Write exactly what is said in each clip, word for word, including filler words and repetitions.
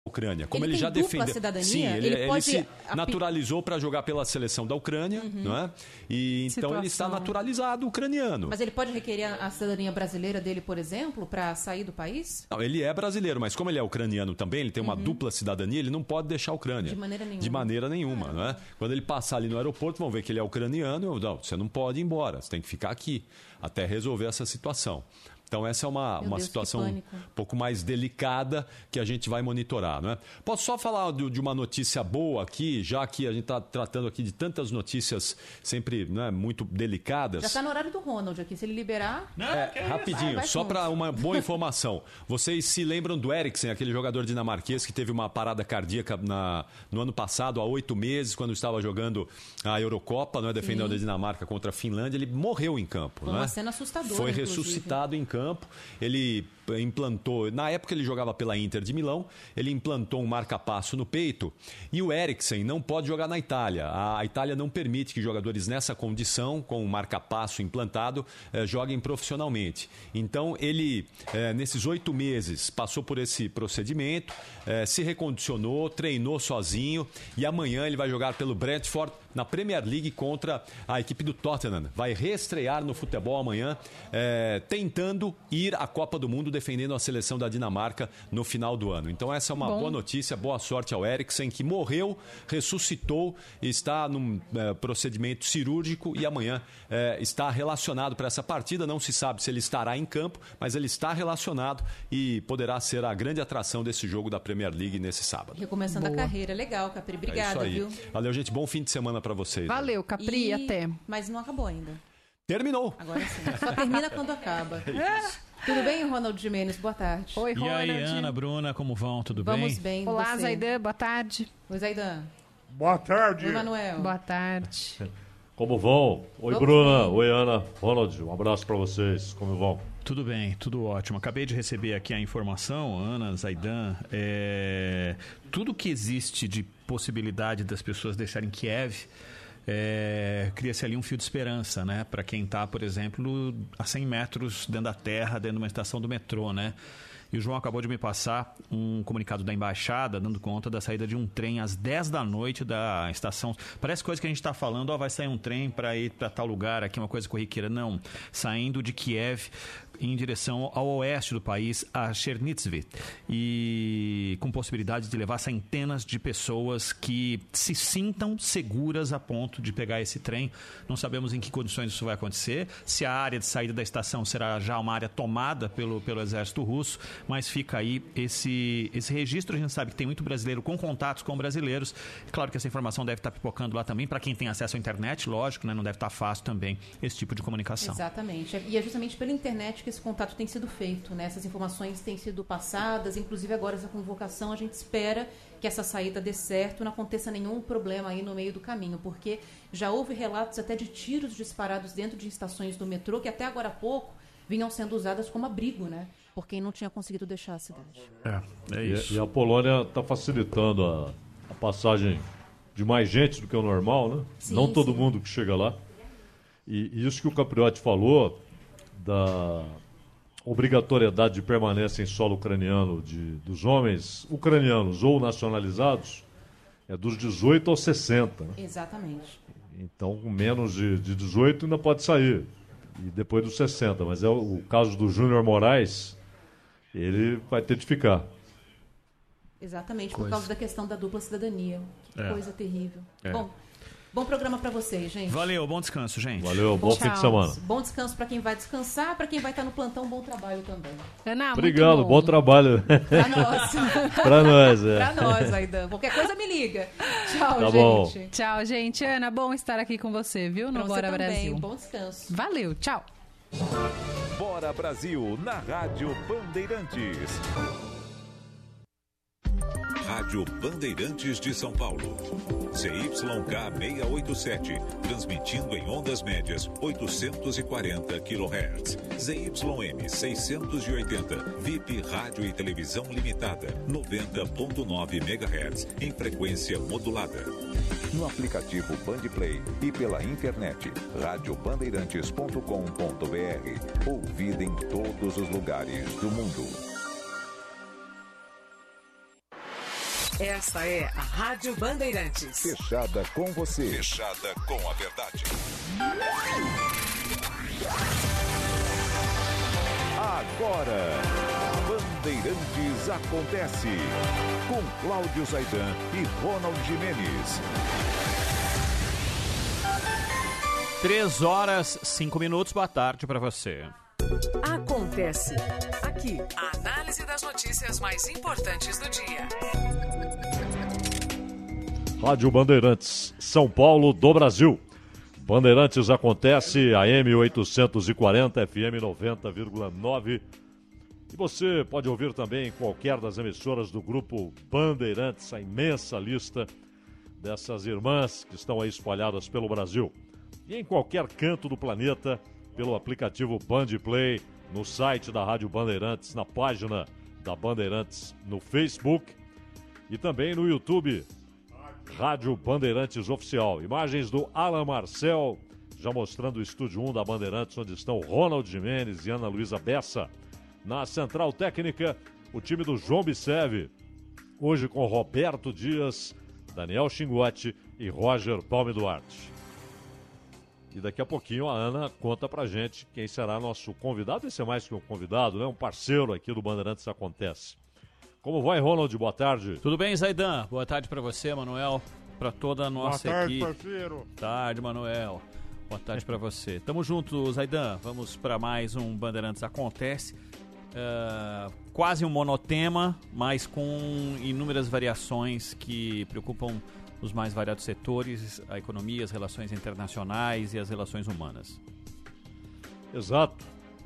Ucrânia. Como ele, ele já defendeu, cidadania, sim, ele, ele, ele pode... se naturalizou para jogar pela seleção da Ucrânia, uhum. não é? E então Situação. ele está naturalizado ucraniano. Mas ele pode requerer a cidadania brasileira dele, por exemplo, para sair do país? Não, ele é brasileiro, mas como ele é ucraniano também, ele tem uma uhum. dupla cidadania, ele não pode deixar a Ucrânia. De maneira nenhuma. De maneira nenhuma, ah. não é? Quando ele passar ali no aeroporto, vão ver que ele é ucraniano, não, você não pode ir embora, você tem que ficar aqui até resolver essa situação. Então essa é uma, uma Deus, situação um pouco mais delicada que a gente vai monitorar, não é? Posso só falar de, de uma notícia boa aqui, já que a gente está tratando aqui de tantas notícias sempre, né, muito delicadas. Já está no horário do Ronald aqui, se ele liberar... Não, é, é rapidinho, vai, vai só para uma boa informação. Vocês se lembram do Eriksen, aquele jogador dinamarquês que teve uma parada cardíaca na, no ano passado, há oito meses, quando estava jogando a Eurocopa, não é, defendendo Sim. a Dinamarca contra a Finlândia, ele morreu em campo. Foi não uma é? cena assustadora, Foi inclusive. ressuscitado em campo. campo, ele implantou, na época ele jogava pela Inter de Milão, ele implantou um marca-passo no peito e o Eriksen não pode jogar na Itália. A Itália não permite que jogadores nessa condição, com um marca-passo implantado, eh, joguem profissionalmente. Então ele, eh, nesses oito meses, passou por esse procedimento, eh, se recondicionou, treinou sozinho e amanhã ele vai jogar pelo Brentford na Premier League contra a equipe do Tottenham. Vai reestrear no futebol amanhã, eh, tentando ir à Copa do Mundo defendendo a seleção da Dinamarca no final do ano. Então essa é uma Bom. boa notícia, boa sorte ao Eriksen, que morreu, ressuscitou, está num eh, procedimento cirúrgico e amanhã eh, está relacionado para essa partida. Não se sabe se ele estará em campo, mas ele está relacionado e poderá ser a grande atração desse jogo da Premier League nesse sábado. Recomeçando boa. a carreira, legal, Capri. Obrigada, é viu? Valeu, gente. Bom fim de semana para vocês. Valeu, Capri, e... até. Mas não acabou ainda. Terminou. Agora sim. Só termina quando acaba. É Tudo bem, Ronald Gimenez? Boa tarde. Oi, Ronald. E aí, Ana, Bruna, como vão? Tudo Vamos bem? bem. Olá, você? Zaidan, boa tarde. Oi, Zaidan. Boa tarde. Oi, Manuel. Boa tarde. Como vão? Oi, Vamos Bruna. Bem. Oi, Ana. Ronald, um abraço para vocês. Como vão? Tudo bem, tudo ótimo. Acabei de receber aqui a informação, Ana, Zaidan, é... tudo que existe de possibilidade das pessoas deixarem Kiev, É, cria-se ali um fio de esperança, né? Para quem está, por exemplo, a cem metros dentro da terra, dentro de uma estação do metrô, né? E o João acabou de me passar um comunicado da embaixada dando conta da saída de um trem às dez da noite da estação. Parece coisa que a gente está falando, ó, vai sair um trem para ir para tal lugar, aqui uma coisa corriqueira. Não, saindo de Kiev em direção ao oeste do país, a Chernivtsi, e com possibilidade de levar centenas de pessoas que se sintam seguras a ponto de pegar esse trem. Não sabemos em que condições isso vai acontecer, se a área de saída da estação será já uma área tomada pelo, pelo exército russo, mas fica aí esse, esse registro. A gente sabe que tem muito brasileiro com contatos com brasileiros. Claro que essa informação deve estar pipocando lá também, para quem tem acesso à internet, lógico, né? Não deve estar fácil também esse tipo de comunicação. Exatamente, e é justamente pela internet que esse contato tem sido feito, né? Essas informações têm sido passadas, inclusive agora essa convocação, a gente espera que essa saída dê certo, não aconteça nenhum problema aí no meio do caminho, porque já houve relatos até de tiros disparados dentro de estações do metrô, que até agora há pouco vinham sendo usadas como abrigo, né? Por quem não tinha conseguido deixar a cidade. É, é isso. E, e a Polônia está facilitando a, a passagem de mais gente do que o normal, né? Sim, não todo sim. mundo que chega lá. E, e isso que o Capriotti falou da obrigatoriedade de permanência em solo ucraniano de, dos homens ucranianos ou nacionalizados é dos dezoito aos sessenta. Né? Exatamente. Então, com menos de, de dezoito ainda pode sair. E depois dos sessenta. Mas é o, o caso do Júnior Moraes, ele vai ter de ficar. Exatamente, coisa. por causa da questão da dupla cidadania. Que é. coisa terrível. É. Bom, bom programa para vocês, gente. Valeu, bom descanso, gente. Valeu, bom, bom fim de semana. Bom descanso para quem vai descansar, para quem vai estar no plantão, bom trabalho também. Ana, obrigado, muito bom. bom trabalho. Para nós. Para nós, é. Para nós, Aidan. Qualquer coisa me liga. Tchau, tá gente. Bom. Tchau, gente. Ana, bom estar aqui com você, viu? No pra Bora você também. Brasil. Bom descanso. Valeu, tchau. Bora Brasil, na Rádio Bandeirantes. Rádio Bandeirantes de São Paulo. Z Y K seiscentos e oitenta e sete, transmitindo em ondas médias oitocentos e quarenta quilohertz. Z Y M seiscentos e oitenta, V I P Rádio e Televisão Limitada, noventa ponto nove megahertz, em frequência modulada. No aplicativo Bandplay e pela internet, rádio bandeirantes ponto com ponto b r. Ouvida em todos os lugares do mundo. Esta é a Rádio Bandeirantes. Fechada com você. Fechada com a verdade. Agora, Bandeirantes acontece. Com Cláudio Zaidan e Ronald Gimenez. Três horas, cinco minutos. Boa tarde para você. Acontece aqui. A análise das notícias mais importantes do dia. Rádio Bandeirantes, São Paulo do Brasil. Bandeirantes acontece, A M oitocentos e quarenta, F M noventa vírgula nove. E você pode ouvir também em qualquer das emissoras do grupo Bandeirantes, a imensa lista dessas irmãs que estão aí espalhadas pelo Brasil. E em qualquer canto do planeta, pelo aplicativo Bandplay, no site da Rádio Bandeirantes, na página da Bandeirantes no Facebook e também no YouTube, Rádio Bandeirantes Oficial. Imagens do Alan Marcel, já mostrando o Estúdio um da Bandeirantes, onde estão Ronald Gimenez e Ana Luísa Bessa. Na Central Técnica, o time do João Bisev, hoje com Roberto Dias, Daniel Xinguotti e Roger Palme Duarte. E daqui a pouquinho a Ana conta pra gente quem será nosso convidado. Esse é mais que um convidado, né? Um parceiro aqui do Bandeirantes Acontece. Como vai, Ronald? Boa tarde. Tudo bem, Zaidan? Boa tarde pra você, Manuel. Pra toda a nossa Boa tarde, equipe. parceiro. Boa tarde, Manuel. Boa tarde pra você. Tamo junto, Zaidan. Vamos pra mais um Bandeirantes Acontece. Uh, quase um monotema, mas com inúmeras variações que preocupam os mais variados setores, a economia, as relações internacionais e as relações humanas. Exato.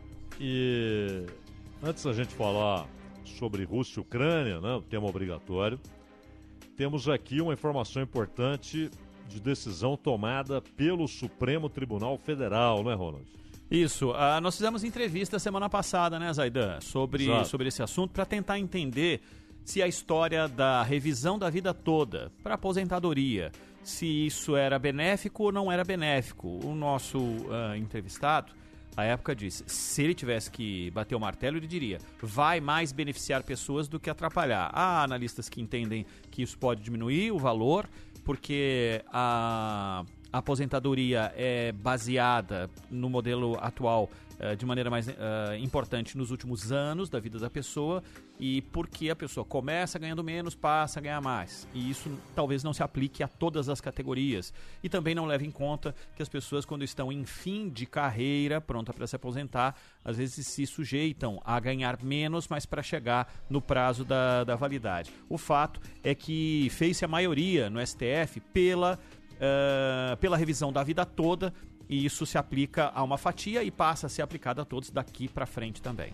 E antes da gente falar sobre Rússia e Ucrânia, né, o tema obrigatório, temos aqui uma informação importante de decisão tomada pelo Supremo Tribunal Federal, não é, Ronald? Isso. Uh, nós fizemos entrevista semana passada, né, Zaidan, sobre, sobre esse assunto, para tentar entender se a história da revisão da vida toda para aposentadoria, se isso era benéfico ou não era benéfico. O nosso uh, entrevistado, à época, disse, se ele tivesse que bater o martelo, ele diria, vai mais beneficiar pessoas do que atrapalhar. Há analistas que entendem que isso pode diminuir o valor, porque a... A aposentadoria é baseada no modelo atual uh, de maneira mais uh, importante nos últimos anos da vida da pessoa e porque a pessoa começa ganhando menos, passa a ganhar mais. E isso talvez não se aplique a todas as categorias. E também não leva em conta que as pessoas, quando estão em fim de carreira, pronta para se aposentar, às vezes se sujeitam a ganhar menos, mas para chegar no prazo da, da validade. O fato é que fez-se a maioria no S T F pela... Uh, pela revisão da vida toda, e isso se aplica a uma fatia e passa a ser aplicado a todos daqui para frente também.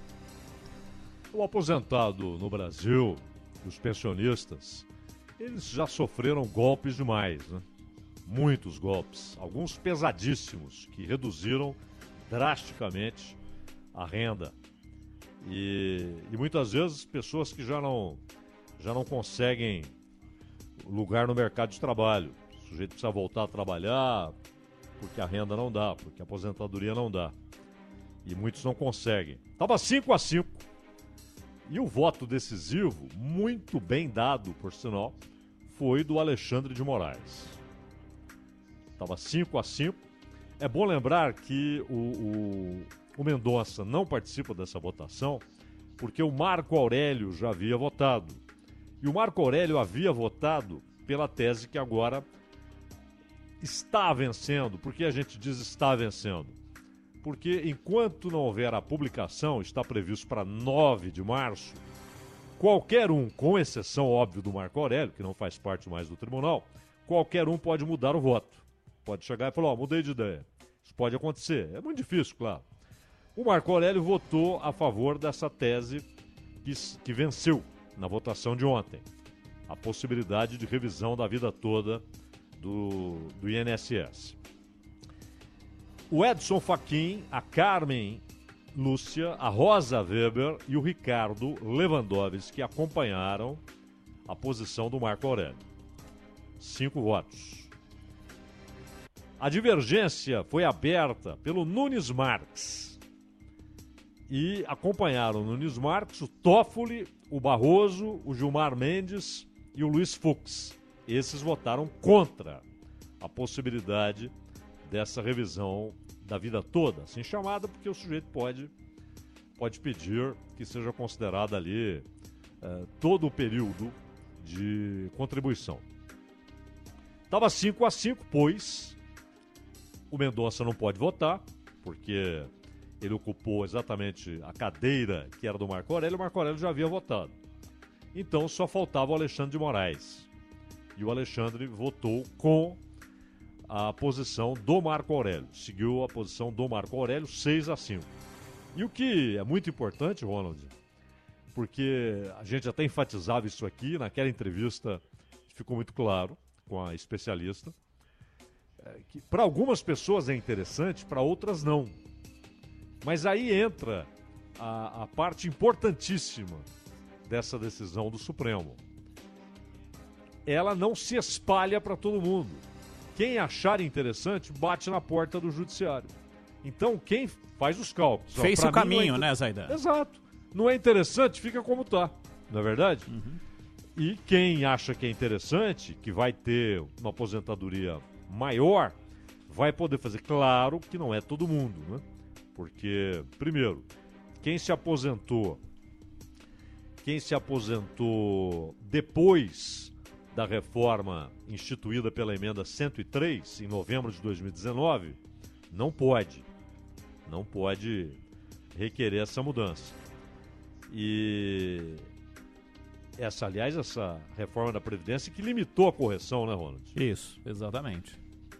O aposentado no Brasil, os pensionistas, eles já sofreram golpes demais, né? Muitos golpes, alguns pesadíssimos, que reduziram drasticamente a renda. E, e muitas vezes pessoas que já não, já não conseguem lugar no mercado de trabalho. O sujeito precisa voltar a trabalhar porque a renda não dá, porque a aposentadoria não dá. E muitos não conseguem. Estava cinco a cinco. E o voto decisivo, muito bem dado, por sinal, foi do Alexandre de Moraes. Estava cinco a cinco. É bom lembrar que o, o, o Mendonça não participa dessa votação porque o Marco Aurélio já havia votado. E o Marco Aurélio havia votado pela tese que agora está vencendo. Por que a gente diz está vencendo? Porque enquanto não houver a publicação, está previsto para nove de março, qualquer um, com exceção, óbvio, do Marco Aurélio, que não faz parte mais do tribunal, qualquer um pode mudar o voto. Pode chegar e falar, ó, mudei de ideia. Isso pode acontecer. É muito difícil, claro. O Marco Aurélio votou a favor dessa tese que, que venceu na votação de ontem. A possibilidade de revisão da vida toda do, do I N S S. O Edson Fachin, a Carmen Lúcia, a Rosa Weber e o Ricardo Lewandowski acompanharam a posição do Marco Aurélio. Cinco votos. A divergência foi aberta pelo Nunes Marques. E acompanharam o Nunes Marques, o Toffoli, o Barroso, o Gilmar Mendes e o Luiz Fux. Esses votaram contra a possibilidade dessa revisão da vida toda, assim chamada, porque o sujeito pode, pode pedir que seja considerado ali eh, todo o período de contribuição. Estava cinco a cinco, pois o Mendonça não pode votar, porque ele ocupou exatamente a cadeira que era do Marco Aurélio, o Marco Aurélio já havia votado. Então só faltava o Alexandre de Moraes. E o Alexandre votou com a posição do Marco Aurélio. Seguiu a posição do Marco Aurélio, seis a cinco. E o que é muito importante, Ronald, porque a gente até enfatizava isso aqui naquela entrevista, ficou muito claro com a especialista, é que para algumas pessoas é interessante, para outras não. Mas aí entra a, a parte importantíssima dessa decisão do Supremo. Ela não se espalha para todo mundo. Quem achar interessante, bate na porta do judiciário. Então, quem faz os cálculos... Fez ó, o caminho, é inter... né, Zaidan? Exato. Não é interessante, fica como está. Não é verdade? Uhum. E quem acha que é interessante, que vai ter uma aposentadoria maior, vai poder fazer. Claro que não é todo mundo, né? Porque, primeiro, quem se aposentou, quem se aposentou depois da reforma instituída pela emenda cento e três, em novembro de dois mil e dezenove, não pode, não pode requerer essa mudança. E essa, aliás, essa reforma da Previdência que limitou a correção, né, Ronald? Isso, exatamente.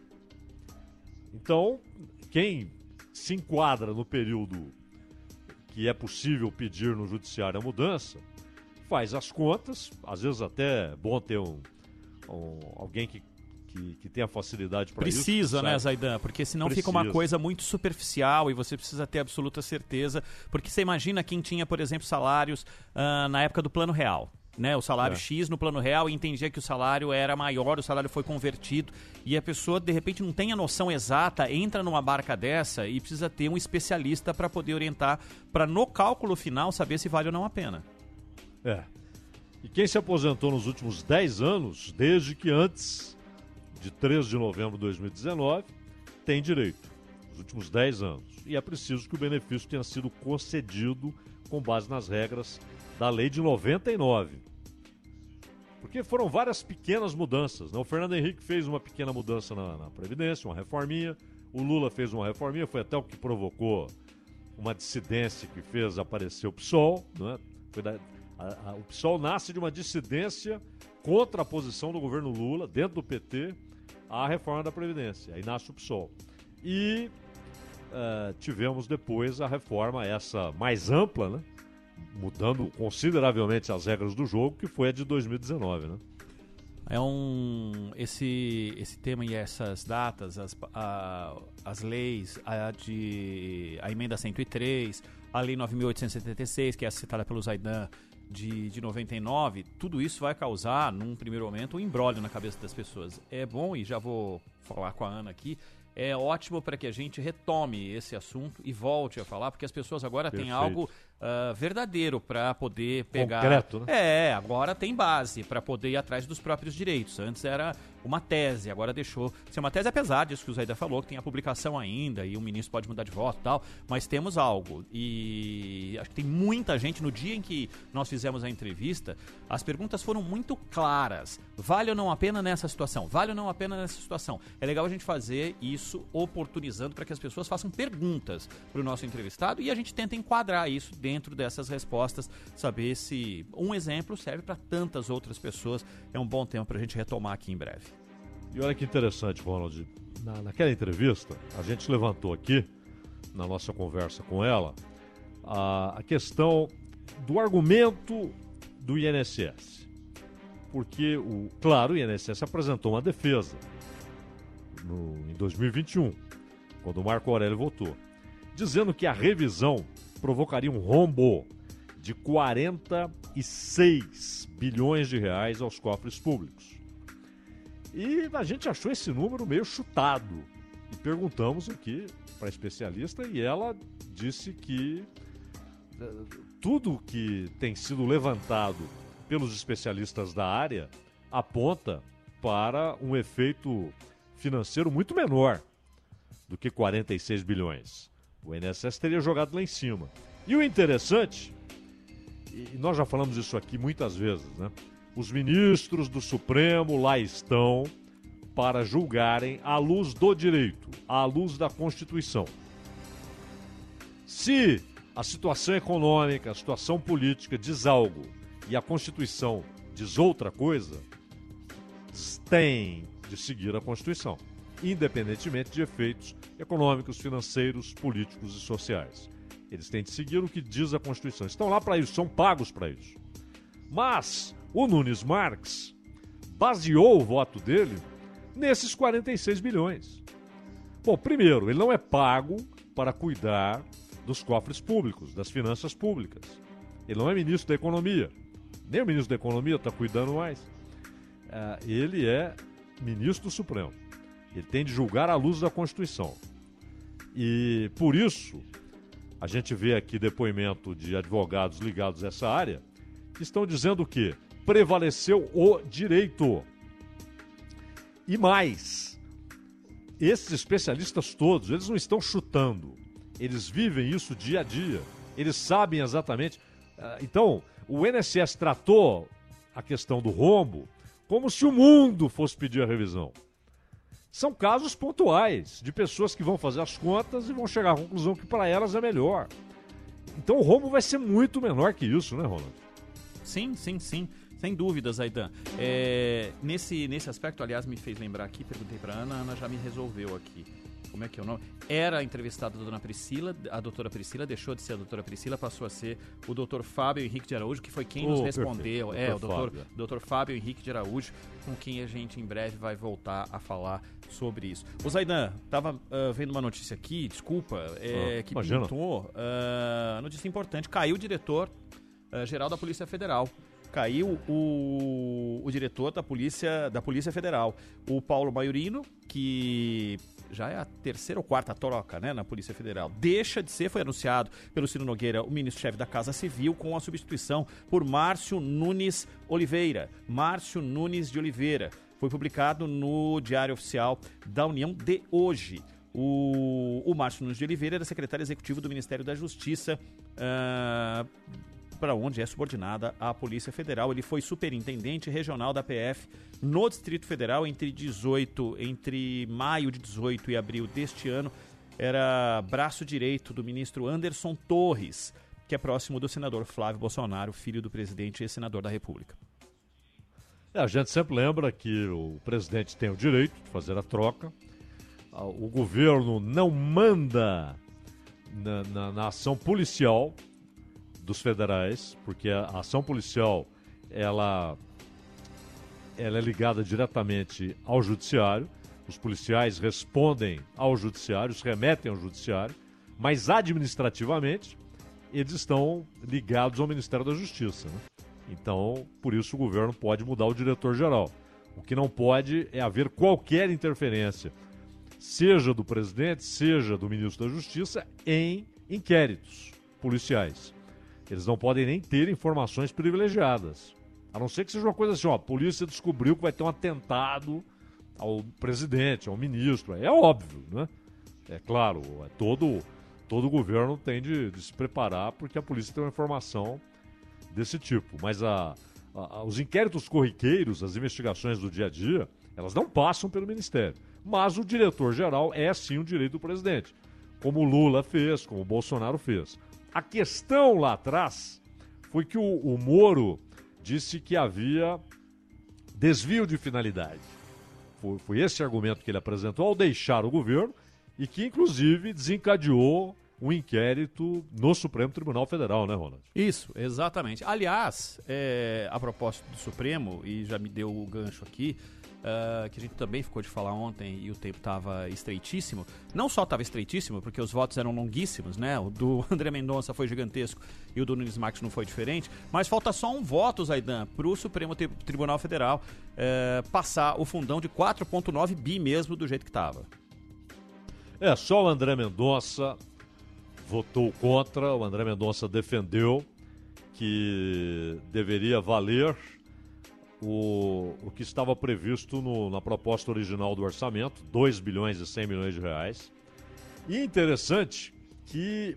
Então, quem se enquadra no período que é possível pedir no judiciário a mudança, faz as contas, às vezes até é bom ter um, um, alguém que, que, que tenha facilidade para isso. Precisa, né, Zaidan? Porque senão Precisa. fica uma coisa muito superficial e você precisa ter absoluta certeza. Porque você imagina quem tinha, por exemplo, salários uh, na época do Plano Real. Né, o salário é. X no Plano Real e entendia que o salário era maior, o salário foi convertido e a pessoa de repente não tem a noção exata, entra numa barca dessa e precisa ter um especialista para poder orientar, para no cálculo final saber se vale ou não a pena. É. E quem se aposentou nos últimos dez anos, desde que antes de três de novembro de dois mil e dezenove, tem direito. Nos últimos dez anos. E é preciso que o benefício tenha sido concedido com base nas regras da lei de noventa e nove. Porque foram várias pequenas mudanças, né? O Fernando Henrique fez uma pequena mudança na, na Previdência, uma reforminha. O Lula fez uma reforminha, foi até o que provocou uma dissidência que fez aparecer o PSOL. Né? Foi da, a, a, o PSOL nasce de uma dissidência contra a posição do governo Lula, dentro do P T, à reforma da Previdência. Aí nasce o PSOL. E uh, tivemos depois a reforma, essa mais ampla, né? Mudando consideravelmente as regras do jogo, que foi a de dois mil e dezenove, né? É um... Esse, esse tema e essas datas, as, a, as leis, a, de, a emenda cento e três, a lei nove mil oitocentos e setenta e seis, que é citada pelo Zaidan, de, de noventa e nove, tudo isso vai causar, num primeiro momento, um imbróglio na cabeça das pessoas. É bom, e já vou falar com a Ana aqui, é ótimo para que a gente retome esse assunto e volte a falar, porque as pessoas agora Perfeito. têm algo uh, verdadeiro para poder pegar. Concreto, né? É, agora tem base para poder ir atrás dos próprios direitos. Antes era uma tese, agora deixou de ser uma tese, apesar disso que o Zaidan falou, que tem a publicação ainda e o ministro pode mudar de voto e tal, mas temos algo. E acho que tem muita gente, no dia em que nós fizemos a entrevista, as perguntas foram muito claras. Vale ou não a pena nessa situação? Vale ou não a pena nessa situação? É legal a gente fazer isso oportunizando para que as pessoas façam perguntas para o nosso entrevistado e a gente tenta enquadrar isso dentro dessas respostas, saber se um exemplo serve para tantas outras pessoas. É um bom tempo para a gente retomar aqui em breve. E olha que interessante, Ronald. Na, naquela entrevista, a gente levantou aqui, na nossa conversa com ela, a, a questão do argumento do I N S S. Porque, o, claro, o I N S S apresentou uma defesa no, em dois mil e vinte e um, quando o Marco Aurélio votou, dizendo que a revisão provocaria um rombo de quarenta e seis bilhões de reais aos cofres públicos. E a gente achou esse número meio chutado. E perguntamos aqui para a especialista e ela disse que uh, tudo que tem sido levantado pelos especialistas da área, aponta para um efeito financeiro muito menor do que quarenta e seis bilhões. O I N S S teria jogado lá em cima. E o interessante, e nós já falamos isso aqui muitas vezes, né? Os ministros do Supremo lá estão para julgarem à luz do direito, à luz da Constituição. Se a situação econômica, a situação política diz algo e a Constituição diz outra coisa, tem de seguir a Constituição, independentemente de efeitos econômicos, financeiros, políticos e sociais. Eles têm de seguir o que diz a Constituição. Estão lá para isso, são pagos para isso. Mas o Nunes Marques baseou o voto dele nesses quarenta e seis bilhões. Bom, primeiro, ele não é pago para cuidar dos cofres públicos, das finanças públicas. Ele não é ministro da Economia. Nem o ministro da Economia está cuidando mais. Uh, ele é ministro do Supremo. Ele tem de julgar à luz da Constituição. E, por isso, a gente vê aqui depoimento de advogados ligados a essa área que estão dizendo que prevaleceu o direito. E mais, esses especialistas todos, eles não estão chutando. Eles vivem isso dia a dia. Eles sabem exatamente. Uh, então, o I N S S tratou a questão do rombo como se o mundo fosse pedir a revisão. São casos pontuais de pessoas que vão fazer as contas e vão chegar à conclusão que para elas é melhor. Então o rombo vai ser muito menor que isso, né, Ronald? Sim, sim, sim. Sem dúvidas, Aidan. É, nesse, nesse aspecto, aliás, me fez lembrar aqui, perguntei para a Ana, a Ana já me resolveu aqui. Como é que é o nome? Era entrevistada a dona Priscila, a doutora Priscila, deixou de ser a doutora Priscila, passou a ser o doutor Fábio Henrique de Araújo, que foi quem oh, nos respondeu. Perfeito. É, doutor o doutor Fábio. doutor Fábio Henrique de Araújo, com quem a gente em breve vai voltar a falar sobre isso. O Zaidan, estava uh, vendo uma notícia aqui, desculpa, é, ah, que imagina. pintou, uh, notícia importante, caiu o diretor uh, geral da Polícia Federal. Caiu o, o diretor da Polícia, da Polícia Federal, o Paulo Maiorino, que já é a terceira ou quarta troca, né, na Polícia Federal. Deixa de ser, foi anunciado pelo Ciro Nogueira, o ministro-chefe da Casa Civil, com a substituição por Márcio Nunes Oliveira. Márcio Nunes de Oliveira. Foi publicado no Diário Oficial da União de hoje. O, o Márcio Nunes de Oliveira era secretário executivo do Ministério da Justiça, uh, para onde é subordinada a Polícia Federal. Ele foi superintendente regional da P F no Distrito Federal entre dezoito, entre maio de dezoito e abril deste ano. Era braço direito do ministro Anderson Torres, que é próximo do senador Flávio Bolsonaro, filho do presidente e senador da República. É, a gente sempre lembra que o presidente tem o direito de fazer a troca. O governo não manda na, na, na ação policial dos federais, porque a ação policial ela, ela é ligada diretamente ao judiciário. Os policiais respondem ao judiciário, se remetem ao judiciário, mas administrativamente eles estão ligados ao Ministério da Justiça, né? Então, por isso o governo pode mudar o diretor-geral. O que não pode é haver qualquer interferência, seja do presidente, seja do ministro da Justiça, em inquéritos policiais. Eles não podem nem ter informações privilegiadas. A não ser que seja uma coisa assim, ó, a polícia descobriu que vai ter um atentado ao presidente, ao ministro. É óbvio, né? É claro, é todo, todo governo tem de, de se preparar porque a polícia tem uma informação desse tipo. Mas a, a, os inquéritos corriqueiros, as investigações do dia a dia, elas não passam pelo Ministério. Mas o diretor-geral é sim o direito do presidente, como o Lula fez, como o Bolsonaro fez. A questão lá atrás foi que o, o Moro disse que havia desvio de finalidade. Foi, foi esse argumento que ele apresentou ao deixar o governo e que, inclusive, desencadeou um inquérito no Supremo Tribunal Federal, né, Ronald? Isso, exatamente. Aliás, é, a propósito do Supremo, e já me deu o gancho aqui, Uh, que a gente também ficou de falar ontem e o tempo estava estreitíssimo. Não só estava estreitíssimo, porque os votos eram longuíssimos, né? O do André Mendonça foi gigantesco e o do Nunes Marques não foi diferente. Mas falta só um voto, Zaidan, para o Supremo Tribunal Federal uh, passar o fundão de quatro vírgula nove bi mesmo do jeito que estava. É, só o André Mendonça votou contra, o André Mendonça defendeu que deveria valer o, o que estava previsto no, na proposta original do orçamento, dois bilhões e cem milhões de reais. E interessante que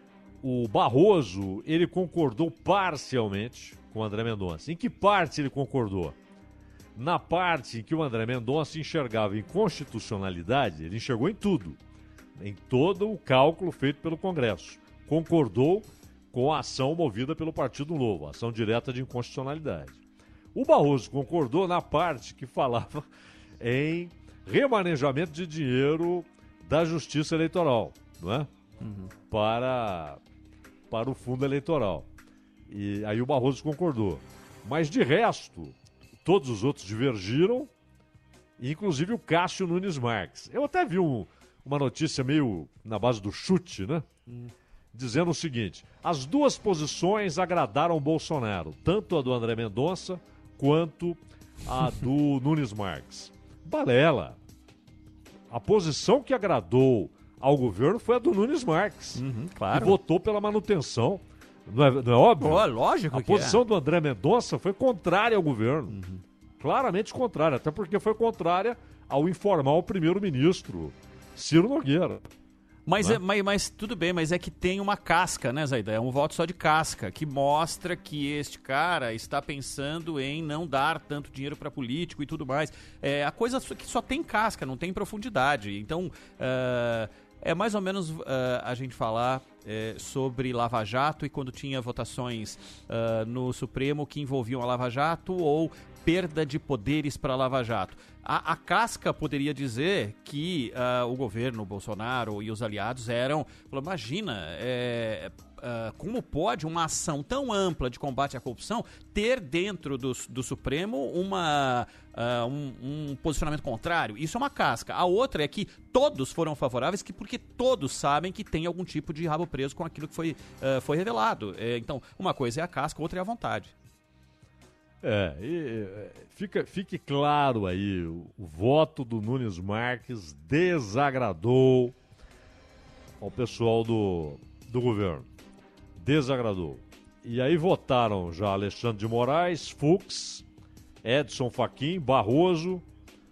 o Barroso, ele concordou parcialmente com o André Mendonça. Em que parte ele concordou? Na parte em que o André Mendonça enxergava inconstitucionalidade, ele enxergou em tudo, em todo o cálculo feito pelo Congresso. Concordou com a ação movida pelo Partido Novo, a ação direta de inconstitucionalidade. O Barroso concordou na parte que falava em remanejamento de dinheiro da Justiça Eleitoral, não é? Uhum. Para, para o fundo eleitoral. E aí o Barroso concordou. Mas de resto, todos os outros divergiram, inclusive o Cássio Nunes Marques. Eu até vi um, uma notícia meio na base do chute, né? Hum. Dizendo o seguinte: as duas posições agradaram o Bolsonaro, tanto a do André Mendonça quanto a do Nunes Marques. Balela. A posição que agradou ao governo foi a do Nunes Marques. Uhum, claro. E votou pela manutenção. Não é, não é óbvio? Pô, lógico a que posição é. do André Mendonça foi contrária ao governo. Uhum. Claramente contrária, até porque foi contrária ao informal primeiro-ministro Ciro Nogueira. Mas, né? é, mas, mas tudo bem, mas é que tem uma casca, né, Zaida? É um voto só de casca, que mostra que este cara está pensando em não dar tanto dinheiro para político e tudo mais. É a coisa que só tem casca, não tem profundidade. Então, uh, é mais ou menos uh, a gente falar uh, sobre Lava Jato e quando tinha votações uh, no Supremo que envolviam a Lava Jato ou perda de poderes para a Lava Jato. A, a casca poderia dizer que uh, o governo, o Bolsonaro e os aliados eram... Falou, imagina, é, uh, como pode uma ação tão ampla de combate à corrupção ter dentro do, do Supremo uma, uh, um, um posicionamento contrário? Isso é uma casca. A outra é que todos foram favoráveis que, porque todos sabem que tem algum tipo de rabo preso com aquilo que foi, uh, foi revelado. É, então, uma coisa é a casca, outra é a vontade. É, e, fica, fique claro aí, o, o voto do Nunes Marques desagradou ao pessoal do, do governo. Desagradou. E aí votaram já Alexandre de Moraes, Fux, Edson Fachin, Barroso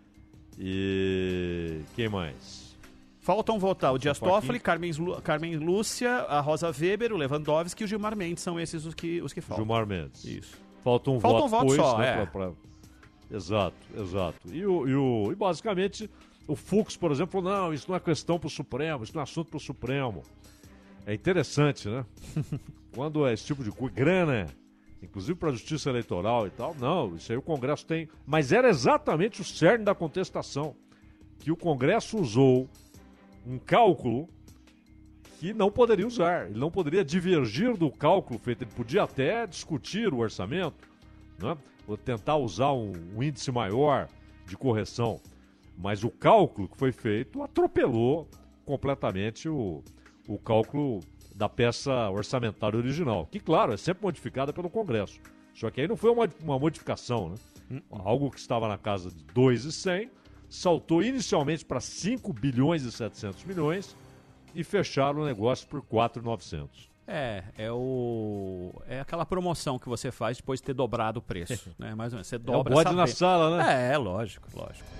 e quem mais? Faltam votar o Dias Toffoli, Carmen, Carmen Lúcia, a Rosa Weber, o Lewandowski e o Gilmar Mendes, são esses os que, os que faltam. Gilmar Mendes. Isso. Falta um Falta voto, um voto pois, só, né, é. pra, pra... Exato, exato. E, o, e, o, e basicamente o Fux, por exemplo, falou, não, isso não é questão para o Supremo, isso não é assunto para o Supremo. É interessante, né? Quando é esse tipo de coisa, grana, inclusive para a Justiça Eleitoral e tal, não, isso aí o Congresso tem. Mas era exatamente o cerne da contestação, que o Congresso usou um cálculo que não poderia usar, ele não poderia divergir do cálculo feito, ele podia até discutir o orçamento, né? Ou tentar usar um, um índice maior de correção, mas o cálculo que foi feito atropelou completamente o, o cálculo da peça orçamentária original, que claro, é sempre modificada pelo Congresso, só que aí não foi uma, uma modificação, né? Hum. Algo que estava na casa de dois e cem, saltou inicialmente para cinco bilhões e setecentos milhões, e fecharam o negócio por quatro mil e novecentos. É, é, o, é aquela promoção que você faz depois de ter dobrado o preço, né? Mais ou menos, você dobra... É o bode na sala, né? É, é, lógico, lógico.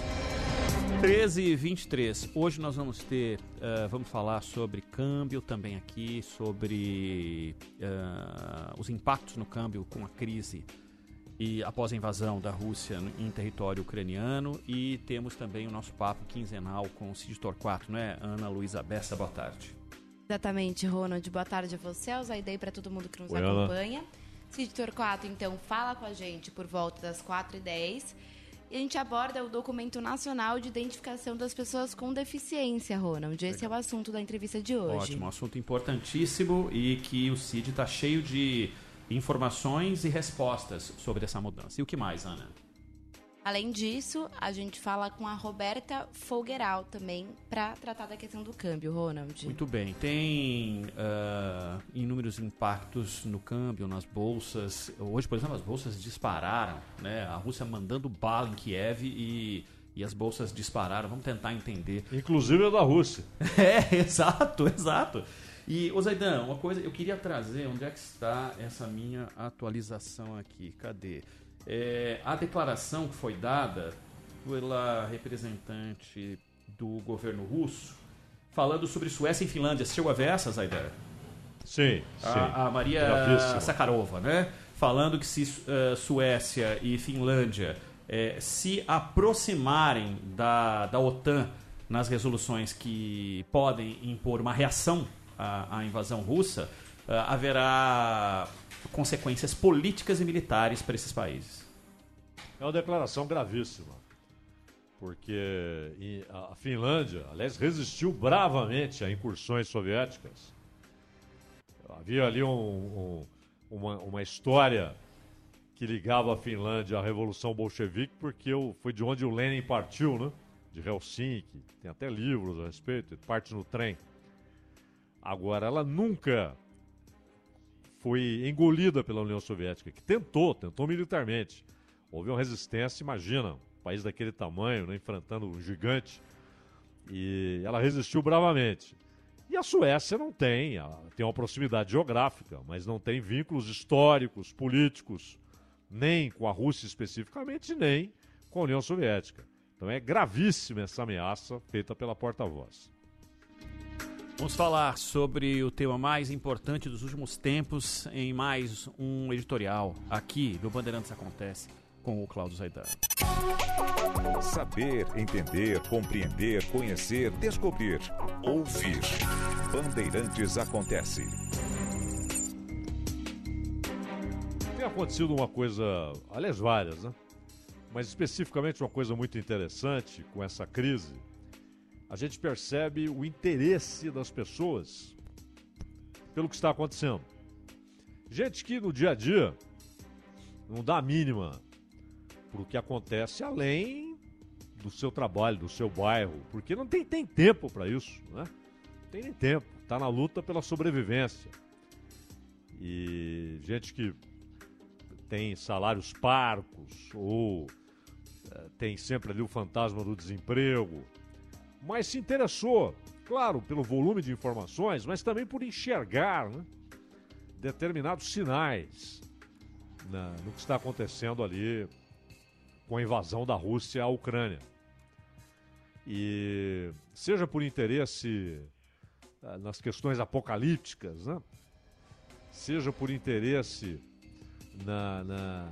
treze e vinte e três, hoje nós vamos ter, uh, vamos falar sobre câmbio também aqui, sobre uh, os impactos no câmbio com a crise e após a invasão da Rússia em território ucraniano, e temos também o nosso papo quinzenal com o Cid Torquato, não é? Ana Luísa Bessa, boa tarde. Exatamente, Ronald, boa tarde a você, ao Zaidei, para todo mundo que nos Oi, acompanha. Ana. Cid Torquato, então, fala com a gente por volta das quatro e dez e a gente aborda o documento nacional de identificação das pessoas com deficiência, Ronald. Esse Legal. É o assunto da entrevista de hoje. Ótimo, um assunto importantíssimo e que o Cid está cheio de informações e respostas sobre essa mudança. E o que mais, Ana? Além disso, a gente fala com a Roberta Folgueral também para tratar da questão do câmbio, Ronald. Muito bem. Tem uh, inúmeros impactos no câmbio, nas bolsas. Hoje, por exemplo, as bolsas dispararam, né? A Rússia mandando bala em Kiev e, e as bolsas dispararam. Vamos tentar entender. Inclusive a da Rússia. É, exato, exato. E, ô Zaidan, uma coisa, eu queria trazer, onde é que está essa minha atualização aqui? Cadê? É, a declaração que foi dada pela representante do governo russo, falando sobre Suécia e Finlândia. Você chegou a ver essa, Zaidan? Sim, sim. A, a Maria Gravíssima. Sakharova, né? Falando que se uh, Suécia e Finlândia eh, se aproximarem da, da OTAN nas resoluções que podem impor uma reação à, à invasão russa, uh, haverá consequências políticas e militares para esses países. É uma declaração gravíssima, porque a Finlândia, aliás, resistiu bravamente a incursões soviéticas. Havia ali um, um, uma, uma história que ligava a Finlândia à Revolução Bolchevique, porque foi de onde o Lenin partiu, né? De Helsinki, tem até livros a respeito, ele parte no trem. Agora, ela nunca foi engolida pela União Soviética, que tentou, tentou militarmente. Houve uma resistência, imagina, um país daquele tamanho, né, enfrentando um gigante, e ela resistiu bravamente. E a Suécia não tem, ela tem uma proximidade geográfica, mas não tem vínculos históricos, políticos, nem com a Rússia especificamente, nem com a União Soviética. Então é gravíssima essa ameaça feita pela porta-voz. Vamos falar sobre o tema mais importante dos últimos tempos em mais um editorial aqui do Bandeirantes Acontece com o Cláudio Zaidan. Saber, entender, compreender, conhecer, descobrir, ouvir. Bandeirantes Acontece. Tem acontecido uma coisa, aliás várias, né? Mas especificamente uma coisa muito interessante com essa crise. A gente percebe o interesse das pessoas pelo que está acontecendo. Gente que no dia a dia não dá a mínima para o que acontece além do seu trabalho, do seu bairro, porque não tem, tem tempo para isso, né? Não tem nem tempo, está na luta pela sobrevivência. E gente que tem salários parcos ou uh, tem sempre ali o fantasma do desemprego, mas se interessou, claro, pelo volume de informações, mas também por enxergar, né, determinados sinais na, no que está acontecendo ali com a invasão da Rússia à Ucrânia. E seja por interesse uh, nas questões apocalípticas, né, seja por interesse na, na,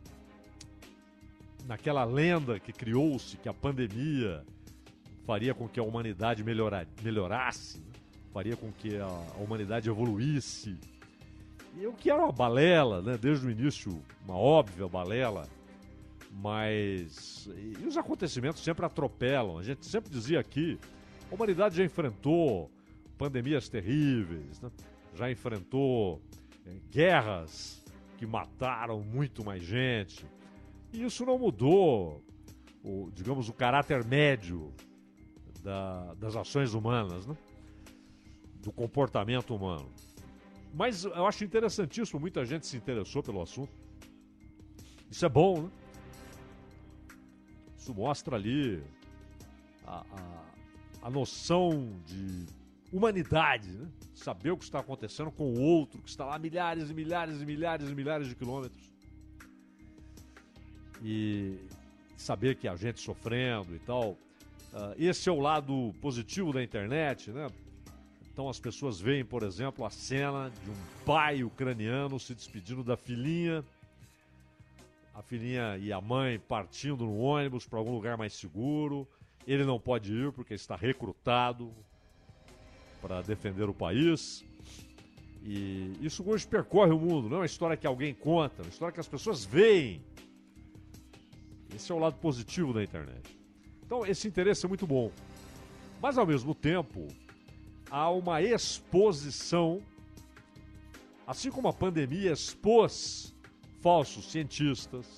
naquela lenda que criou-se que a pandemia faria com que a humanidade melhorar, melhorasse, né? Faria com que a, a humanidade evoluísse. E o que era uma balela, né? Desde o início, uma óbvia balela, mas e os acontecimentos sempre atropelam. A gente sempre dizia aqui, a humanidade já enfrentou pandemias terríveis, né? Já enfrentou é, guerras que mataram muito mais gente. E isso não mudou, o, digamos, o caráter médio Da, das ações humanas, né? Do comportamento humano. Mas eu acho interessantíssimo, muita gente se interessou pelo assunto. Isso é bom, né? Isso mostra ali a, a, a noção de humanidade, né? Saber o que está acontecendo com o outro, que está lá a milhares e milhares e milhares e milhares de quilômetros. E saber que a gente sofrendo e tal. Uh, esse é o lado positivo da internet, né? Então as pessoas veem, por exemplo, a cena de um pai ucraniano se despedindo da filhinha, a filhinha e a mãe partindo no ônibus para algum lugar mais seguro. Ele não pode ir porque está recrutado para defender o país. E isso hoje percorre o mundo, não é uma história que alguém conta, é uma história que as pessoas veem. Esse é o lado positivo da internet. Então, esse interesse é muito bom. Mas, ao mesmo tempo, há uma exposição, assim como a pandemia expôs falsos cientistas,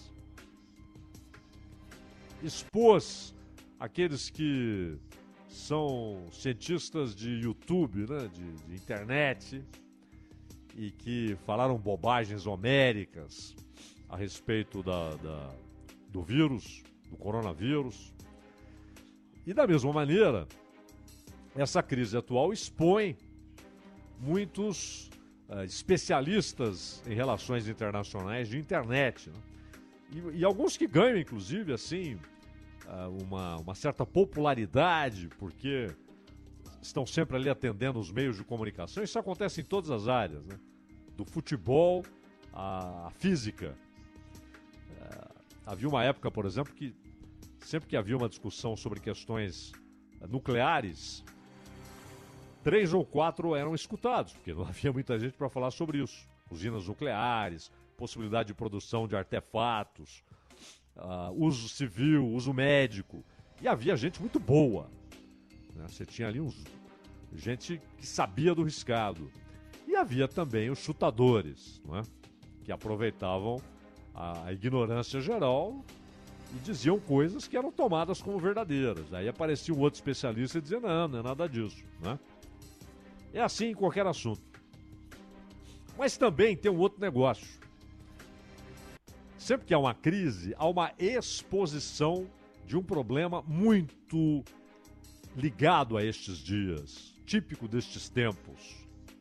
expôs aqueles que são cientistas de YouTube, né, de, de internet, e que falaram bobagens homéricas a respeito da, da, do vírus, do coronavírus. E da mesma maneira, essa crise atual expõe muitos uh, especialistas em relações internacionais de internet, né? e, e alguns que ganham, inclusive, assim, uh, uma, uma certa popularidade, porque estão sempre ali atendendo os meios de comunicação. Isso acontece em todas as áreas, né? Do futebol à, à física. Uh, havia uma época, por exemplo, que sempre que havia uma discussão sobre questões nucleares, três ou quatro eram escutados, porque não havia muita gente para falar sobre isso. Usinas nucleares, possibilidade de produção de artefatos, uh, uso civil, uso médico. E havia gente muito boa, né? Você tinha ali uns, gente que sabia do riscado. E havia também os chutadores, né? Que aproveitavam a, a ignorância geral e diziam coisas que eram tomadas como verdadeiras. Aí aparecia um outro especialista e dizia, não, não é nada disso, né? É assim em qualquer assunto. Mas também tem um outro negócio. Sempre que há uma crise, há uma exposição de um problema muito ligado a estes dias, típico destes tempos,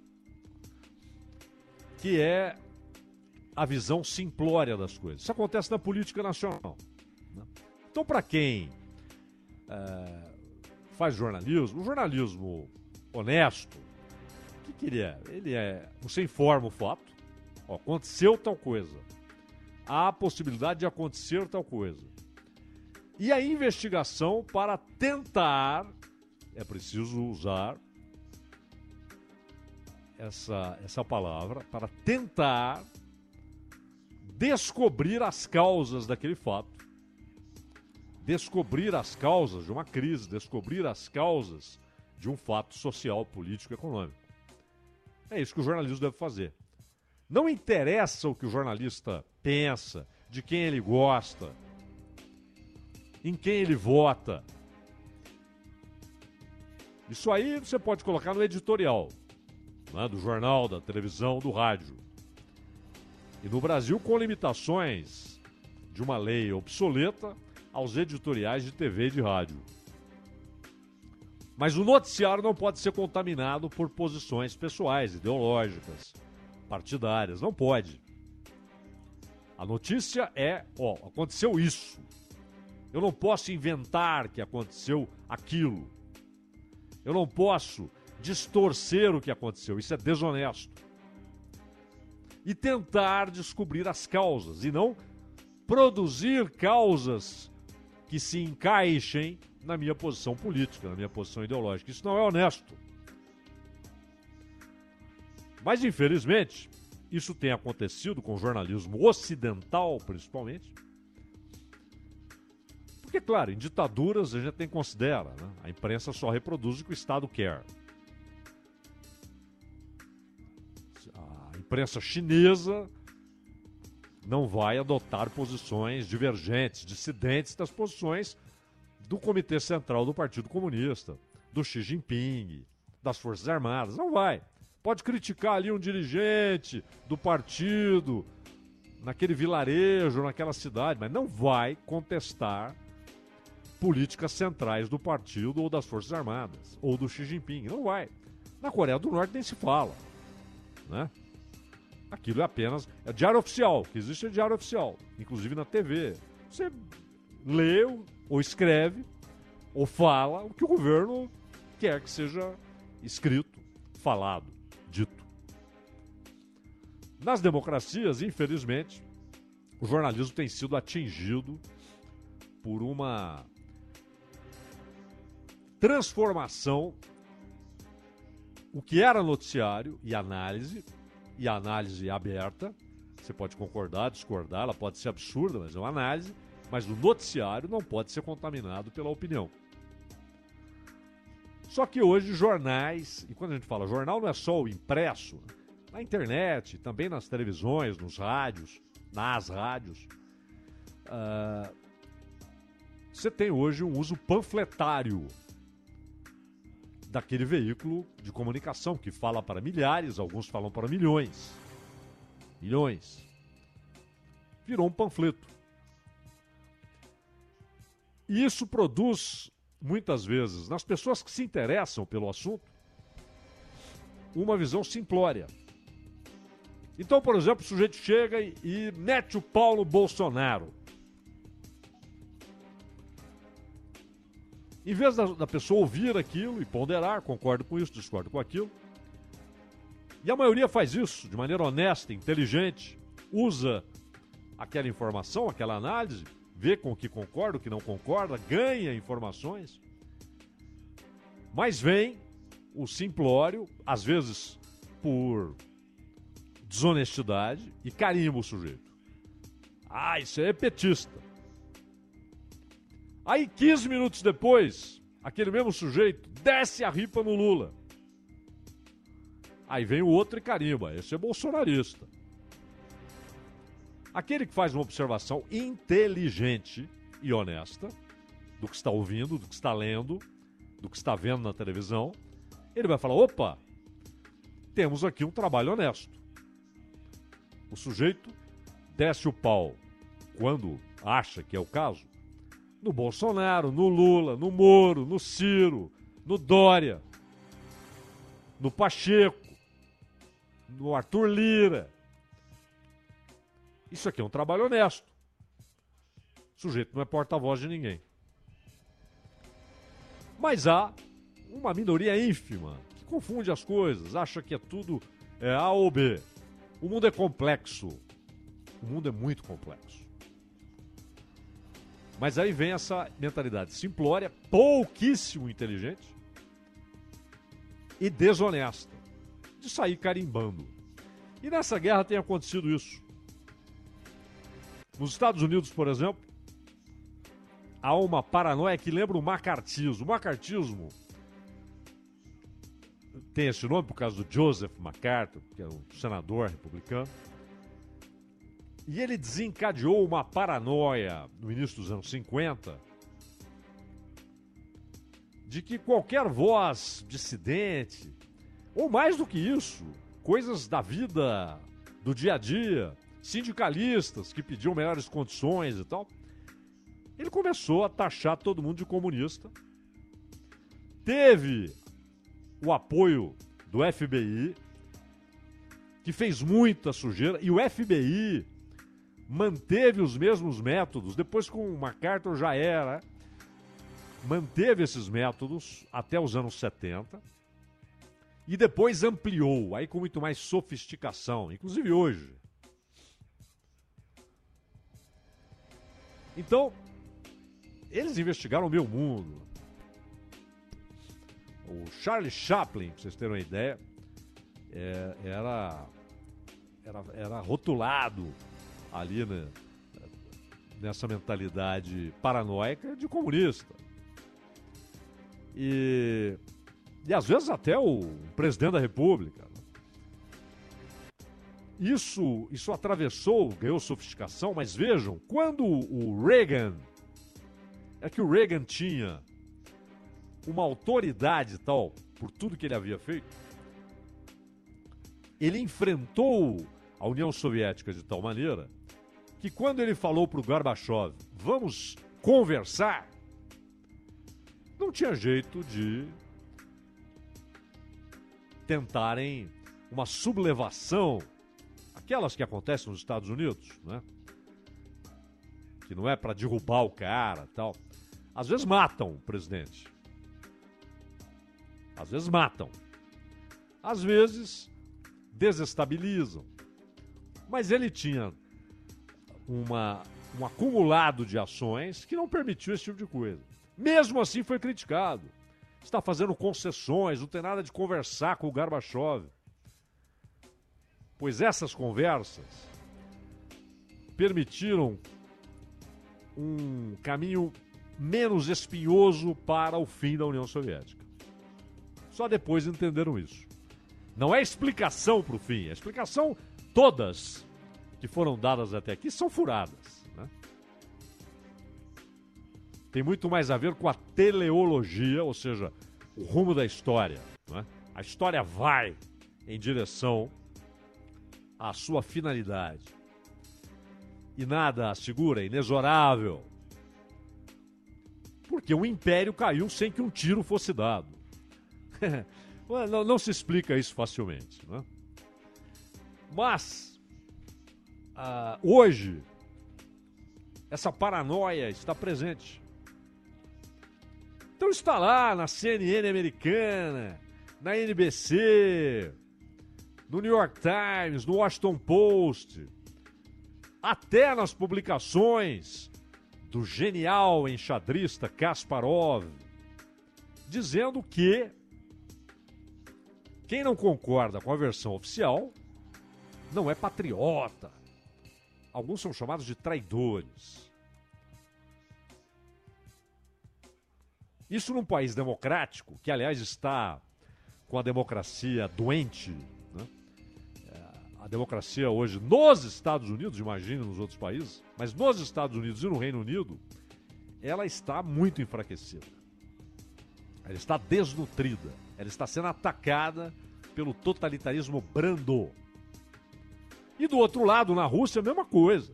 que é a visão simplória das coisas. Isso acontece na política nacional. Então, para quem é, faz jornalismo, o jornalismo honesto, o que, que ele é? Ele é, você informa o fato, ó, aconteceu tal coisa, há a possibilidade de acontecer tal coisa. E a investigação para tentar, é preciso usar essa, essa palavra, para tentar descobrir as causas daquele fato. Descobrir as causas de uma crise, descobrir as causas de um fato social, político, econômico. É isso que o jornalismo deve fazer. Não interessa o que o jornalista pensa, de quem ele gosta, em quem ele vota. Isso aí você pode colocar no editorial, né, do jornal, da televisão, do rádio. E no Brasil, com limitações de uma lei obsoleta aos editoriais de T V e de rádio. Mas o noticiário não pode ser contaminado por posições pessoais, ideológicas, partidárias. Não pode. A notícia é, ó, aconteceu isso. Eu não posso inventar que aconteceu aquilo. Eu não posso distorcer o que aconteceu. Isso é desonesto. E tentar descobrir as causas, e não produzir causas que se encaixem na minha posição política, na minha posição ideológica. Isso não é honesto. Mas, infelizmente, isso tem acontecido com o jornalismo ocidental, principalmente. Porque, claro, em ditaduras a gente tem considera, né? A imprensa só reproduz o que o Estado quer. A imprensa chinesa não vai adotar posições divergentes, dissidentes das posições do Comitê Central do Partido Comunista, do Xi Jinping, das Forças Armadas. Não vai. Pode criticar ali um dirigente do partido, naquele vilarejo, naquela cidade, mas não vai contestar políticas centrais do partido ou das Forças Armadas, ou do Xi Jinping. Não vai. Na Coreia do Norte nem se fala, né? Aquilo é apenas... É diário oficial, o que existe é diário oficial, inclusive na T V. Você lê ou escreve ou fala o que o governo quer que seja escrito, falado, dito. Nas democracias, infelizmente, o jornalismo tem sido atingido por uma transformação. O que era noticiário e análise, e a análise aberta, você pode concordar, discordar, ela pode ser absurda, mas é uma análise, mas o noticiário não pode ser contaminado pela opinião. Só que hoje jornais, e quando a gente fala jornal não é só o impresso, na internet, também nas televisões, nos rádios, nas rádios, uh, você tem hoje um uso panfletário daquele veículo de comunicação que fala para milhares, alguns falam para milhões. Milhões. Virou um panfleto. E isso produz, muitas vezes, nas pessoas que se interessam pelo assunto, uma visão simplória. Então, por exemplo, o sujeito chega e, e mete o pau no Bolsonaro. Em vez da, da pessoa ouvir aquilo e ponderar, concordo com isso, discordo com aquilo. E a maioria faz isso de maneira honesta, inteligente, usa aquela informação, aquela análise, vê com o que concorda, o que não concorda, ganha informações. Mas vem o simplório, às vezes por desonestidade, e carimba o sujeito. Ah, isso aí é petista. Aí, quinze minutos depois, aquele mesmo sujeito desce a ripa no Lula. Aí vem o outro e carimba. Esse é bolsonarista. Aquele que faz uma observação inteligente e honesta do que está ouvindo, do que está lendo, do que está vendo na televisão, ele vai falar, opa, temos aqui um trabalho honesto. O sujeito desce o pau, quando acha que é o caso, no Bolsonaro, no Lula, no Moro, no Ciro, no Dória, no Pacheco, no Arthur Lira. Isso aqui é um trabalho honesto. O sujeito não é porta-voz de ninguém. Mas há uma minoria ínfima que confunde as coisas, acha que é tudo é A ou B. O mundo é complexo. O mundo é muito complexo. Mas aí vem essa mentalidade simplória, pouquíssimo inteligente e desonesta, de sair carimbando. E nessa guerra tem acontecido isso. Nos Estados Unidos, por exemplo, há uma paranoia que lembra o macartismo. O macartismo tem esse nome por causa do Joseph MacArthur, que é um senador republicano. E ele desencadeou uma paranoia no início dos anos cinquenta de que qualquer voz dissidente, ou mais do que isso, coisas da vida, do dia a dia, sindicalistas que pediam melhores condições e tal, ele começou a taxar todo mundo de comunista. Teve o apoio do F B I, que fez muita sujeira, e o F B I manteve os mesmos métodos, depois com o MacArthur já era, manteve esses métodos até os anos setenta, e depois ampliou, aí com muito mais sofisticação, inclusive hoje. Então, eles investigaram o meu mundo. O Charlie Chaplin, pra vocês terem uma ideia, é, era, era, era rotulado ali, né, nessa mentalidade paranoica de comunista. E, e às vezes até o presidente da República. Isso, isso atravessou, ganhou sofisticação, mas vejam, quando o Reagan, é que o Reagan tinha uma autoridade tal, por tudo que ele havia feito, ele enfrentou a União Soviética de tal maneira que quando ele falou para o Gorbachev, vamos conversar, não tinha jeito de tentarem uma sublevação, aquelas que acontecem nos Estados Unidos, né? Que não é para derrubar o cara, tal. Às vezes matam o presidente. Às vezes matam. Às vezes desestabilizam. Mas ele tinha uma, um acumulado de ações que não permitiu esse tipo de coisa. Mesmo assim foi criticado. Está fazendo concessões, não tem nada de conversar com o Gorbachev. Pois essas conversas permitiram um caminho menos espinhoso para o fim da União Soviética. Só depois entenderam isso. Não é explicação para o fim, é explicação todas que foram dadas até aqui são furadas, né? Tem muito mais a ver com a teleologia, ou seja, o rumo da história, né? A história vai em direção à sua finalidade. E nada assegura, é inexorável. Porque o império caiu sem que um tiro fosse dado. Não, não se explica isso facilmente. Né? Mas, ah, hoje, essa paranoia está presente. Então está lá na C N N americana, na N B C, no New York Times, no Washington Post, até nas publicações do genial enxadrista Kasparov, dizendo que quem não concorda com a versão oficial não é patriota. Alguns são chamados de traidores. Isso num país democrático, que aliás está com a democracia doente, né? A democracia hoje nos Estados Unidos, imagine nos outros países, mas nos Estados Unidos e no Reino Unido, ela está muito enfraquecida. Ela está desnutrida. Ela está sendo atacada pelo totalitarismo brando. E do outro lado, na Rússia, a mesma coisa.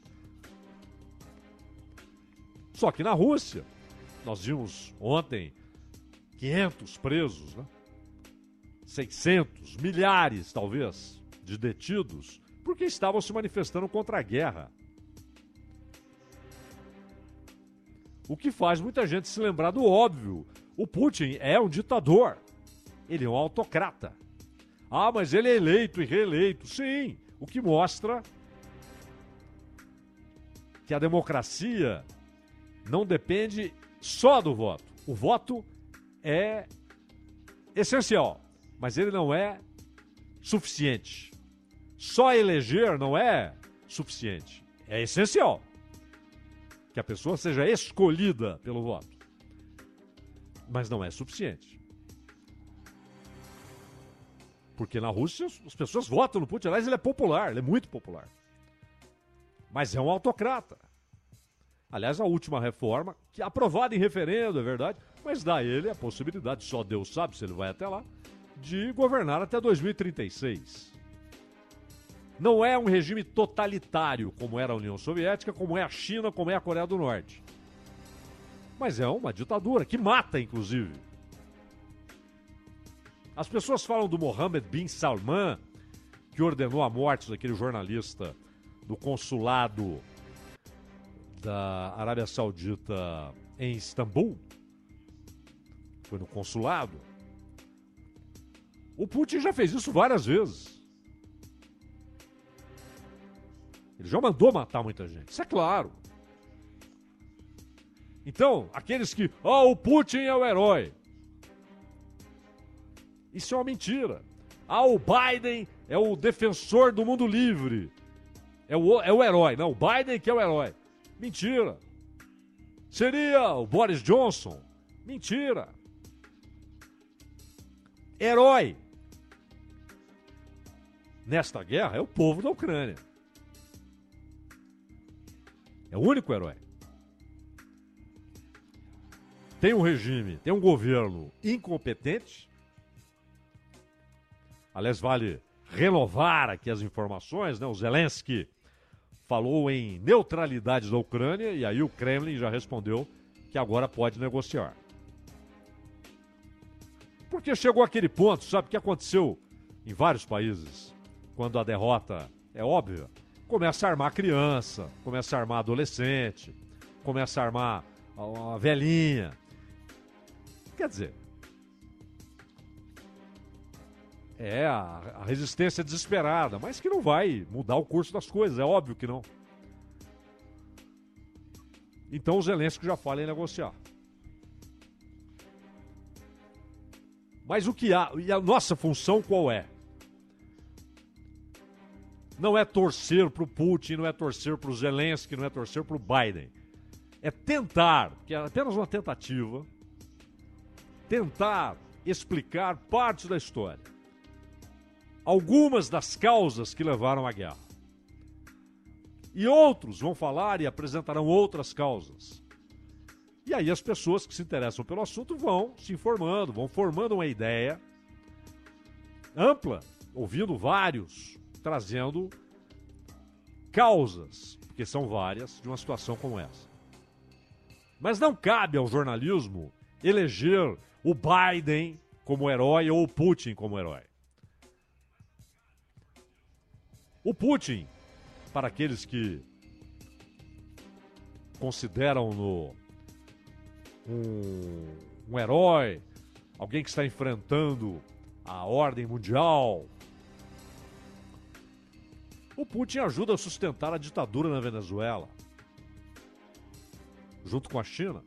Só que na Rússia, nós vimos ontem quinhentos presos, né? seiscentos, milhares talvez, de detidos, porque estavam se manifestando contra a guerra. O que faz muita gente se lembrar do óbvio. O Putin é um ditador. Ele é um autocrata. Ah, mas ele é eleito e reeleito. Sim, o que mostra que a democracia não depende só do voto. O voto é essencial, mas ele não é suficiente. Só eleger não é suficiente. É essencial que a pessoa seja escolhida pelo voto, mas não é suficiente. Porque na Rússia as pessoas votam no Putin. Aliás, ele é popular, ele é muito popular. Mas é um autocrata. Aliás, a última reforma, que é aprovada em referendo, é verdade, mas dá a ele a possibilidade, só Deus sabe se ele vai até lá, de governar até dois mil e trinta e seis. Não é um regime totalitário, como era a União Soviética, como é a China, como é a Coreia do Norte. Mas é uma ditadura que mata, inclusive. As pessoas falam do Mohammed bin Salman, que ordenou a morte daquele jornalista do consulado da Arábia Saudita em Istambul. Foi no consulado. O Putin já fez isso várias vezes. Ele já mandou matar muita gente, isso é claro. Então, aqueles que, ó, oh, o Putin é o herói. Isso é uma mentira. Ah, o Biden é o defensor do mundo livre. É o, é o herói. Não, o Biden que é o herói. Mentira. Seria o Boris Johnson. Mentira. Herói nesta guerra é o povo da Ucrânia. É o único herói. Tem um regime, tem um governo incompetente. Aliás, vale renovar aqui as informações, né? O Zelensky falou em neutralidade da Ucrânia e aí o Kremlin já respondeu que agora pode negociar. Porque chegou aquele ponto, sabe o que aconteceu em vários países, quando a derrota é óbvia? Começa a armar criança, começa a armar adolescente, começa a armar a velhinha. Quer dizer, é a, a resistência desesperada, mas que não vai mudar o curso das coisas, é óbvio que não. Então o Zelensky já fala em negociar. Mas o que há, e a nossa função qual é? Não é torcer para o Putin, não é torcer para o Zelensky, não é torcer para o Biden. É tentar, que é apenas uma tentativa, tentar explicar partes da história. Algumas das causas que levaram à guerra. E outros vão falar e apresentarão outras causas. E aí as pessoas que se interessam pelo assunto vão se informando, vão formando uma ideia ampla, ouvindo vários, trazendo causas, porque são várias, de uma situação como essa. Mas não cabe ao jornalismo eleger o Biden como herói ou o Putin como herói. O Putin, para aqueles que consideram-no um, um herói, alguém que está enfrentando a ordem mundial, o Putin ajuda a sustentar a ditadura na Venezuela, junto com a China.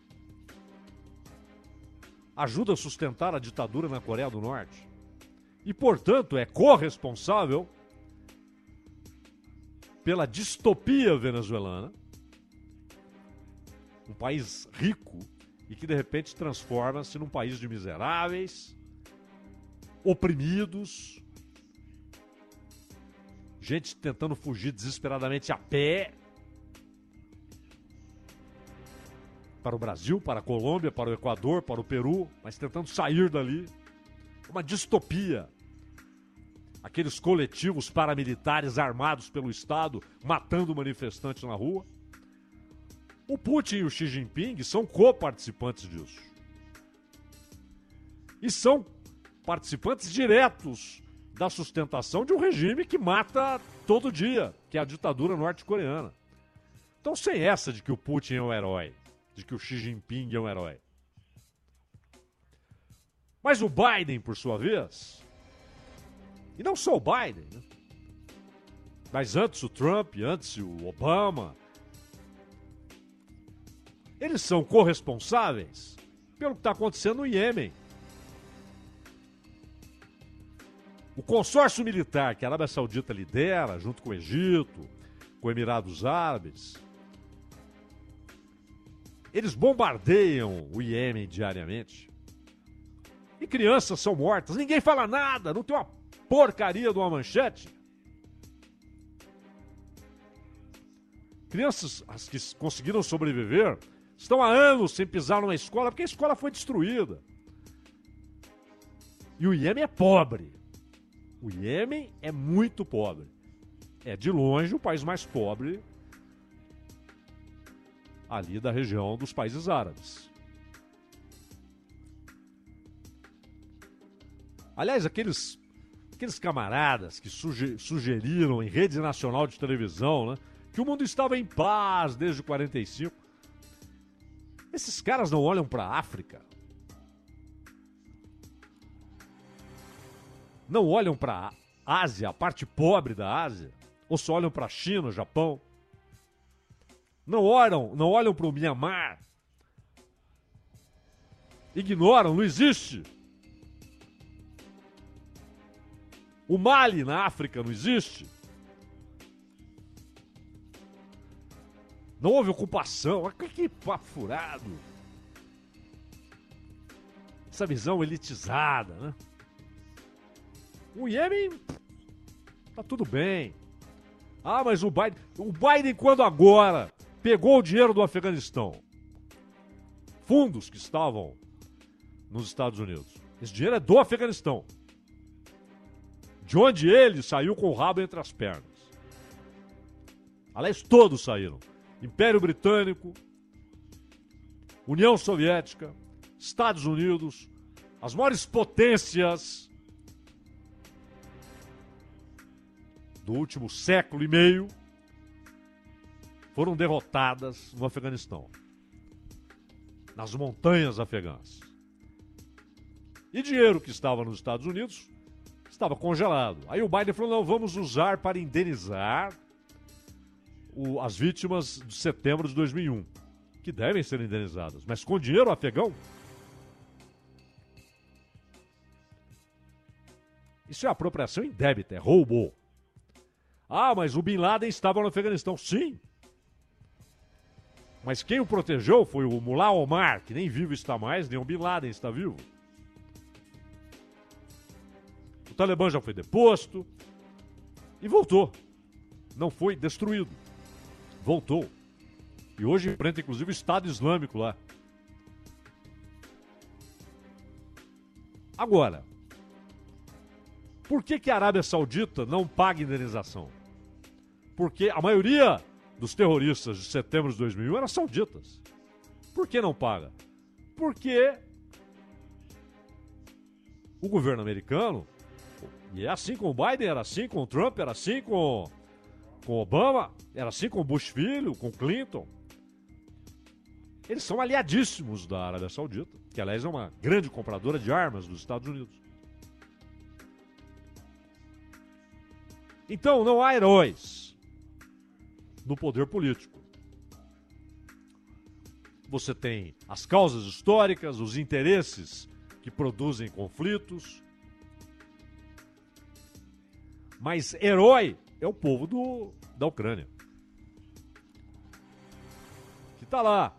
Ajuda a sustentar a ditadura na Coreia do Norte. E, portanto, é corresponsável pela distopia venezuelana, um país rico e que de repente transforma-se num país de miseráveis, oprimidos, gente tentando fugir desesperadamente a pé para o Brasil, para a Colômbia, para o Equador, para o Peru, mas tentando sair dali. Uma distopia. Aqueles coletivos paramilitares armados pelo Estado, matando manifestantes na rua. O Putin e o Xi Jinping são co-participantes disso. E são participantes diretos da sustentação de um regime que mata todo dia, que é a ditadura norte-coreana. Então, sem essa de que o Putin é um herói, de que o Xi Jinping é um herói. Mas o Biden, por sua vez, e não só o Biden, né? Mas antes o Trump, antes o Obama, eles são corresponsáveis pelo que está acontecendo no Iêmen. O consórcio militar que a Arábia Saudita lidera, junto com o Egito, com Emirados Árabes, eles bombardeiam o Iêmen diariamente. E crianças são mortas. Ninguém fala nada, não tem uma porcaria de uma manchete. Crianças, as que conseguiram sobreviver, estão há anos sem pisar numa escola, porque a escola foi destruída. E o Iêmen é pobre. O Iêmen é muito pobre. É, de longe, o país mais pobre ali da região dos países árabes. Aliás, aqueles, aqueles camaradas que suge, sugeriram em rede nacional de televisão, né, que o mundo estava em paz desde quarenta e cinco. Esses caras não olham para a África. Não olham para a Ásia, a parte pobre da Ásia. Ou só olham para a China, Japão. Não olham, não olham para o Mianmar. Ignoram, não existe. O Mali na África não existe. Não houve ocupação. Que papo furado. Essa visão elitizada, né? O Iêmen tá tudo bem. Ah, mas o Biden... O Biden, quando agora pegou o dinheiro do Afeganistão, fundos que estavam nos Estados Unidos, esse dinheiro é do Afeganistão, de onde ele saiu com o rabo entre as pernas. Aliás, todos saíram. Império Britânico, União Soviética, Estados Unidos, as maiores potências do último século e meio foram derrotadas no Afeganistão, nas montanhas afegãs. E dinheiro que estava nos Estados Unidos estava congelado. Aí o Biden falou, não, vamos usar para indenizar o, as vítimas de setembro de dois mil e um, que devem ser indenizadas, mas com dinheiro afegão? Isso é apropriação indébita, é roubo. Ah, mas o Bin Laden estava no Afeganistão. Sim. Mas quem o protegeu foi o Mullah Omar, que nem vivo está mais, nem o Bin Laden está vivo. O Talibã já foi deposto e voltou. Não foi destruído. Voltou. E hoje enfrenta, inclusive, o Estado Islâmico lá. Agora, por que que a Arábia Saudita não paga indenização? Porque a maioria dos terroristas de setembro de dois mil e um eram sauditas. Por que não paga? Porque o governo americano, e é assim com o Biden, era assim com o Trump, era assim com com Obama, era assim com o Bush filho, com o Clinton. Eles são aliadíssimos da Arábia Saudita, que aliás é uma grande compradora de armas dos Estados Unidos. Então não há heróis no poder político. Você tem as causas históricas, os interesses que produzem conflitos. Mas herói é o povo do, da Ucrânia. Que está lá,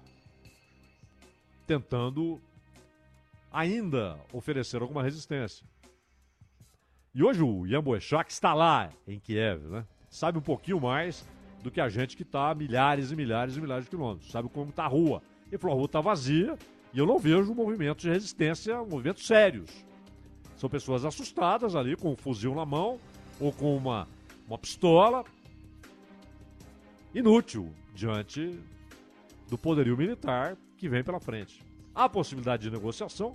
tentando ainda oferecer alguma resistência. E hoje o Jan Boechat está lá em Kiev, né? Sabe um pouquinho mais do que a gente que está a milhares e milhares e milhares de quilômetros. Sabe como está a rua. Ele falou, a rua está vazia e eu não vejo movimentos de resistência, movimentos sérios. São pessoas assustadas ali, com um fuzil na mão ou com uma, uma pistola. Inútil diante do poderio militar que vem pela frente. Há possibilidade de negociação.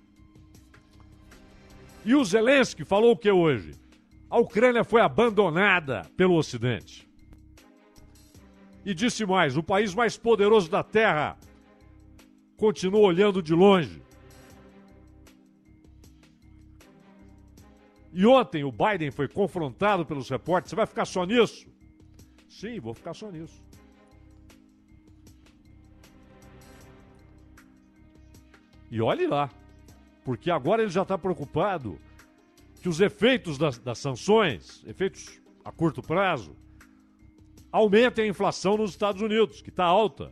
E o Zelensky falou o que hoje? A Ucrânia foi abandonada pelo Ocidente. E disse mais, o país mais poderoso da Terra continua olhando de longe. E ontem o Biden foi confrontado pelos repórteres. Você vai ficar só nisso? Sim, vou ficar só nisso. E olhe lá, porque agora ele já está preocupado que os efeitos das, das sanções, efeitos a curto prazo, aumentem a inflação nos Estados Unidos, que está alta.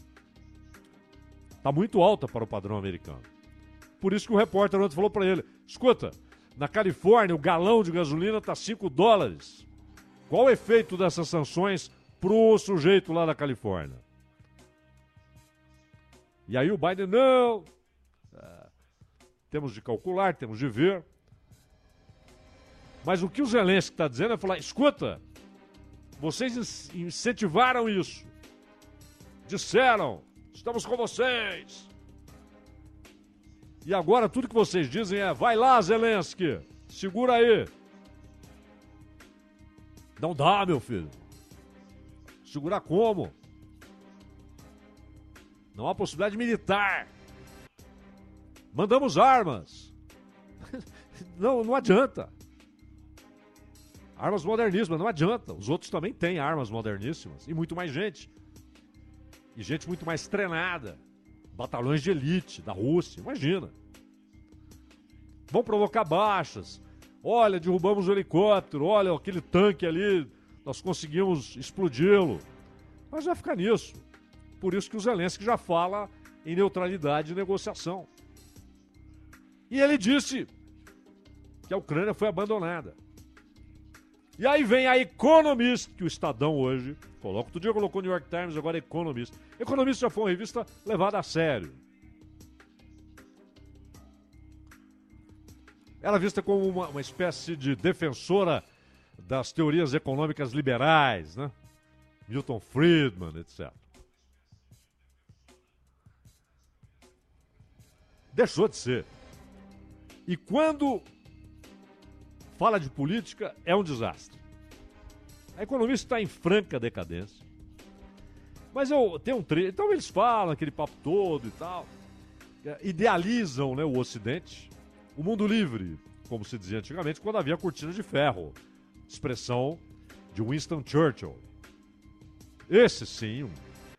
Está muito alta para o padrão americano. Por isso que o repórter ontem falou para ele, escuta, na Califórnia o galão de gasolina está cinco dólares. Qual o efeito dessas sanções para o sujeito lá da Califórnia? E aí o Biden, não... Temos de calcular, temos de ver. Mas o que o Zelensky está dizendo é falar, escuta, vocês incentivaram isso. Disseram, estamos com vocês. E agora tudo que vocês dizem é, vai lá, Zelensky, segura aí. Não dá, meu filho. Segurar como? Não há possibilidade militar. Mandamos armas. Não, não adianta. Armas moderníssimas, não adianta. Os outros também têm armas moderníssimas. E muito mais gente. E gente muito mais treinada. Batalhões de elite da Rússia, imagina. Vão provocar baixas. Olha, derrubamos o helicóptero. Olha, aquele tanque ali, nós conseguimos explodi-lo. Mas vai ficar nisso. Por isso que o Zelensky já fala em neutralidade e negociação. E ele disse que a Ucrânia foi abandonada. E aí vem a Economist, que o Estadão hoje coloca. Outro dia colocou o New York Times, agora Economist. Economist já foi uma revista levada a sério. Ela é vista como uma, uma espécie de defensora das teorias econômicas liberais, né? Milton Friedman, etcétera. Deixou de ser. E quando fala de política, é um desastre. A economia está em franca decadência. Mas eu tenho um trecho. Então eles falam aquele papo todo e tal. Idealizam, né, o Ocidente. O mundo livre, como se dizia antigamente, quando havia cortina de ferro. Expressão de Winston Churchill. Esse sim, um,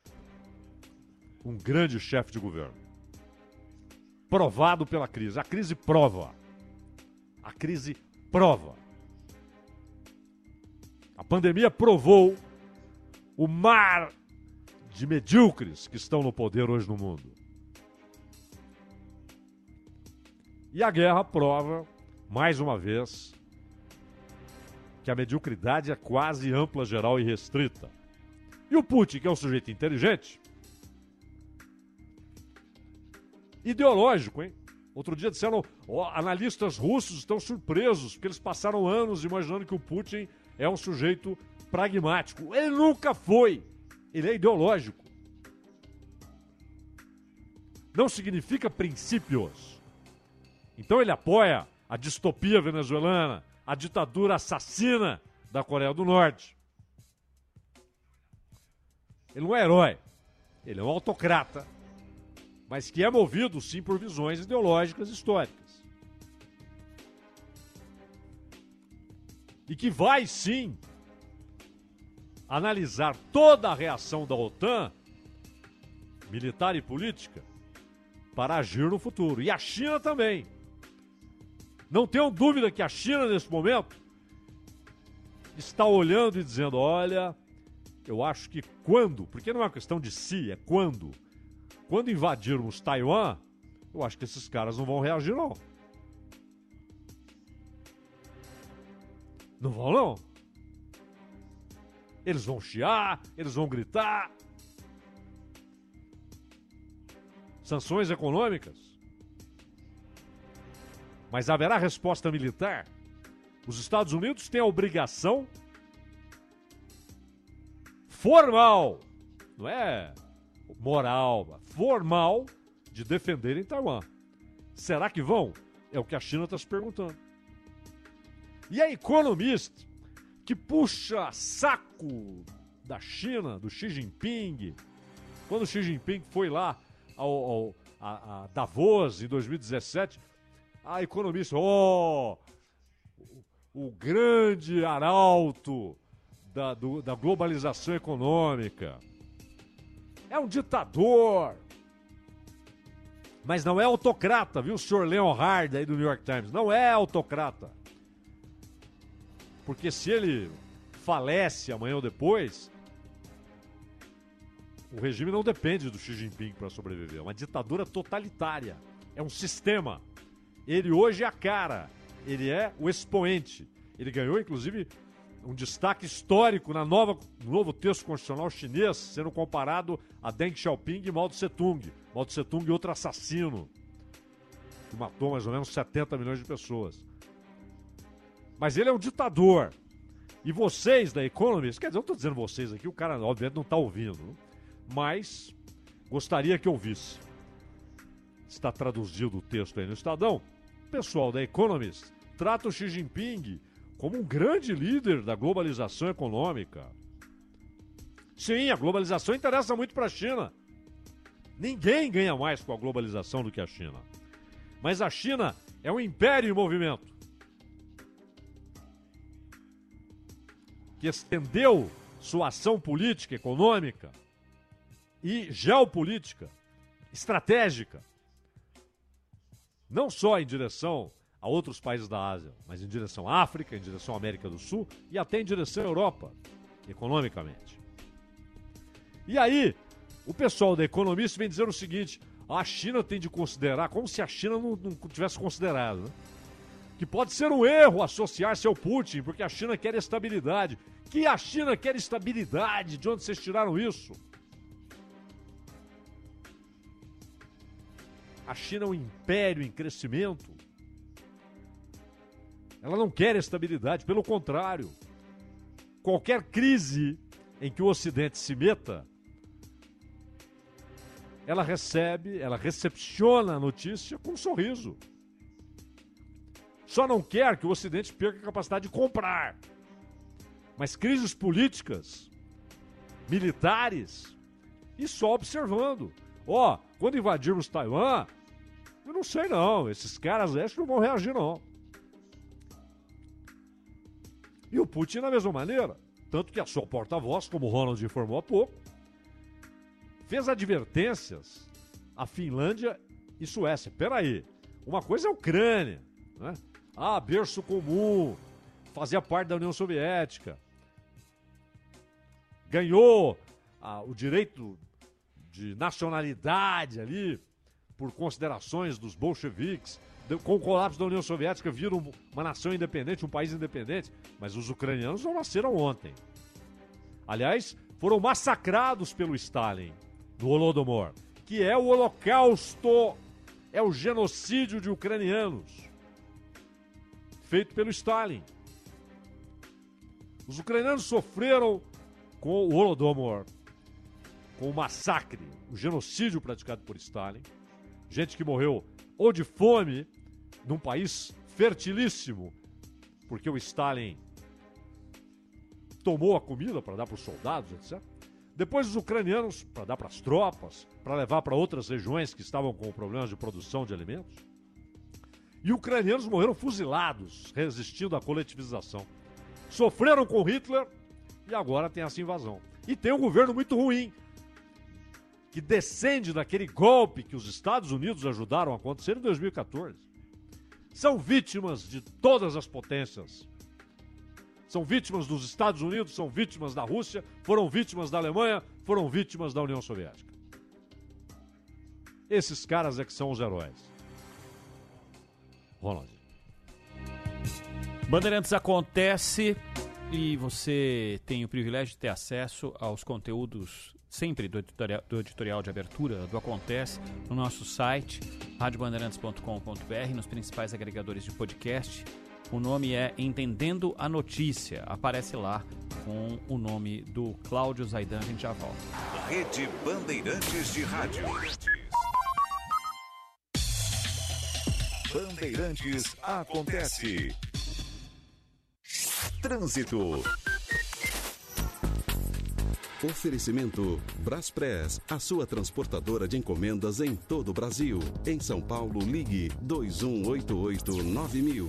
um grande chefe de governo. Provado pela crise. A crise prova. A crise prova. A pandemia provou o mar de medíocres que estão no poder hoje no mundo. E a guerra prova, mais uma vez, que a mediocridade é quase ampla, geral e restrita. E o Putin, que é um sujeito inteligente, ideológico, hein? Outro dia disseram, ó, analistas russos estão surpresos, porque eles passaram anos imaginando que o Putin é um sujeito pragmático. Ele nunca foi. Ele é ideológico. Não significa princípios. Então ele apoia a distopia venezuelana, a ditadura assassina da Coreia do Norte. Ele não é herói, ele é um autocrata, mas que é movido, sim, por visões ideológicas históricas. E que vai, sim, analisar toda a reação da OTAN, militar e política, para agir no futuro. E a China também. Não tenham dúvida que a China, nesse momento, está olhando e dizendo, olha, eu acho que quando, porque não é uma questão de se, é quando, quando invadirmos Taiwan, eu acho que esses caras não vão reagir, não. Não vão, não. Eles vão chiar, eles vão gritar. Sanções econômicas. Mas haverá resposta militar. Os Estados Unidos têm a obrigação formal, não é moral, formal, de defenderem Taiwan. Será que vão? É o que a China está se perguntando. E a Economist, que puxa saco da China, do Xi Jinping, quando o Xi Jinping foi lá ao, ao a, a Davos em dois mil e dezessete, a Economist, oh, o, o grande arauto da, do, da globalização econômica, é um ditador, mas não é autocrata, viu, o senhor Leonhard aí do New York Times, não é autocrata. Porque se ele falece amanhã ou depois, o regime não depende do Xi Jinping para sobreviver. É uma ditadura totalitária. É um sistema. Ele hoje é a cara. Ele é o expoente. Ele ganhou, inclusive, um destaque histórico na nova, no novo texto constitucional chinês, sendo comparado a Deng Xiaoping e Mao Tse-tung. Mao Tse-tung, outro assassino, que matou mais ou menos setenta milhões de pessoas. Mas ele é um ditador. E vocês da Economist, quer dizer, eu estou dizendo vocês aqui, o cara obviamente não está ouvindo, mas gostaria que ouvisse. Está traduzido o texto aí no Estadão. O pessoal da Economist trata o Xi Jinping como um grande líder da globalização econômica. Sim, a globalização interessa muito para a China. Ninguém ganha mais com a globalização do que a China. Mas a China é um império em movimento, que estendeu sua ação política, econômica e geopolítica, estratégica, não só em direção a outros países da Ásia, mas em direção à África, em direção à América do Sul e até em direção à Europa, economicamente. E aí, o pessoal da Economist vem dizer o seguinte, a China tem de considerar, como se a China não, não tivesse considerado, né? Que pode ser um erro associar-se ao Putin, porque a China quer estabilidade. Que a China quer estabilidade? De onde vocês tiraram isso? A China é um império em crescimento. Ela não quer estabilidade, pelo contrário. Qualquer crise em que o Ocidente se meta, ela recebe, ela recepciona a notícia com um sorriso. Só não quer que o Ocidente perca a capacidade de comprar. Mas crises políticas, militares, e só observando. Ó, oh, quando invadirmos Taiwan, eu não sei não, esses caras acho que não vão reagir não. E o Putin da mesma maneira. Tanto que a sua porta-voz, como o Ronald informou há pouco, fez advertências à Finlândia e Suécia. Peraí, uma coisa é a Ucrânia, né? Ah, berço comum, fazia parte da União Soviética. Ganhou ah, o direito de nacionalidade ali por considerações dos bolcheviques. Com o colapso da União Soviética, viram uma nação independente, um país independente. Mas os ucranianos não nasceram ontem. Aliás, foram massacrados pelo Stalin, no Holodomor, que é o holocausto, é o genocídio de ucranianos, feito pelo Stalin. Os ucranianos sofreram com o Holodomor, com o massacre, o genocídio praticado por Stalin. Gente que morreu ou de fome, num país fertilíssimo, porque o Stalin tomou a comida para dar para os soldados, etcétera. Depois os ucranianos, para dar para as tropas, para levar para outras regiões que estavam com problemas de produção de alimentos. E ucranianos morreram fuzilados, resistindo à coletivização. Sofreram com Hitler e agora tem essa invasão. E tem um governo muito ruim, que descende daquele golpe que os Estados Unidos ajudaram a acontecer em dois mil e quatorze. São vítimas de todas as potências. São vítimas dos Estados Unidos, são vítimas da Rússia, foram vítimas da Alemanha, foram vítimas da União Soviética. Esses caras é que são os heróis. Ronald. Bandeirantes acontece e você tem o privilégio de ter acesso aos conteúdos sempre do editorial, do editorial de abertura do Acontece no nosso site, rádio bandeirantes ponto com ponto b r, nos principais agregadores de podcast. O nome é Entendendo a Notícia. Aparece lá com o nome do Cláudio Zaidan. A gente já volta. Rede Bandeirantes de Rádio. Bandeirantes acontece. Trânsito. Oferecimento Braspress, a sua transportadora de encomendas em todo o Brasil. Em São Paulo, ligue dois um oito oito nove mil.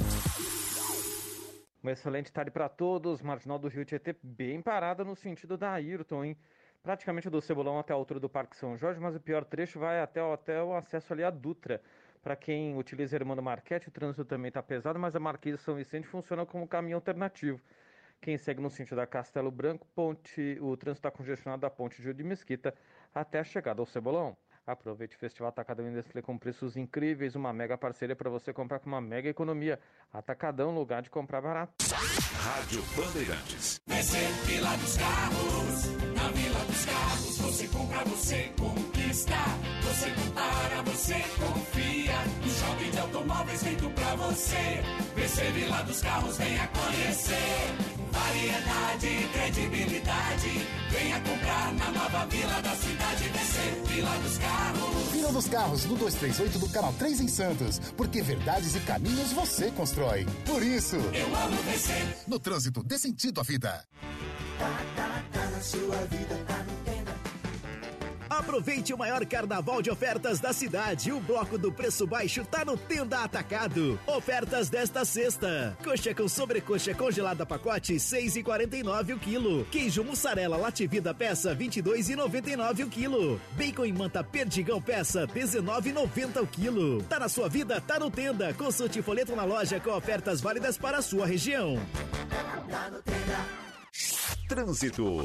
Uma excelente tarde para todos. Marginal do Rio Tietê bem parada no sentido da Ayrton, hein? Praticamente do Cebolão até a altura do Parque São Jorge, mas o pior trecho vai até, até o acesso ali à Dutra. Para quem utiliza Hermano Marquete, o trânsito também está pesado, mas a Marquês de São Vicente funciona como caminho alternativo. Quem segue no sentido da Castelo Branco, ponte, o trânsito está congestionado da ponte Gil de Mesquita até a chegada ao Cebolão. Aproveite o Festival Atacadão em Desfile com preços incríveis, uma mega parceria para você comprar com uma mega economia. Atacadão, lugar de comprar barato. Rádio Bandeirantes. Descer Vila dos Carros, na Vila dos Carros, você compra, você conquista, você compara, você confia, no shopping de automóveis feito pra você. Descer Vila dos Carros, venha conhecer. Variedade e credibilidade. Venha comprar na nova Vila da cidade. Descer Vila dos Carros. Vila dos Carros, no duzentos e trinta e oito do Canal três em Santos. Porque verdades e caminhos você constrói. Por isso, eu amo descer. No trânsito, dê sentido à vida. Tá, tá, tá na sua vida, tá no Tenda. Aproveite o maior carnaval de ofertas da cidade. O bloco do preço baixo tá no Tenda Atacado. Ofertas desta sexta. Coxa com sobrecoxa congelada pacote, seis reais e quarenta e nove centavos o quilo. Queijo mussarela lativida peça, vinte e dois reais e noventa e nove centavos o quilo. Bacon em manta perdigão peça, dezenove reais e noventa centavos o quilo. Tá na sua vida, tá no Tenda. Consulte o folheto na loja com ofertas válidas para a sua região. Tá no Tenda. Trânsito.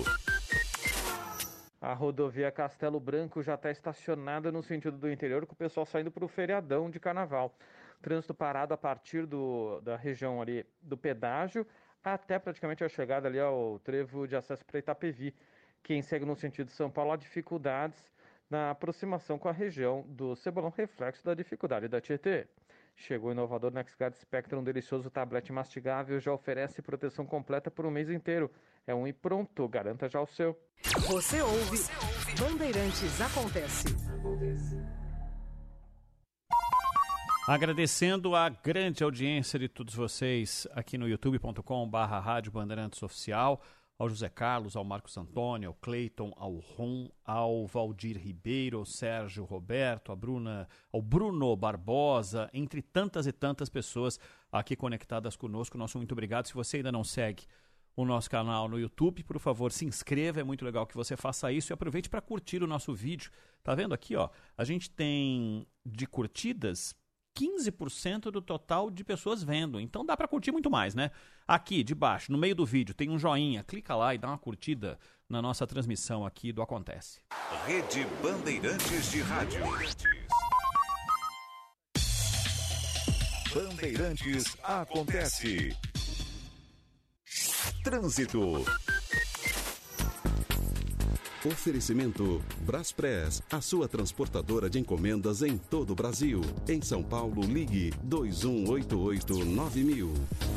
A rodovia Castelo Branco já está estacionada no sentido do interior, com o pessoal saindo para o feriadão de carnaval. Trânsito parado a partir do, da região ali do pedágio até praticamente a chegada ali ao trevo de acesso para Itapevi. Quem segue no sentido de São Paulo, há dificuldades na aproximação com a região do Cebolão, reflexo da dificuldade da Tietê. Chegou o inovador NexGuard Spectrum, um delicioso tablete mastigável, já oferece proteção completa por um mês inteiro. É um e pronto, garanta já o seu. Você ouve, Você ouve. Bandeirantes acontece. Agradecendo a grande audiência de todos vocês aqui no youtube ponto com barra Rádio Bandeirantes Oficial, ao José Carlos, ao Marcos Antônio, ao Cleiton, ao Ron, ao Valdir Ribeiro, ao Sérgio Roberto, a Bruna, ao Bruno Barbosa, entre tantas e tantas pessoas aqui conectadas conosco. Nosso muito obrigado. Se você ainda não segue o nosso canal no YouTube, por favor, se inscreva, é muito legal que você faça isso e aproveite para curtir o nosso vídeo. Tá vendo aqui, ó? A gente tem de curtidas quinze por cento do total de pessoas vendo. Então dá para curtir muito mais, né? Aqui, de baixo, no meio do vídeo, tem um joinha. Clica lá e dá uma curtida na nossa transmissão aqui do Acontece. Rede Bandeirantes de Rádio. Bandeirantes acontece. Trânsito. Oferecimento Braspress, a sua transportadora de encomendas em todo o Brasil. Em São Paulo, ligue dois um oito oito nove mil.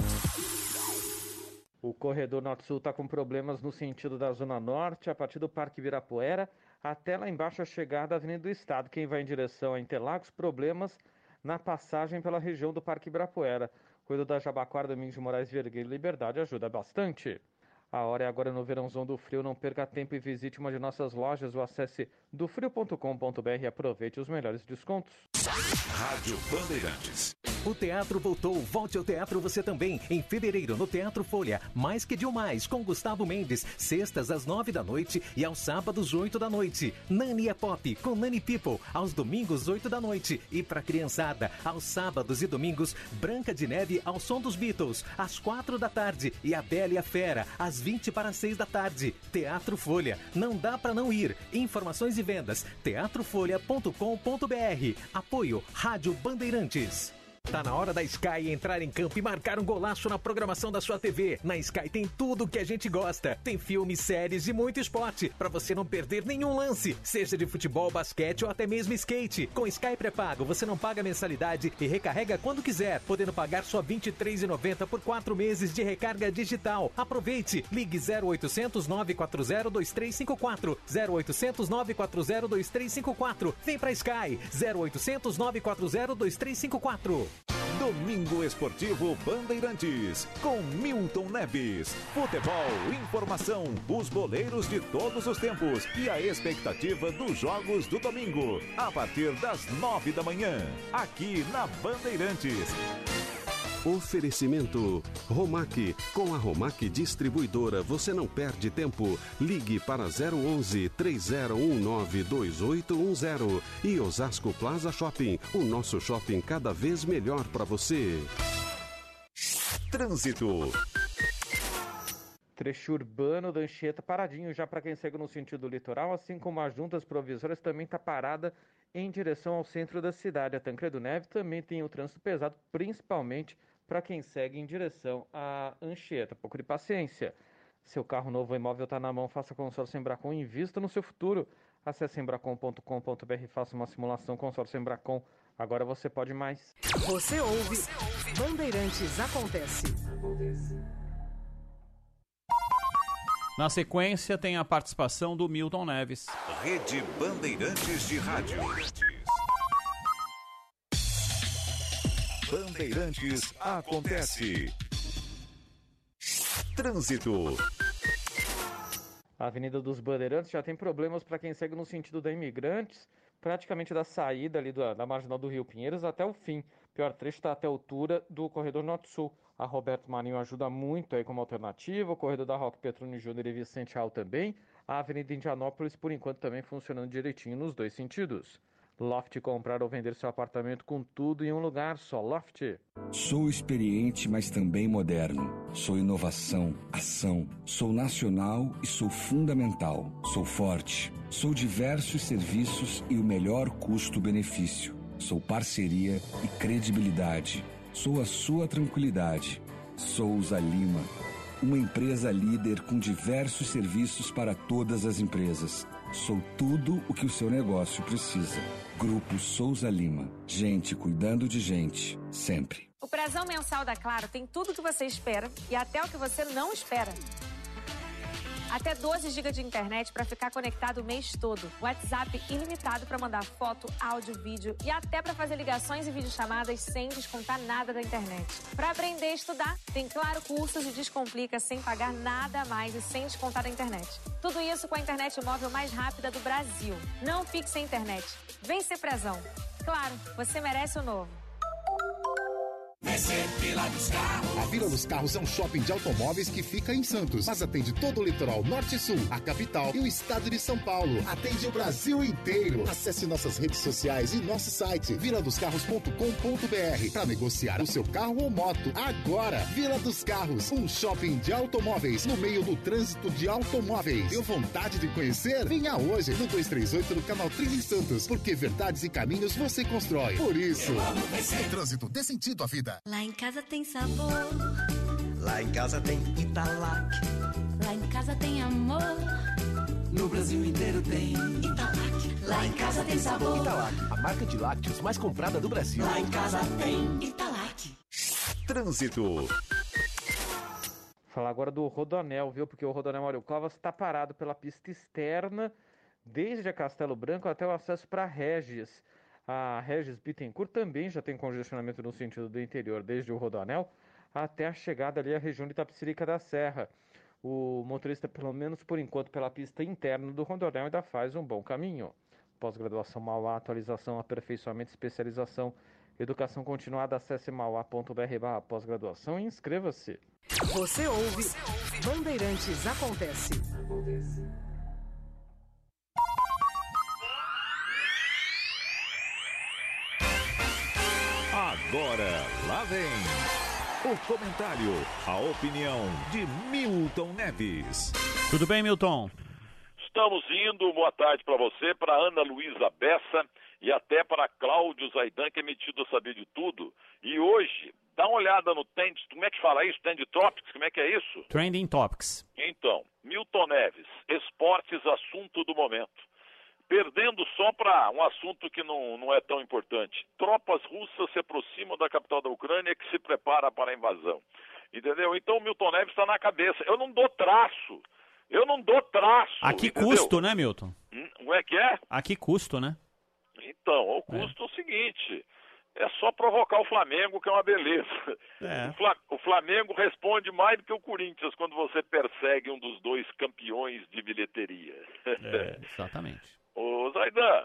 O corredor Norte-Sul está com problemas no sentido da Zona Norte, a partir do Parque Ibirapuera até lá embaixo a chegada da Avenida do Estado. Quem vai em direção a Interlagos, problemas na passagem pela região do Parque Ibirapuera. Cuido da Jabaquara, Domingos de Moraes, Vergueiro e Liberdade ajuda bastante. A hora é agora no Verãozão do Frio. Não perca tempo e visite uma de nossas lojas ou acesse do frio ponto com ponto b r e aproveite os melhores descontos. Rádio Bandeirantes. O teatro voltou. Volte ao teatro você também. Em fevereiro, no Teatro Folha, Mais que Demais, com Gustavo Mendes. Sextas às nove da noite e aos sábados, oito da noite. Nani é Pop, com Nani People, aos domingos, oito da noite. E pra criançada, aos sábados e domingos, Branca de Neve ao som dos Beatles, às quatro da tarde. E A Bela e a Fera, às vinte para seis da tarde. Teatro Folha. Não dá pra não ir. Informações e vendas, teatro folha ponto com ponto b r. Apoio Rádio Bandeirantes. Tá na hora da Sky entrar em campo e marcar um golaço na programação da sua T V. Na Sky tem tudo o que a gente gosta. Tem filmes, séries e muito esporte, pra você não perder nenhum lance, seja de futebol, basquete ou até mesmo skate. Com Sky pré-pago, você não paga mensalidade e recarrega quando quiser, podendo pagar só vinte e três reais e noventa centavos por quatro meses de recarga digital. Aproveite! Ligue zero oitocentos, nove quatro zero, dois três cinco quatro. zero oitocentos, nove quatro zero, dois três cinco quatro. Vem pra Sky! zero oitocentos, nove quatro zero, dois três cinco quatro. Domingo Esportivo Bandeirantes, com Milton Neves. Futebol, informação, os boleiros de todos os tempos e a expectativa dos jogos do domingo, a partir das nove da manhã, aqui na Bandeirantes. Oferecimento Romac. Com a Romac Distribuidora você não perde tempo. Ligue para zero onze, três zero um nove, dois oito um zero. E Osasco Plaza Shopping, o nosso shopping cada vez melhor para você. Trânsito. Trecho urbano da Anchieta paradinho já para quem segue no sentido litoral, assim como as juntas provisórias também está parada em direção ao centro da cidade. A Tancredo Neves também tem o trânsito pesado, principalmente para quem segue em direção à Anchieta. Pouco de paciência. Seu carro novo ou imóvel está na mão, faça consórcio Embracon e invista no seu futuro. Acesse embracon ponto com ponto b r e faça uma simulação. Consórcio Embracon. Agora você pode mais. Você ouve, você ouve. Bandeirantes Acontece. Na sequência, tem a participação do Milton Neves. Rede Bandeirantes de Rádio. Bandeirantes Acontece. Trânsito. A Avenida dos Bandeirantes já tem problemas para quem segue no sentido da Imigrantes, praticamente da saída ali da, da marginal do Rio Pinheiros até o fim. Pior trecho está até a altura do Corredor Norte-Sul. A Roberto Marinho ajuda muito aí como alternativa, o Corredor da Roque Petrone Júnior e Vicente Al também. A Avenida Indianópolis, por enquanto, também funcionando direitinho nos dois sentidos. Loft, comprar ou vender seu apartamento com tudo em um lugar só. Loft. Sou experiente, mas também moderno. Sou inovação, ação. Sou nacional e sou fundamental. Sou forte. Sou diversos serviços e o melhor custo-benefício. Sou parceria e credibilidade. Sou a sua tranquilidade. Souza Lima. Uma empresa líder com diversos serviços para todas as empresas. Sou tudo o que o seu negócio precisa. Grupo Souza Lima. Gente cuidando de gente, sempre. O prazão mensal da Claro tem tudo o que você espera e até o que você não espera. Até doze gigas de internet para ficar conectado o mês todo. WhatsApp ilimitado para mandar foto, áudio, vídeo e até para fazer ligações e videochamadas sem descontar nada da internet. Para aprender e estudar, tem Claro Cursos e Descomplica sem pagar nada a mais e sem descontar da internet. Tudo isso com a internet móvel mais rápida do Brasil. Não fique sem internet. Vem ser prezão. Claro, você merece o novo. Vila dos Carros. A Vila dos Carros é um shopping de automóveis que fica em Santos, mas atende todo o litoral norte e sul, a capital e o estado de São Paulo. Atende o Brasil inteiro. Acesse nossas redes sociais e nosso site vila dos carros ponto com ponto b r para negociar o seu carro ou moto. Agora, Vila dos Carros, um shopping de automóveis no meio do trânsito de automóveis. Deu vontade de conhecer? Venha hoje no duzentos e trinta e oito do Canal três em Santos, porque verdades e caminhos você constrói. Por isso, o trânsito dê sentido à vida. Lá em casa tem sabor. Lá em casa tem Italac. Lá em casa tem amor. No Brasil inteiro tem Italac. Lá em casa tem sabor. Italac, a marca de lácteos mais comprada do Brasil. Lá em casa tem Italac. Trânsito. Falar agora do Rodoanel, viu? Porque o Rodoanel Mário Covas está parado pela pista externa, desde a Castelo Branco até o acesso para Regis. A Regis Bittencourt também já tem congestionamento no sentido do interior, desde o Rodoanel até a chegada ali à região de Itapecerica da Serra. O motorista, pelo menos por enquanto, pela pista interna do Rodoanel ainda faz um bom caminho. Pós-graduação Mauá, atualização, aperfeiçoamento, especialização, educação continuada. Acesse mauá ponto br barra pós-graduação e inscreva-se. Você ouve, Bandeirantes Acontece. Agora, lá vem o comentário, a opinião de Milton Neves. Tudo bem, Milton? Estamos indo, boa tarde para você, para Ana Luísa Bessa e até para Cláudio Zaidan, que é metido a saber de tudo. E hoje, dá uma olhada no Trend, como é que fala isso? Trend Topics, como é que é isso? Trending Topics. Então, Milton Neves, esportes, assunto do momento. Perdendo só para um assunto que não, não é tão importante. Tropas russas se aproximam da capital da Ucrânia, que se prepara para a invasão. Entendeu? Então o Milton Neves está na cabeça. Eu não dou traço. Eu não dou traço. A que entendeu? custo, né, Milton? Hum, como é que é? A que custo, né? Então, o custo é, é o seguinte. É só provocar o Flamengo, que é uma beleza. É. O, Fla, o Flamengo responde mais do que o Corinthians quando você persegue um dos dois campeões de bilheteria. É, exatamente. Ô, Zaidan,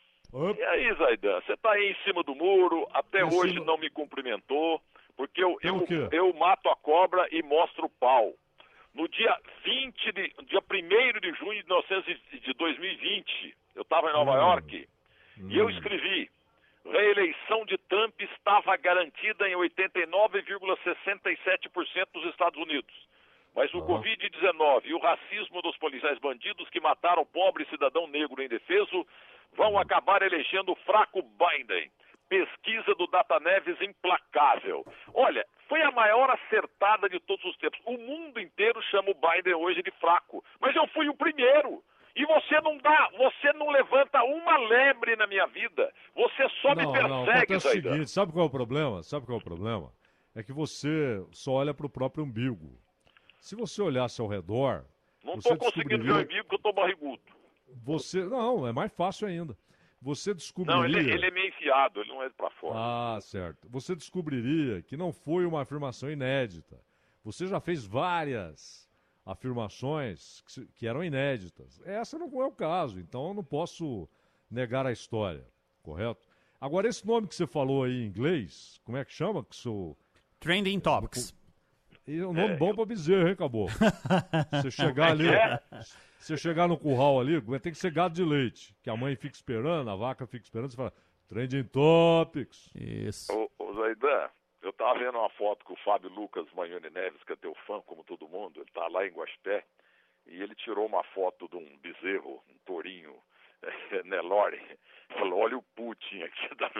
e aí, Zaidan, você tá aí em cima do muro, até Em hoje cima- não me cumprimentou, porque eu, Pelo eu, quê? eu mato a cobra e mostro o pau. No dia vinte, de, dia primeiro de junho de, mil novecentos e- de dois mil e vinte, eu estava em Nova Hum. York, e eu escrevi, reeleição de Trump estava garantida em oitenta e nove vírgula sessenta e sete por cento dos Estados Unidos. Mas o covid dezenove e o racismo dos policiais bandidos que mataram o pobre cidadão negro indefeso vão acabar elegendo o fraco Biden. Pesquisa do Data Neves implacável. Olha, foi a maior acertada de todos os tempos. O mundo inteiro chama o Biden hoje de fraco. Mas eu fui o primeiro. E você não dá, você não levanta uma lebre na minha vida. Você só me Não, não, persegue, acontece o Zaidan. seguinte, sabe qual é o problema? Sabe qual é o problema? É que você só olha para o próprio umbigo. Se você olhasse ao redor, Não você estou conseguindo ver o descobriria... amigo porque eu estou barrigudo. Você... Não, é mais fácil ainda. Você Não, descobriria... ele, ele é meio enfiado, ele não é pra fora. Ah, certo. Você descobriria que não foi uma afirmação inédita. Você já fez várias afirmações que, se- que eram inéditas. Essa não é o caso, então eu não posso negar a história, correto? Agora, esse nome que você falou aí em inglês, como é que chama? Que sou... Trending Topics. É um nome bom pra bezerro, hein, caboclo? Você chegar ali, Como é que você chegar no curral ali, tem que ser gado de leite, que a mãe fica esperando, a vaca fica esperando, você fala, Trending Topics. Isso. Ô, ô Zaidan, eu tava vendo uma foto com o Fábio Lucas Magnoni Neves, que é teu fã, como todo mundo, ele tá lá em Guaxupé, e ele tirou uma foto de um bezerro, um tourinho, é, Nelore, falou, olha o Putin aqui da,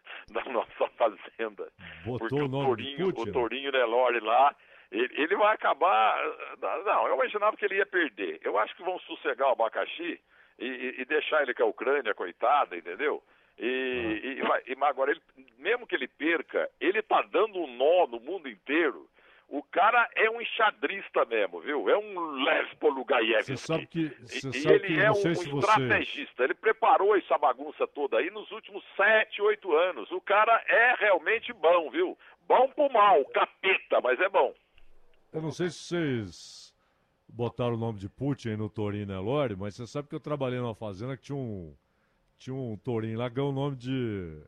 da nossa fazenda. Botou Porque o nome tourinho, de Putin? o tourinho Nelore lá, ele, ele vai acabar... Não, eu imaginava que ele ia perder. Eu acho que vão sossegar o abacaxi e, e- e deixar ele com a Ucrânia, coitada, entendeu? E, e, vai- e- mas agora, ele, mesmo que ele perca, ele tá dando um nó no mundo inteiro. O cara é um enxadrista mesmo, viu? É um Lespo Lugaevski. Você sabe que... Você E sabe ele que, é não um, sei um se você... estrategista. Ele preparou essa bagunça toda aí nos últimos sete, oito anos. O cara é realmente bom, viu? Bom pro mal, capeta, mas é bom. Eu não sei se vocês botaram o nome de Putin aí no tourinho Nelore, mas você sabe que eu trabalhei numa fazenda que tinha um, tinha um tourinho lá que ganhou o nome de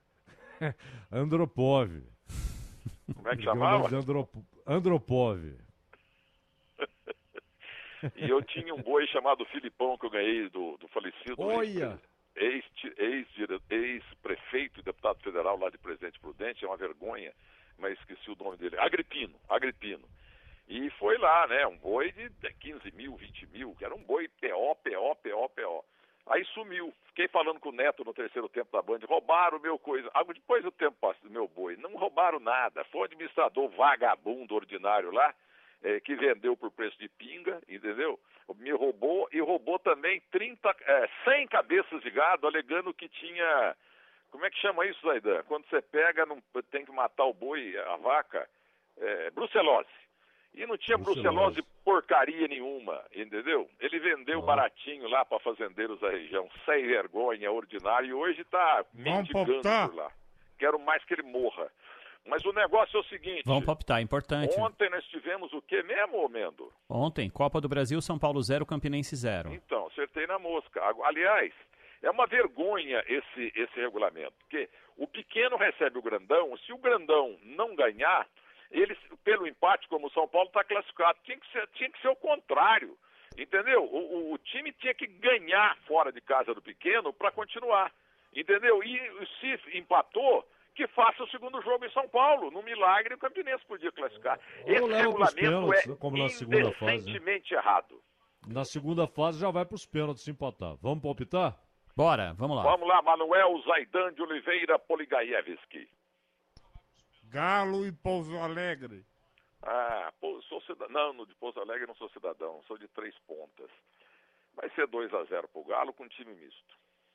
Andropov. Como é que Ganhou o chamava? nome de Androp... Andropov. E eu tinha um boi chamado Filipão que eu ganhei do, do falecido Olha! ex- ex- ex-prefeito e deputado federal lá de Presidente Prudente, é uma vergonha, mas esqueci o nome dele. Agripino, Agripino. E foi lá, né, um boi de quinze mil, vinte mil, que era um boi P O, P O, P O, P O. Aí sumiu. Fiquei falando com o Neto no terceiro tempo da Band, roubaram o meu coisa. Ah, depois do tempo passou do meu boi, não roubaram nada. Foi o administrador vagabundo ordinário lá, eh, que vendeu por preço de pinga, entendeu? Me roubou e roubou também trinta, eh, cem cabeças de gado, alegando que tinha... Como é que chama isso, Zaidan? Quando você pega, não, tem que matar o boi, a vaca, é, brucelose. E não tinha Brucelose. brucelose porcaria nenhuma, entendeu? Ele vendeu baratinho lá para fazendeiros da região, sem vergonha, ordinário, e hoje está mendigando optar? por lá. Quero mais que ele morra. Mas o negócio é o seguinte... Vamos para optar, importante. Ontem nós tivemos o quê mesmo, Mendo? Ontem, Copa do Brasil, São Paulo zero, Campinense zero. Então, acertei na mosca. Aliás, é uma vergonha esse, esse regulamento, porque o pequeno recebe o grandão, se o grandão não ganhar, ele, pelo empate, como o São Paulo está classificado, tinha que ser, tinha que ser o contrário, entendeu? O, o, o time tinha que ganhar fora de casa do pequeno para continuar, entendeu? E se empatou, que faça o segundo jogo em São Paulo. No milagre, o Campinense podia classificar. Ou Esse leva pros regulamento pênaltis, é como na segunda fase, né? indecentemente errado. Na segunda fase já vai para os pênaltis se empatar. Vamos palpitar? Bora, vamos lá. Vamos lá, Manuel Zaidan de Oliveira Poligaevski. Galo e Pouso Alegre. Ah, pô, sou cidadão. Não, de Pouso Alegre não sou cidadão, sou de Três Pontas. Vai ser dois a zero pro Galo com time misto.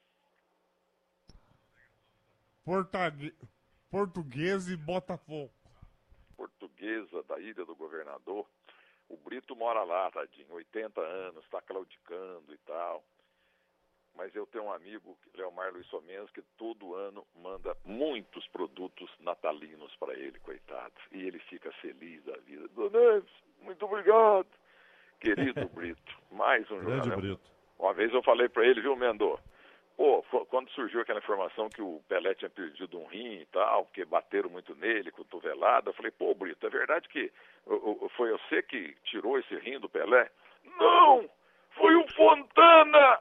Portague... Português e Botafogo. Portuguesa da Ilha do Governador. O Brito mora lá, tadinho, oitenta anos, está claudicando e tal. Mas eu tenho um amigo, Leomar Luiz Somens, que todo ano manda muitos produtos natalinos para ele, coitado. E ele fica feliz da vida. Dona Neves, muito obrigado. Querido Brito, mais um Grande jornal. Brito. Uma vez eu falei para ele, viu, Mendô? Pô, quando surgiu aquela informação que o Pelé tinha perdido um rim e tal, porque bateram muito nele, cotovelada, eu falei, pô, Brito, é verdade que foi você que tirou esse rim do Pelé? Não! Foi o Fontana!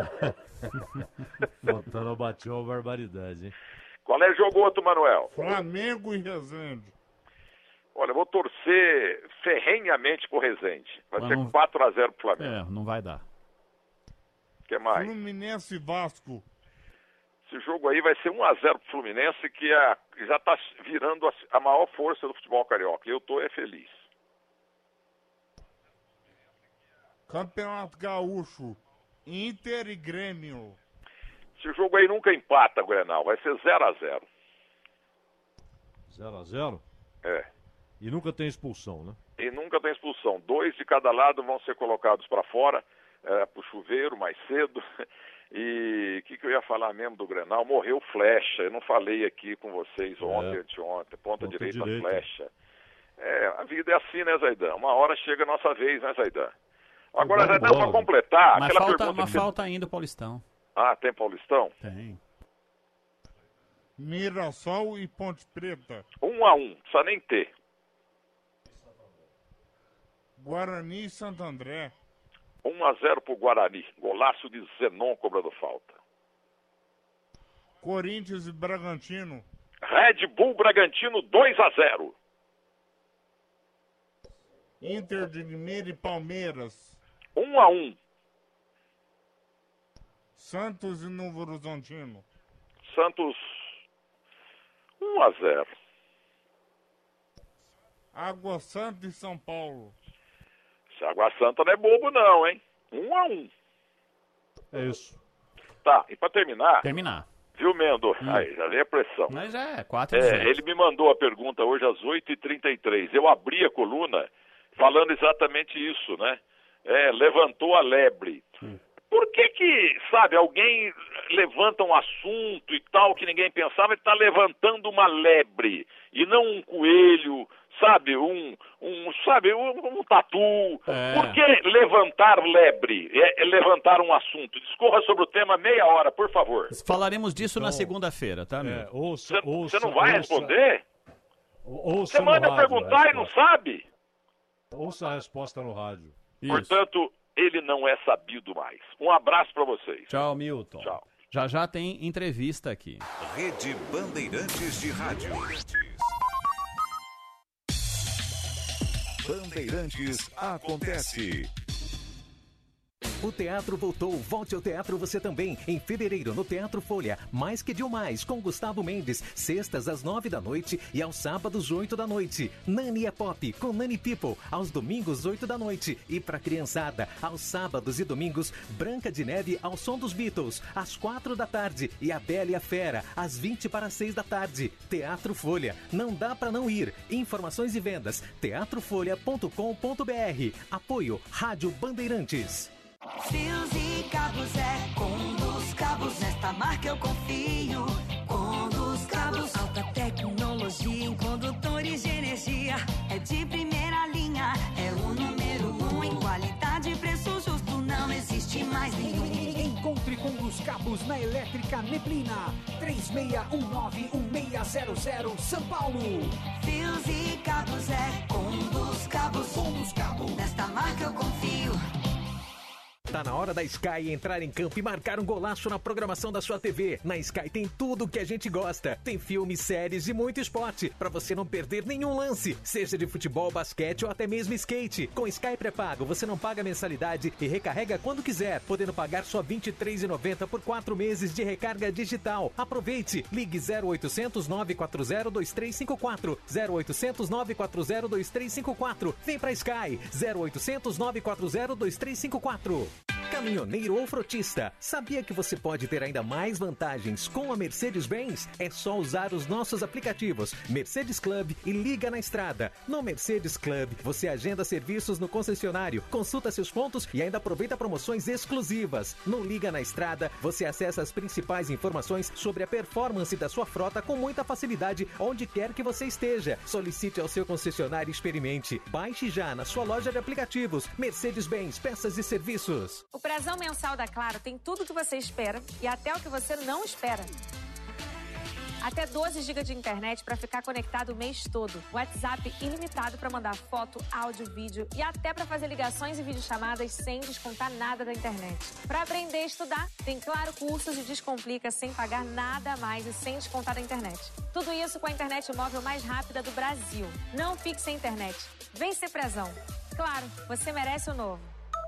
Fontana bateu uma barbaridade, hein? Qual é o jogo outro, Manuel? Flamengo e Resende. Olha, eu vou torcer ferrenhamente pro Resende. Vai Mas ser não- quatro a zero pro Flamengo. É, não vai dar. O que mais? Fluminense e Vasco. Esse jogo aí vai ser um a zero pro Fluminense, que é, já tá virando a, a maior força do futebol carioca. E eu tô é feliz. Campeonato Gaúcho. Inter e Grêmio. Esse jogo aí nunca empata, Grenal. Vai ser zero a zero. zero a zero? É. E nunca tem expulsão, né? E nunca tem expulsão. Dois de cada lado vão ser colocados para fora, é, pro chuveiro mais cedo. E o que, que eu ia falar mesmo do Grenal? Morreu Flecha. Eu não falei aqui com vocês ontem, É. anteontem. Ponta, Ponta direita, direita. Flecha. É, a vida é assim, né, Zaidan? Uma hora chega a nossa vez, né, Zaidan? Agora, Zaidan, para completar, Mas aquela falta, pergunta mas que você- falta ainda o Paulistão. Ah, tem Paulistão? Tem. Mirassol e Ponte Preta. Um a um, não precisa nem ter. Guarani e Santo André. um a zero pro Guarani. Golaço de Zenon cobrando falta. Corinthians e Bragantino. Red Bull Bragantino dois a zero. Inter de Limeira e Palmeiras. um a um. Santos e Novo Horizontino. Santos um a zero. Água Santa e São Paulo. Esse Água Santa não é bobo não, hein? um a um. É isso. Tá, e pra terminar... Terminar. Viu, Mendo? Aí, já vem a pressão. Mas é, quatro a É, zero. ele me mandou a pergunta hoje às oito e trinta e três. Eu abri a coluna falando exatamente isso, né? É, levantou a lebre. Por que que, sabe, alguém levanta um assunto e tal que ninguém pensava e está levantando uma lebre e não um coelho, sabe, um, um sabe, um, um tatu. É. Por que levantar lebre? É, é levantar um assunto. Discorra sobre o tema meia hora, por favor. Falaremos disso na Então, segunda-feira, tá, meu? É, ouça, ouça, Você não vai ouça- responder? Ouça Você no manda rádio perguntar a e não resposta. sabe? Ouça a resposta no rádio. Portanto, ele não é sabido mais. Um abraço para vocês. Tchau, Milton. Tchau. Já já tem entrevista aqui. Rede Bandeirantes de Rádio. Bandeirantes acontece. O teatro voltou, volte ao teatro você também. Em fevereiro, no Teatro Folha, Mais Que Demais, com Gustavo Mendes, sextas às nove da noite e aos sábados, oito da noite. Nani é Pop, com Nani People, aos domingos, oito da noite. E pra criançada, aos sábados e domingos, Branca de Neve ao som dos Beatles, às quatro da tarde. E A Bela e a Fera, às vinte para seis da tarde. Teatro Folha, não dá pra não ir. Informações e vendas, teatro folha ponto com ponto b r. Apoio, Rádio Bandeirantes. Fios e cabos é Conduz Cabos, nesta marca eu confio. Conduz Cabos, alta tecnologia em condutores de energia. É de primeira linha, é o número um em qualidade e preço justo, não existe mais nenhum. Encontre Conduz Cabos na Elétrica Neblina, três seis um nove um seis zero zero, São Paulo. Fios e cabos é Conduz Cabos, Conduz Cabos, nesta marca eu confio. Tá na hora da Sky entrar em campo e marcar um golaço na programação da sua T V. Na Sky tem tudo que a gente gosta. Tem filmes, séries e muito esporte, pra você não perder nenhum lance, seja de futebol, basquete ou até mesmo skate. Com Sky pré-pago, você não paga mensalidade e recarrega quando quiser, podendo pagar só vinte e três reais e noventa centavos por quatro meses de recarga digital. Aproveite! Ligue zero oitocentos, nove quatro zero, dois três cinco quatro, zero oitocentos, nove quatro zero, dois três cinco quatro. Vem pra Sky, zero oitocentos, nove quatro zero, dois três cinco quatro. Caminhoneiro ou frotista, sabia que você pode ter ainda mais vantagens com a Mercedes-Benz? É só usar os nossos aplicativos Mercedes Club e Liga na Estrada. No Mercedes Club, você agenda serviços no concessionário, consulta seus pontos e ainda aproveita promoções exclusivas. No Liga na Estrada, você acessa as principais informações sobre a performance da sua frota com muita facilidade onde quer que você esteja. Solicite ao seu concessionário e experimente. Baixe já na sua loja de aplicativos Mercedes-Benz Peças e Serviços. O prazão mensal da Claro tem tudo o que você espera e até o que você não espera. Até doze gigas de internet para ficar conectado o mês todo. WhatsApp ilimitado para mandar foto, áudio, vídeo e até para fazer ligações e videochamadas sem descontar nada da internet. Para aprender e estudar, tem Claro Cursos e Descomplica sem pagar nada a mais e sem descontar da internet. Tudo isso com a internet móvel mais rápida do Brasil. Não fique sem internet. Vem ser prezão. Claro, você merece o novo.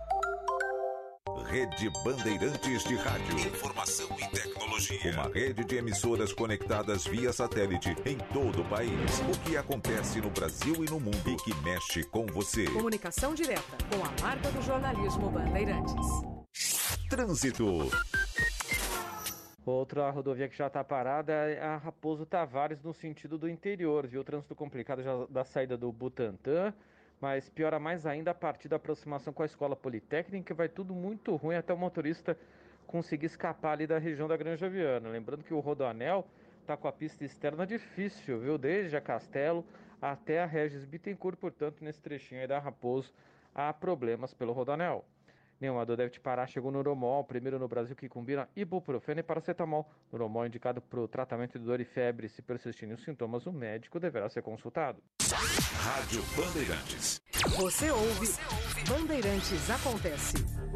Rede Bandeirantes de Rádio. Informação e tecnologia. Uma rede de emissoras conectadas via satélite em todo o país. O que acontece no Brasil e no mundo e que mexe com você. Comunicação direta com a marca do jornalismo Bandeirantes. Trânsito. Outra rodovia que já está parada é a Raposo Tavares no sentido do interior, viu? Trânsito complicado já da saída do Butantã. Mas piora mais ainda a partir da aproximação com a Escola Politécnica, vai tudo muito ruim até o motorista conseguir escapar ali da região da Granja Viana. Lembrando que o Rodoanel está com a pista externa difícil, viu? Desde a Castelo até a Regis Bittencourt, portanto, nesse trechinho aí da Raposo, há problemas pelo Rodoanel. Nenhuma dor deve te parar, chegou no Noromol, primeiro no Brasil que combina ibuprofeno e paracetamol. Noromol indicado para o tratamento de dor e febre. Se persistirem os sintomas, o médico deverá ser consultado. Rádio Bandeirantes. Você ouve, Você ouve. Bandeirantes Acontece.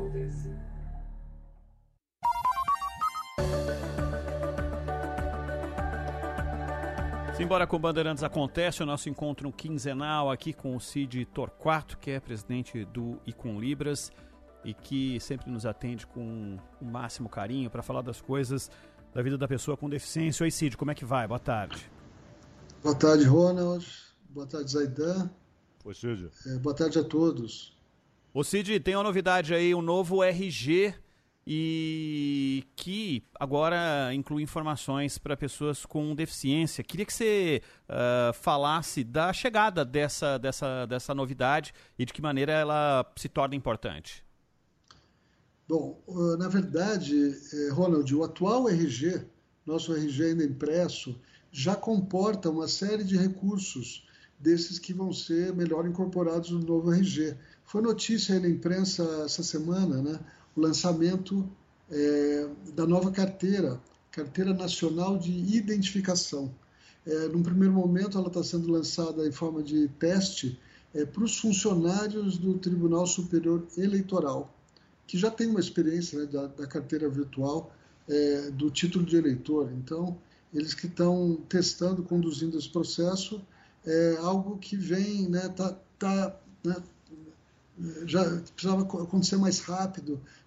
Simbora com Bandeirantes Acontece, o nosso encontro quinzenal aqui com o Cid Torquato, que é presidente do Icon Libras e que sempre nos atende com o máximo carinho para falar das coisas da vida da pessoa com deficiência. Oi, Cid, como é que vai? Boa tarde. Boa tarde, Ronald. Boa tarde, Zaidan. Oi, Cid. É, boa tarde a todos. Ô, Cid, tem uma novidade aí, um novo R G e que agora inclui informações para pessoas com deficiência. Queria que você uh, falasse da chegada dessa, dessa, dessa novidade e de que maneira ela se torna importante. Bom, na verdade, Ronald, o atual R G, nosso R G ainda impresso, já comporta uma série de recursos desses que vão ser melhor incorporados no novo R G. Foi notícia aí na imprensa essa semana, né, o lançamento é, da nova carteira, Carteira Nacional de Identificação. É, num primeiro momento, ela está sendo lançada em forma de teste é, para os funcionários do Tribunal Superior Eleitoral, que já tem uma experiência, né, da, da carteira virtual é, do título de eleitor. Então, eles que estão testando, conduzindo esse processo, é algo que vem, né, tá, tá, né, já precisava acontecer mais rápido,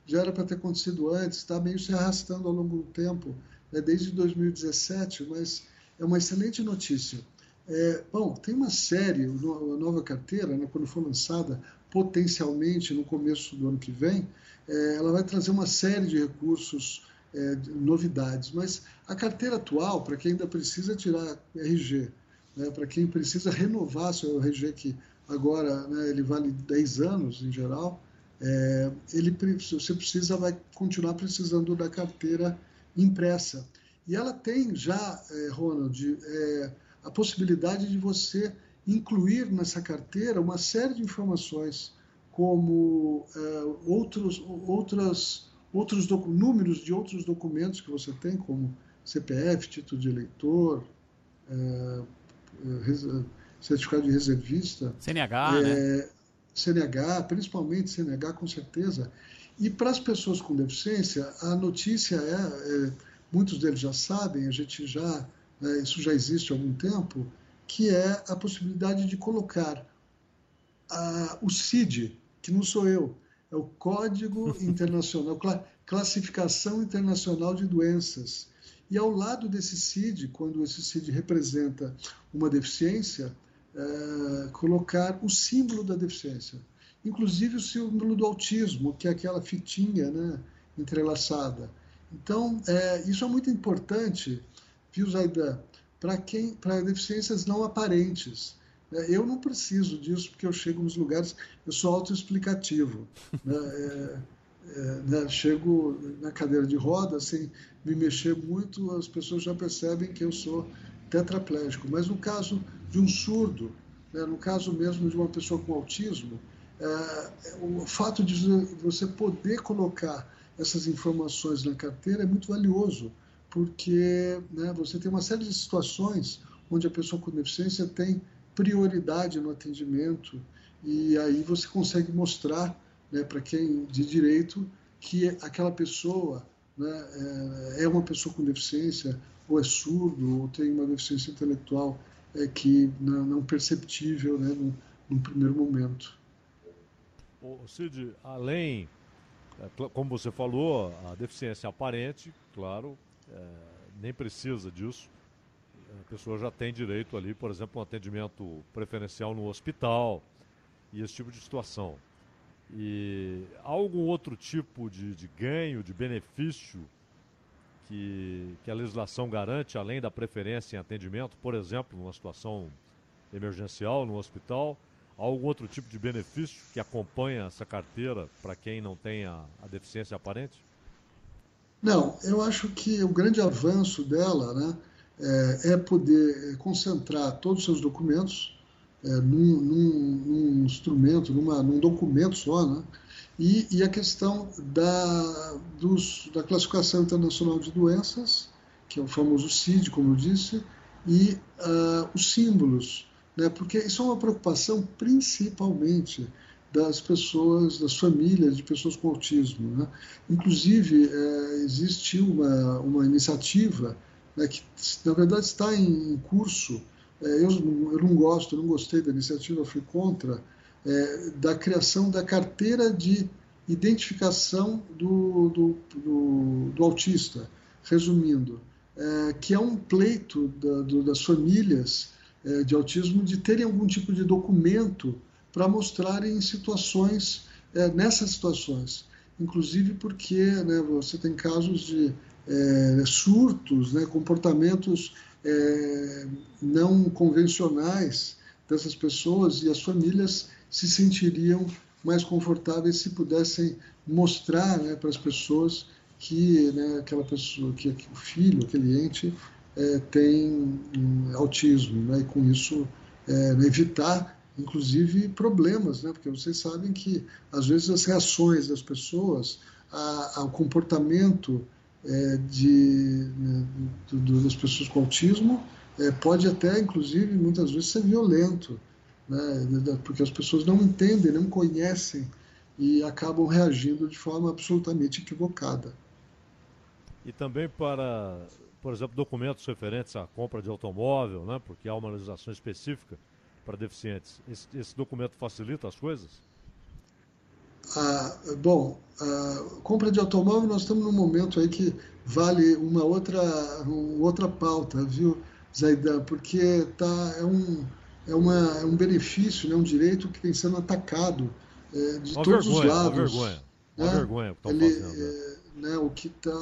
já era para ter acontecido antes, está meio se arrastando ao longo do tempo, né, desde dois mil e dezessete, mas é uma excelente notícia. É, bom, tem uma série, a nova carteira, né, quando for lançada, potencialmente no começo do ano que vem, é, ela vai trazer uma série de recursos, é, de novidades, mas a carteira atual, para quem ainda precisa tirar R G, né, para quem precisa renovar seu R G, que agora, né, ele vale dez anos em geral, é, ele, você precisa, vai continuar precisando da carteira impressa. E ela tem já, é, Ronald, é, a possibilidade de você incluir nessa carteira uma série de informações, como é, outros, outras, outros números de outros documentos que você tem, como C P F, título de eleitor, é, é, certificado de reservista. C N H, é, né? C N H, principalmente C N H, com certeza. E para as pessoas com deficiência, a notícia é, é muitos deles já sabem, a gente já, é, isso já existe há algum tempo, que é a possibilidade de colocar a, o C I D, que não sou eu, é o Código Internacional, Classificação Internacional de Doenças. E ao lado desse C I D, quando esse C I D representa uma deficiência, é, colocar o símbolo da deficiência. Inclusive o símbolo do autismo, que é aquela fitinha, né, entrelaçada. Então, é, isso é muito importante, viu, Zaidan, para quem, para deficiências não aparentes. Eu não preciso disso, porque eu chego nos lugares, eu sou autoexplicativo. Né? É, é, né? Chego na cadeira de rodas, sem me mexer muito, as pessoas já percebem que eu sou tetraplégico. Mas no caso de um surdo, né? No caso mesmo de uma pessoa com autismo, é, o fato de você poder colocar essas informações na carteira é muito valioso, porque, né, você tem uma série de situações onde a pessoa com deficiência tem prioridade no atendimento, e aí você consegue mostrar, né, para quem de direito que aquela pessoa, né, é uma pessoa com deficiência, ou é surdo, ou tem uma deficiência intelectual é, que não, não perceptível, né, no, no primeiro momento. Ô, Cid, além, como você falou, a deficiência aparente, claro, é, nem precisa disso. A pessoa já tem direito ali, por exemplo, um atendimento preferencial no hospital e esse tipo de situação. E há algum outro tipo de, de ganho, de benefício que, que a legislação garante, além da preferência em atendimento, por exemplo, numa situação emergencial no hospital? Há algum outro tipo de benefício que acompanha essa carteira para quem não tem a, a deficiência aparente? Não, eu acho que o grande avanço dela, né, é, é poder concentrar todos os seus documentos é, num, num, num instrumento, numa, num documento só, né, e, e a questão da, dos, da classificação internacional de doenças, que é o famoso C I D, como eu disse, e uh, os símbolos, né, porque isso é uma preocupação principalmente das pessoas, das famílias de pessoas com autismo, né? Inclusive, é, existe uma, uma iniciativa, né, que, na verdade, está em, em curso. É, eu, eu não gosto, não gostei da iniciativa, fui contra, é, da criação da carteira de identificação do, do, do, do autista, resumindo, é, que é um pleito da, do, das famílias é, de autismo de terem algum tipo de documento para mostrarem situações, é, nessas situações. Inclusive porque, né, você tem casos de é, surtos, né, comportamentos é, não convencionais dessas pessoas, e as famílias se sentiriam mais confortáveis se pudessem mostrar, né, para as pessoas que, né, aquela pessoa, que, que o filho, aquele ente, é, tem um, autismo, né, e com isso é, evitar inclusive problemas, né? Porque vocês sabem que às vezes as reações das pessoas a, ao comportamento é, de, né, do, do, das pessoas com autismo é, pode até, inclusive, muitas vezes ser violento, né? Porque as pessoas não entendem, não conhecem e acabam reagindo de forma absolutamente equivocada. E também para, por exemplo, documentos referentes à compra de automóvel, né? Porque há uma legislação específica para deficientes. Esse, esse documento facilita as coisas? a, bom, a compra de automóvel, nós estamos num momento aí que vale uma outra, uma outra pauta, viu, Zaidan? Porque tá, é, um, é, uma, é um benefício, né, um direito que vem sendo atacado é, de uma todos vergonha, os lados. Uma vergonha, uma né? vergonha o que estão Ele, fazendo. é, né, o que está,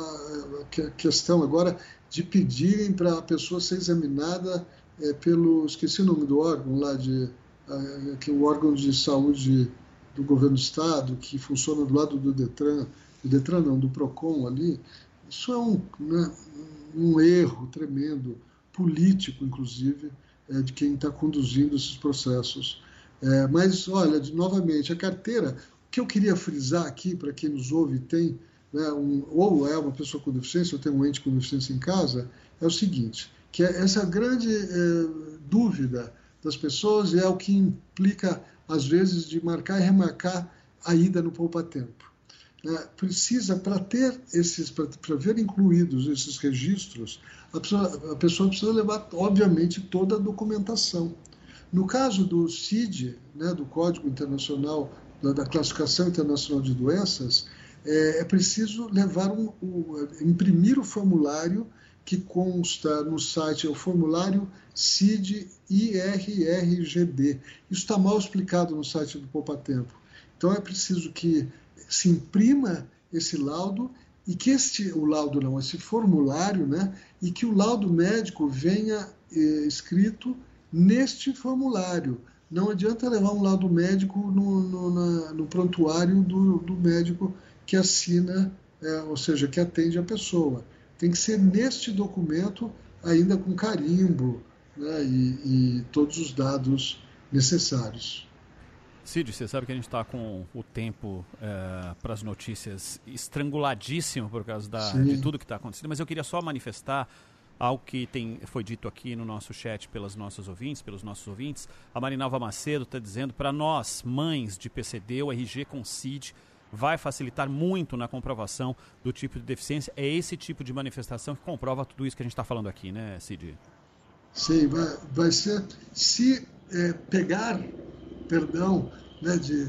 a questão agora de pedirem para a pessoa ser examinada é, pelo, esqueci o nome do órgão lá, de, é, que é o órgão de saúde do governo do estado, que funciona do lado do Detran, do Detran não, do Procon ali. Isso é um, né, um erro tremendo, político, inclusive, é, de quem está conduzindo esses processos. É, mas, olha, de, novamente, a carteira, o que eu queria frisar aqui, para quem nos ouve e tem, né, um, ou é uma pessoa com deficiência, ou tem um ente com deficiência em casa, é o seguinte, que é essa grande é, dúvida das pessoas, e é o que implica, às vezes, de marcar e remarcar a ida no poupa-tempo. Né? Precisa, para ter esses, para ver incluídos esses registros, a pessoa, a pessoa precisa levar, obviamente, toda a documentação. No caso do C I D, né, do Código Internacional, da, da Classificação Internacional de Doenças, é, é preciso levar um, um, imprimir o formulário que consta no site, é o formulário C I D I R R G D. Isso está mal explicado no site do poupa-tempo. Então é preciso que se imprima esse laudo e que este, o laudo não, esse formulário, né, e que o laudo médico venha eh, escrito neste formulário. Não adianta levar um laudo médico no, no, na, no prontuário do, do médico que assina, é, ou seja, que atende a pessoa. Tem que ser neste documento, ainda com carimbo, né, e, e todos os dados necessários. Cid, você sabe que a gente está com o tempo é, para as notícias estranguladíssimo por causa da, de tudo que está acontecendo, mas eu queria só manifestar algo que tem, foi dito aqui no nosso chat pelas nossas ouvintes, pelos nossos ouvintes. A Marinalva Macedo está dizendo, para nós, mães de P C D, o R G com C I D vai facilitar muito na comprovação do tipo de deficiência. É esse tipo de manifestação que comprova tudo isso que a gente está falando aqui, né, Cid? Sim, vai, vai ser, se é, pegar... perdão, né, de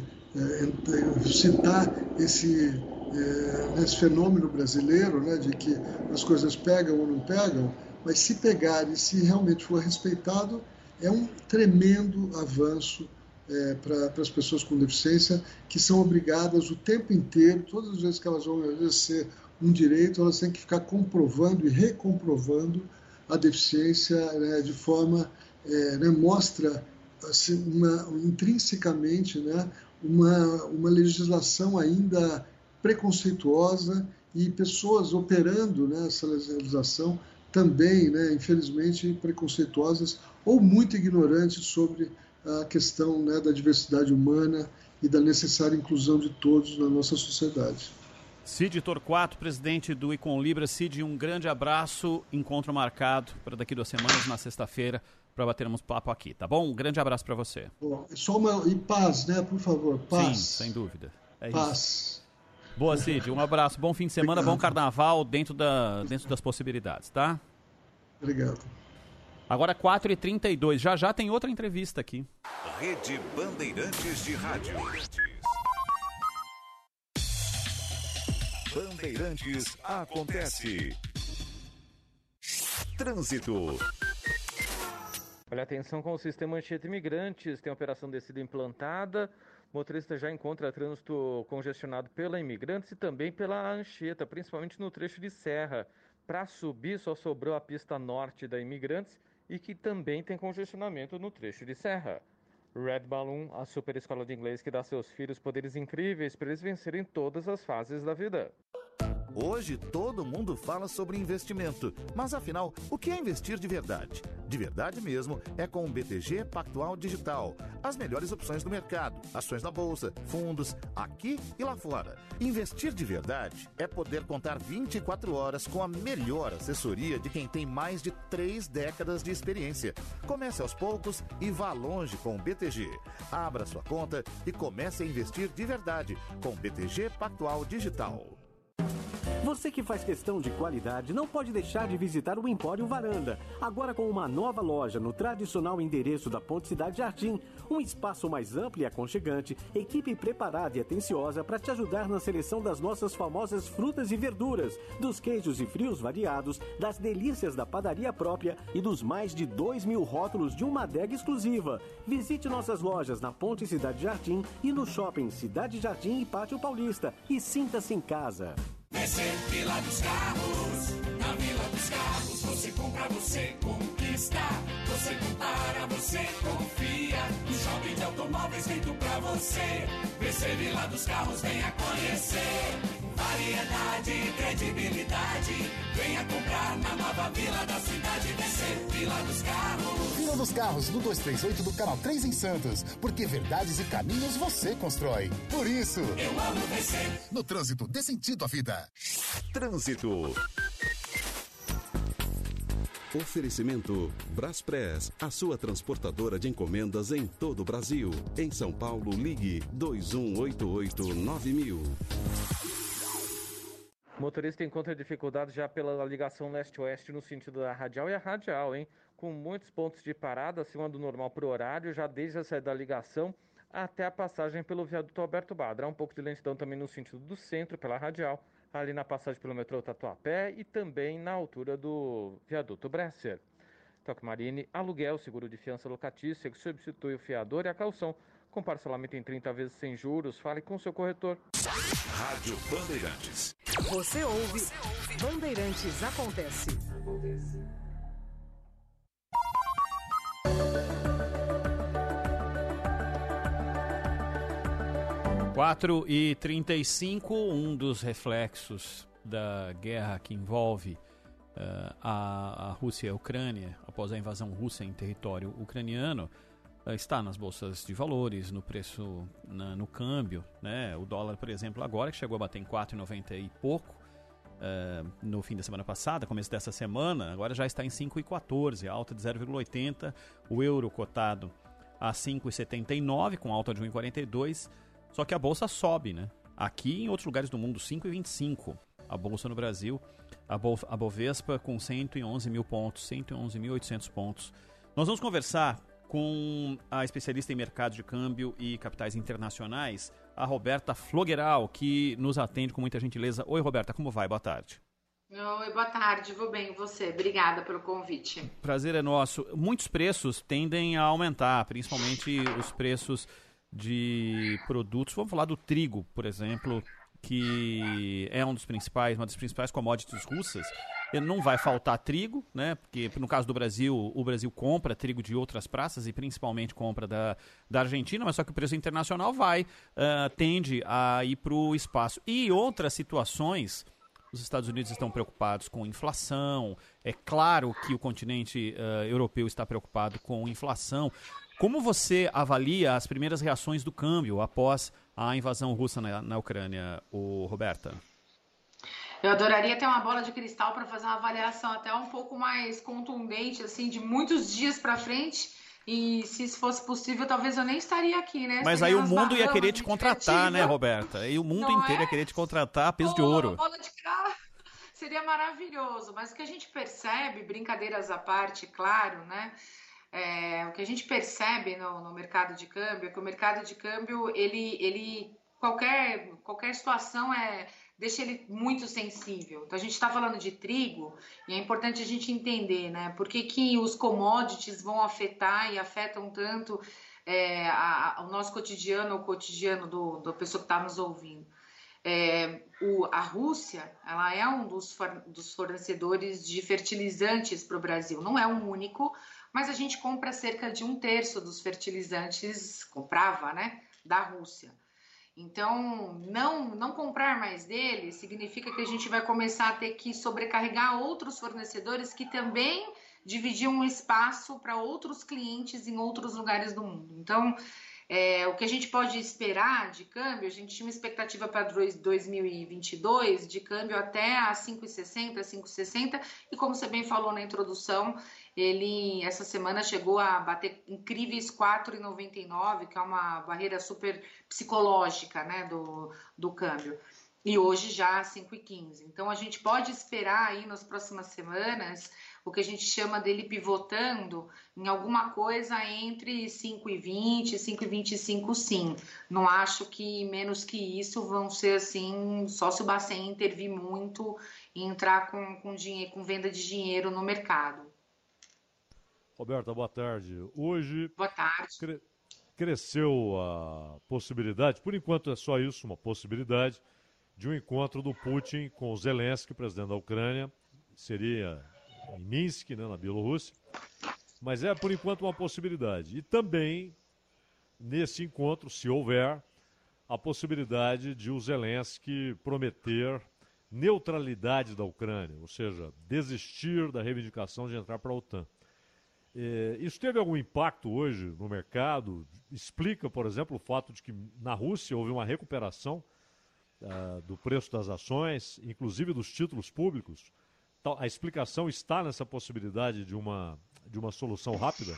é, citar esse, é, esse fenômeno brasileiro, né, de que as coisas pegam ou não pegam, mas se pegar e se realmente for respeitado, é um tremendo avanço é, para as pessoas com deficiência, que são obrigadas o tempo inteiro, todas as vezes que elas vão exercer um direito, elas têm que ficar comprovando e recomprovando a deficiência, né, de forma, é, né, mostra assim, uma, intrinsecamente, né, uma, uma legislação ainda preconceituosa e pessoas operando, né, essa legislação também, né, infelizmente, preconceituosas ou muito ignorantes sobre a questão, né, da diversidade humana e da necessária inclusão de todos na nossa sociedade. Cid Torquato, presidente do Icon Libra. Cid, um grande abraço, encontro marcado para daqui duas semanas, na sexta-feira, para batermos papo aqui, tá bom? Um grande abraço para você. Bom, só uma... E paz, né? Por favor, paz. Sim, sem dúvida. É paz. Isso. Boa, Cid. Um abraço, bom fim de semana, Obrigado. Bom carnaval dentro, da, dentro das possibilidades, tá? Obrigado. Agora quatro e trinta e dois. Já já tem outra entrevista aqui. Rede Bandeirantes de Rádio. Bandeirantes acontece. Trânsito. Olha, atenção com o sistema Anchieta Imigrantes, tem a operação descida implantada, o motorista já encontra trânsito congestionado pela Imigrantes e também pela Anchieta, principalmente no trecho de serra. Para subir só sobrou a pista norte da Imigrantes e que também tem congestionamento no trecho de serra. Red Balloon, a super escola de inglês que dá a seus filhos poderes incríveis para eles vencerem todas as fases da vida. Hoje todo mundo fala sobre investimento, mas afinal, o que é investir de verdade? De verdade mesmo é com o B T G Pactual Digital. As melhores opções do mercado, ações na bolsa, fundos, aqui e lá fora. Investir de verdade é poder contar vinte e quatro horas com a melhor assessoria de quem tem mais de três décadas de experiência. Comece aos poucos e vá longe com o B T G. Abra sua conta e comece a investir de verdade com o B T G Pactual Digital. Você que faz questão de qualidade não pode deixar de visitar o Empório Varanda. Agora com uma nova loja no tradicional endereço da Ponte Cidade Jardim. Um espaço mais amplo e aconchegante, equipe preparada e atenciosa para te ajudar na seleção das nossas famosas frutas e verduras, dos queijos e frios variados, das delícias da padaria própria e dos mais de dois mil rótulos de uma adega exclusiva. Visite nossas lojas na Ponte Cidade Jardim e no Shopping Cidade Jardim e Pátio Paulista e sinta-se em casa. Descer Vila dos Carros, na Vila dos Carros, você compra, você conquista, você compara, você confia, no shopping de automóveis feito pra você. Descer Vila dos Carros, venha conhecer, variedade e credibilidade, venha comprar na nova Vila da cidade. Descer Vila dos Carros. Vila dos Carros, no duzentos e trinta e oito do Canal três em Santos, porque verdades e caminhos você constrói. Por isso, eu amo descer. No trânsito, dê sentido à vida. Trânsito. Oferecimento Braspress, a sua transportadora de encomendas em todo o Brasil. Em São Paulo, ligue dois um oito oito nove mil. O motorista encontra dificuldade já pela ligação leste-oeste no sentido da radial e a radial, hein? Com muitos pontos de parada acima do normal para o horário, já desde a saída da ligação até a passagem pelo viaduto Alberto Badra. Há um pouco de lentidão também no sentido do centro, pela radial, ali na passagem pelo metrô Tatuapé e também na altura do viaduto Bresser. Toque Marine, aluguel, seguro de fiança locatícia que substitui o fiador e a caução com parcelamento em trinta vezes sem juros. Fale com seu corretor. Rádio Bandeirantes. Você ouve, Você ouve. Bandeirantes Acontece. quatro e trinta e cinco, um dos reflexos da guerra que envolve uh, a, a Rússia e a Ucrânia, após a invasão russa em território ucraniano, uh, está nas bolsas de valores, no preço, na, no câmbio, né? O dólar, por exemplo, agora que chegou a bater em quatro e noventa e pouco, uh, no fim da semana passada, começo dessa semana, agora já está em cinco e quatorze, alta de zero vírgula oitenta, o euro cotado a cinco e setenta e nove, com alta de um e quarenta e dois. Só que a bolsa sobe, né? Aqui e em outros lugares do mundo, cinco e vinte e cinco. A bolsa no Brasil, a, Bo- a Bovespa com cento e onze mil pontos, cento e onze mil e oitocentos pontos. Nós vamos conversar com a especialista em mercado de câmbio e capitais internacionais, a Roberta Flogueral, que nos atende com muita gentileza. Oi, Roberta, como vai? Boa tarde. Oi, boa tarde, vou bem, e você? Obrigada pelo convite. Prazer é nosso. Muitos preços tendem a aumentar, principalmente os preços de produtos. Vamos falar do trigo, por exemplo, que é um dos principais, uma das principais commodities russas. Não vai faltar trigo, né? Porque no caso do Brasil, o Brasil compra trigo de outras praças e principalmente compra da, da Argentina, mas só que o preço internacional vai, uh, tende a ir para o espaço. E outras situações, os Estados Unidos estão preocupados com inflação, é claro que o continente uh, europeu está preocupado com inflação. Como você avalia as primeiras reações do câmbio após a invasão russa na, na Ucrânia, o Roberta? Eu adoraria ter uma bola de cristal para fazer uma avaliação até um pouco mais contundente, assim, de muitos dias para frente. E se isso fosse possível, talvez eu nem estaria aqui, né? Mas Seria aí o mundo ia querer te contratar, né, criativa. Roberta? E o mundo Não inteiro é? ia querer te contratar a peso de Pô, ouro. bola de cristal seria maravilhoso. Mas o que a gente percebe, brincadeiras à parte, claro, né? É, o que a gente percebe no, no mercado de câmbio é que o mercado de câmbio, ele, ele qualquer, qualquer situação é, deixa ele muito sensível. Então a gente está falando de trigo e é importante a gente entender, né, por que, que os commodities vão afetar e afetam tanto é, a, a, o nosso cotidiano, o cotidiano do, da pessoa que está nos ouvindo. É, o, a Rússia, ela é um dos, for, dos fornecedores de fertilizantes para o Brasil, não é um único, mas a gente compra cerca de um terço dos fertilizantes, comprava, né, da Rússia. Então, não, não comprar mais dele significa que a gente vai começar a ter que sobrecarregar outros fornecedores que também dividiam um espaço para outros clientes em outros lugares do mundo. Então, é, o que a gente pode esperar de câmbio, a gente tinha uma expectativa para dois mil e vinte e dois de câmbio até a cinco e sessenta, cinco e sessenta, e como você bem falou na introdução, ele essa semana chegou a bater incríveis quatro e noventa e nove, que é uma barreira super psicológica, né, do, do câmbio. E hoje já cinco e quinze. Então, a gente pode esperar aí nas próximas semanas o que a gente chama dele pivotando em alguma coisa entre cinco e vinte, cinco e vinte e cinco, sim. Não acho que menos que isso vão ser assim, só se o Bacen intervir muito e entrar com, com, dinheiro, com venda de dinheiro no mercado. Roberta, boa tarde. Hoje boa tarde. Cre- cresceu a possibilidade, por enquanto é só isso, uma possibilidade, de um encontro do Putin com o Zelensky, presidente da Ucrânia. Seria em Minsk, né, na Bielorrússia, mas é por enquanto uma possibilidade. E também, nesse encontro, se houver, a possibilidade de o Zelensky prometer neutralidade da Ucrânia, ou seja, desistir da reivindicação de entrar para a OTAN. É, isso teve algum impacto hoje no mercado? Explica, por exemplo, o fato de que na Rússia houve uma recuperação uh, do preço das ações, inclusive dos títulos públicos. A explicação está nessa possibilidade de uma, de uma solução rápida?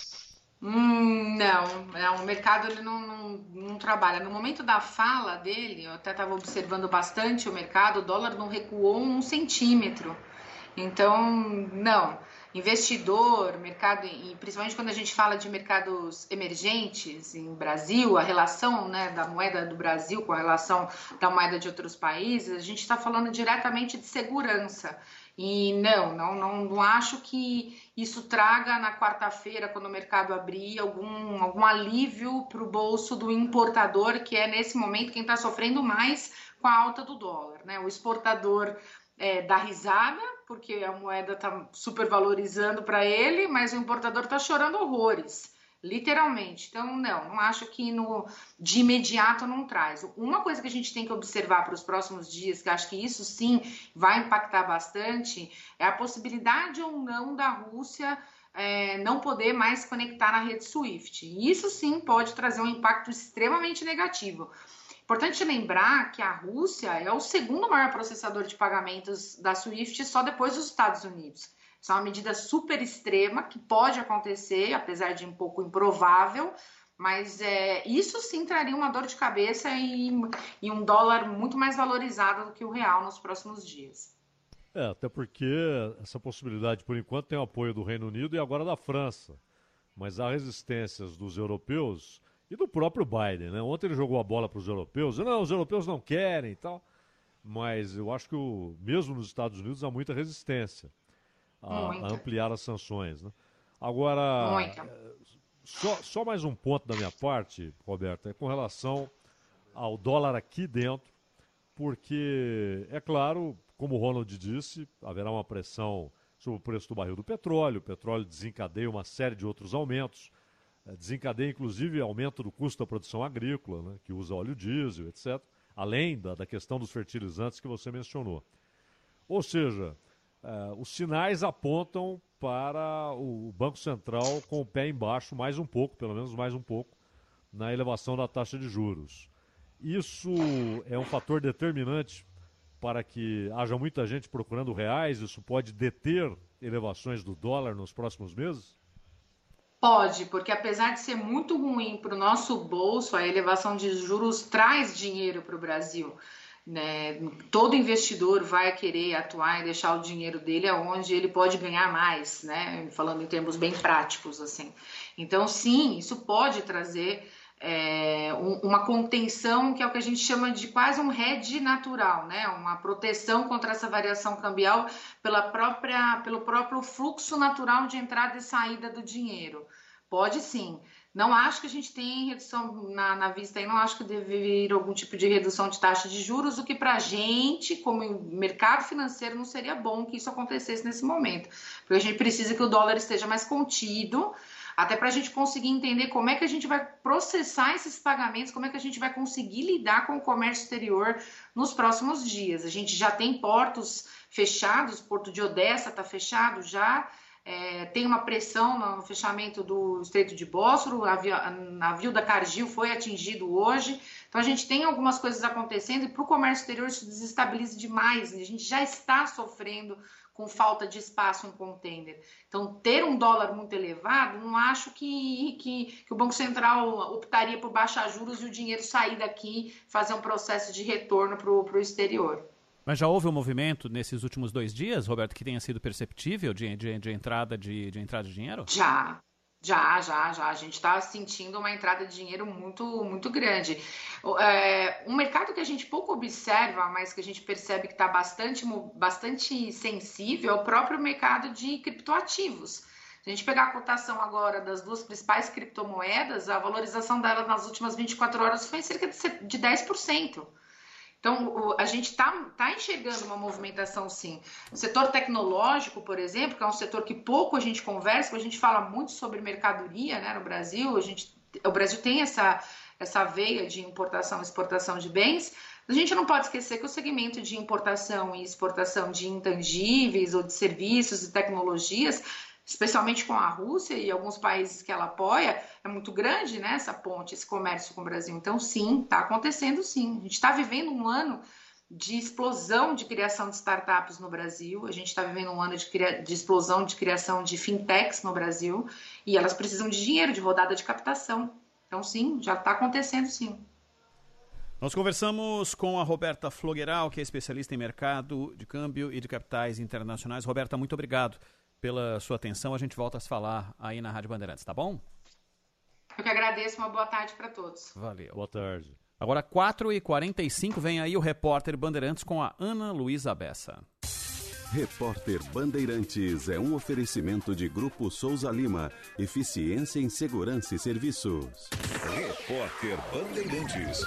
Hum, não, não, o mercado ele não, não, não trabalha. No momento da fala dele, eu até estava observando bastante o mercado, o dólar não recuou um centímetro. Então, não. Investidor, mercado, e principalmente quando a gente fala de mercados emergentes em Brasil, a relação, né, da moeda do Brasil com a relação da moeda de outros países, a gente está falando diretamente de segurança. E não, não, não, não acho que isso traga na quarta-feira, quando o mercado abrir, algum, algum alívio para o bolso do importador, que é nesse momento quem está sofrendo mais com a alta do dólar, né? O exportador é, dá risada, porque a moeda está super valorizando para ele, mas o importador está chorando horrores. Literalmente. Então, não, não acho que no, de imediato não traz. Uma coisa que a gente tem que observar para os próximos dias, que acho que isso sim vai impactar bastante, é a possibilidade ou não da Rússia é, não poder mais conectar na rede SWIFT. E isso sim pode trazer um impacto extremamente negativo. Importante lembrar que a Rússia é o segundo maior processador de pagamentos da SWIFT só depois dos Estados Unidos. Isso é uma medida super extrema que pode acontecer, apesar de um pouco improvável, mas é, isso sim traria uma dor de cabeça e, e um dólar muito mais valorizado do que o real nos próximos dias. É, até porque essa possibilidade, por enquanto, tem o apoio do Reino Unido e agora da França. Mas há resistências dos europeus e do próprio Biden, né? Ontem ele jogou a bola para os europeus. Não, os europeus não querem e tal. Mas eu acho que o, mesmo nos Estados Unidos há muita resistência a, a ampliar as sanções, né? Agora, só, só mais um ponto da minha parte, Roberto, é com relação ao dólar aqui dentro, porque, é claro, como o Ronald disse, haverá uma pressão sobre o preço do barril do petróleo, o petróleo desencadeia uma série de outros aumentos, desencadeia inclusive aumento do custo da produção agrícola, né, que usa óleo diesel, etcétera, além da, da questão dos fertilizantes que você mencionou. Ou seja, Uh, os sinais apontam para o Banco Central com o pé embaixo mais um pouco, pelo menos mais um pouco, na elevação da taxa de juros. Isso é um fator determinante para que haja muita gente procurando reais? Isso pode deter elevações do dólar nos próximos meses? Pode, porque apesar de ser muito ruim para o nosso bolso, a elevação de juros traz dinheiro para o Brasil. Né? Todo investidor vai querer atuar e deixar o dinheiro dele onde ele pode ganhar mais, né? Falando em termos bem práticos, assim. Então, sim, isso pode trazer é, um, uma contenção, que é o que a gente chama de quase um hedge natural, né? Uma proteção contra essa variação cambial pela própria, pelo próprio fluxo natural de entrada e saída do dinheiro. Pode sim. Não acho que a gente tem redução na, na vista aí, não acho que deve vir algum tipo de redução de taxa de juros, o que para a gente, como mercado financeiro, não seria bom que isso acontecesse nesse momento. Porque a gente precisa que o dólar esteja mais contido, até para a gente conseguir entender como é que a gente vai processar esses pagamentos, como é que a gente vai conseguir lidar com o comércio exterior nos próximos dias. A gente já tem portos fechados, o Porto de Odessa está fechado já, É, tem uma pressão no fechamento do Estreito de Bósforo, o navio, navio da Cargill foi atingido hoje, então a gente tem algumas coisas acontecendo e para o comércio exterior isso desestabiliza demais, a gente já está sofrendo com falta de espaço um container. Então, ter um dólar muito elevado, não acho que, que, que o Banco Central optaria por baixar juros e o dinheiro sair daqui, fazer um processo de retorno para o exterior. Mas já houve um movimento nesses últimos dois dias, Roberto, que tenha sido perceptível de, de, de, entrada, de, de entrada de dinheiro? Já. Já, já, já. A gente está sentindo uma entrada de dinheiro muito, muito grande. É, um mercado que a gente pouco observa, mas que a gente percebe que está bastante, bastante sensível, é o próprio mercado de criptoativos. Se a gente pegar a cotação agora das duas principais criptomoedas, a valorização delas nas últimas vinte e quatro horas foi cerca de dez por cento. Então, a gente está tá enxergando uma movimentação, sim. O setor tecnológico, por exemplo, que é um setor que pouco a gente conversa, a gente fala muito sobre mercadoria, né, no Brasil. A gente, o Brasil tem essa, essa veia de importação e exportação de bens. A gente não pode esquecer que o segmento de importação e exportação de intangíveis ou de serviços e tecnologias, especialmente com a Rússia e alguns países que ela apoia, é muito grande, né, essa ponte, esse comércio com o Brasil. Então, sim, está acontecendo, sim. A gente está vivendo um ano de explosão de criação de startups no Brasil, a gente está vivendo um ano de, cria... de explosão de criação de fintechs no Brasil, e elas precisam de dinheiro, de rodada de captação. Então, sim, já está acontecendo, sim. Nós conversamos com a Roberta Flogueral, que é especialista em mercado de câmbio e de capitais internacionais. Roberta, muito obrigado pela sua atenção. A gente volta a se falar aí na Rádio Bandeirantes, tá bom? Eu que agradeço. Uma boa tarde para todos. Valeu. Boa tarde. Agora, quatro e quarenta e cinco, vem aí o repórter Bandeirantes com a Ana Luísa Bessa. Repórter Bandeirantes é um oferecimento de Grupo Souza Lima. Eficiência em Segurança e Serviços. Repórter Bandeirantes.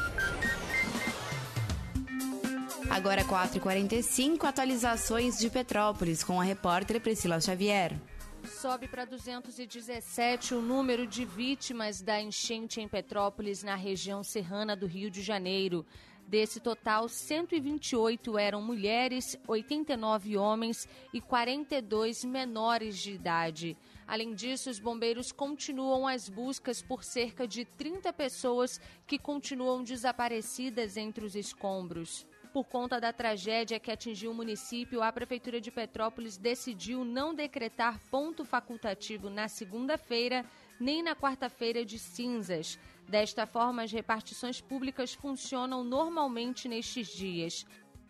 Agora quatro e quarenta e cinco, atualizações de Petrópolis com a repórter Priscila Xavier. Sobe para duzentos e dezessete o número de vítimas da enchente em Petrópolis, na região serrana do Rio de Janeiro. Desse total, cento e vinte e oito eram mulheres, oitenta e nove homens e quarenta e dois menores de idade. Além disso, os bombeiros continuam as buscas por cerca de trinta pessoas que continuam desaparecidas entre os escombros. Por conta da tragédia que atingiu o município, a Prefeitura de Petrópolis decidiu não decretar ponto facultativo na segunda-feira nem na quarta-feira de cinzas. Desta forma, as repartições públicas funcionam normalmente nestes dias.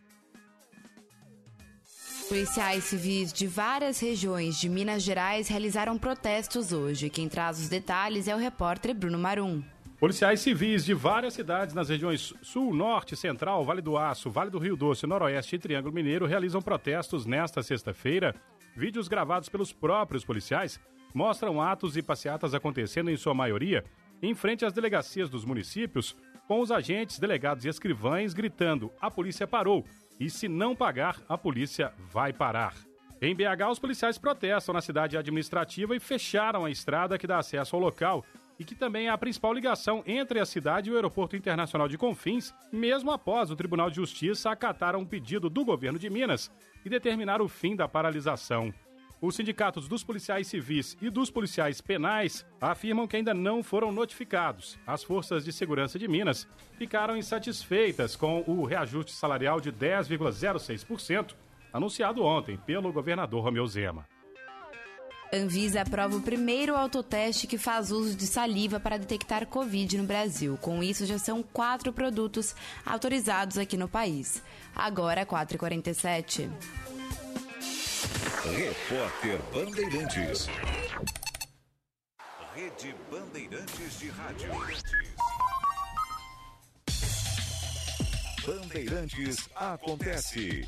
Policiais civis de várias regiões de Minas Gerais realizaram protestos hoje. Quem traz os detalhes é o repórter Bruno Marum. Policiais civis de várias cidades nas regiões Sul, Norte, Central, Vale do Aço, Vale do Rio Doce, Noroeste e Triângulo Mineiro realizam protestos nesta sexta-feira. Vídeos gravados pelos próprios policiais mostram atos e passeatas acontecendo em sua maioria em frente às delegacias dos municípios, com os agentes, delegados e escrivães gritando: "A polícia parou, e se não pagar, a polícia vai parar". Em B H, os policiais protestam na cidade administrativa e fecharam a estrada que dá acesso ao local e que também é a principal ligação entre a cidade e o Aeroporto Internacional de Confins, mesmo após o Tribunal de Justiça acatar um pedido do governo de Minas e determinar o fim da paralisação. Os sindicatos dos policiais civis e dos policiais penais afirmam que ainda não foram notificados. As forças de segurança de Minas ficaram insatisfeitas com o reajuste salarial de dez vírgula zero seis por cento anunciado ontem pelo governador Romeu Zema. Anvisa aprova o primeiro autoteste que faz uso de saliva para detectar Covid no Brasil. Com isso, já são quatro produtos autorizados aqui no país. Agora, quatro e quarenta e sete. Repórter Bandeirantes. Rede Bandeirantes de Rádio. Bandeirantes acontece.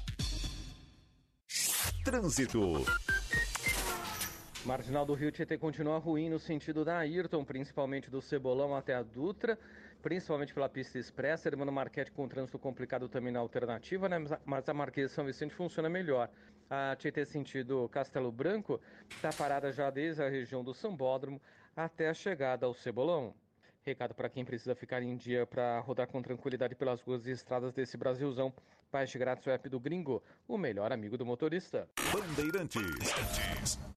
Trânsito. Marginal do Rio Tietê continua ruim no sentido da Ayrton, principalmente do Cebolão até a Dutra, principalmente pela pista expressa. Irmã Marquete com trânsito complicado também na alternativa, né? Mas a Marquês de São Vicente funciona melhor. A Tietê sentido Castelo Branco está parada já desde a região do Sambódromo até a chegada ao Cebolão. Recado para quem precisa ficar em dia para rodar com tranquilidade pelas ruas e estradas desse Brasilzão. Baixe grátis o app do Gringo, o melhor amigo do motorista. Bandeirantes.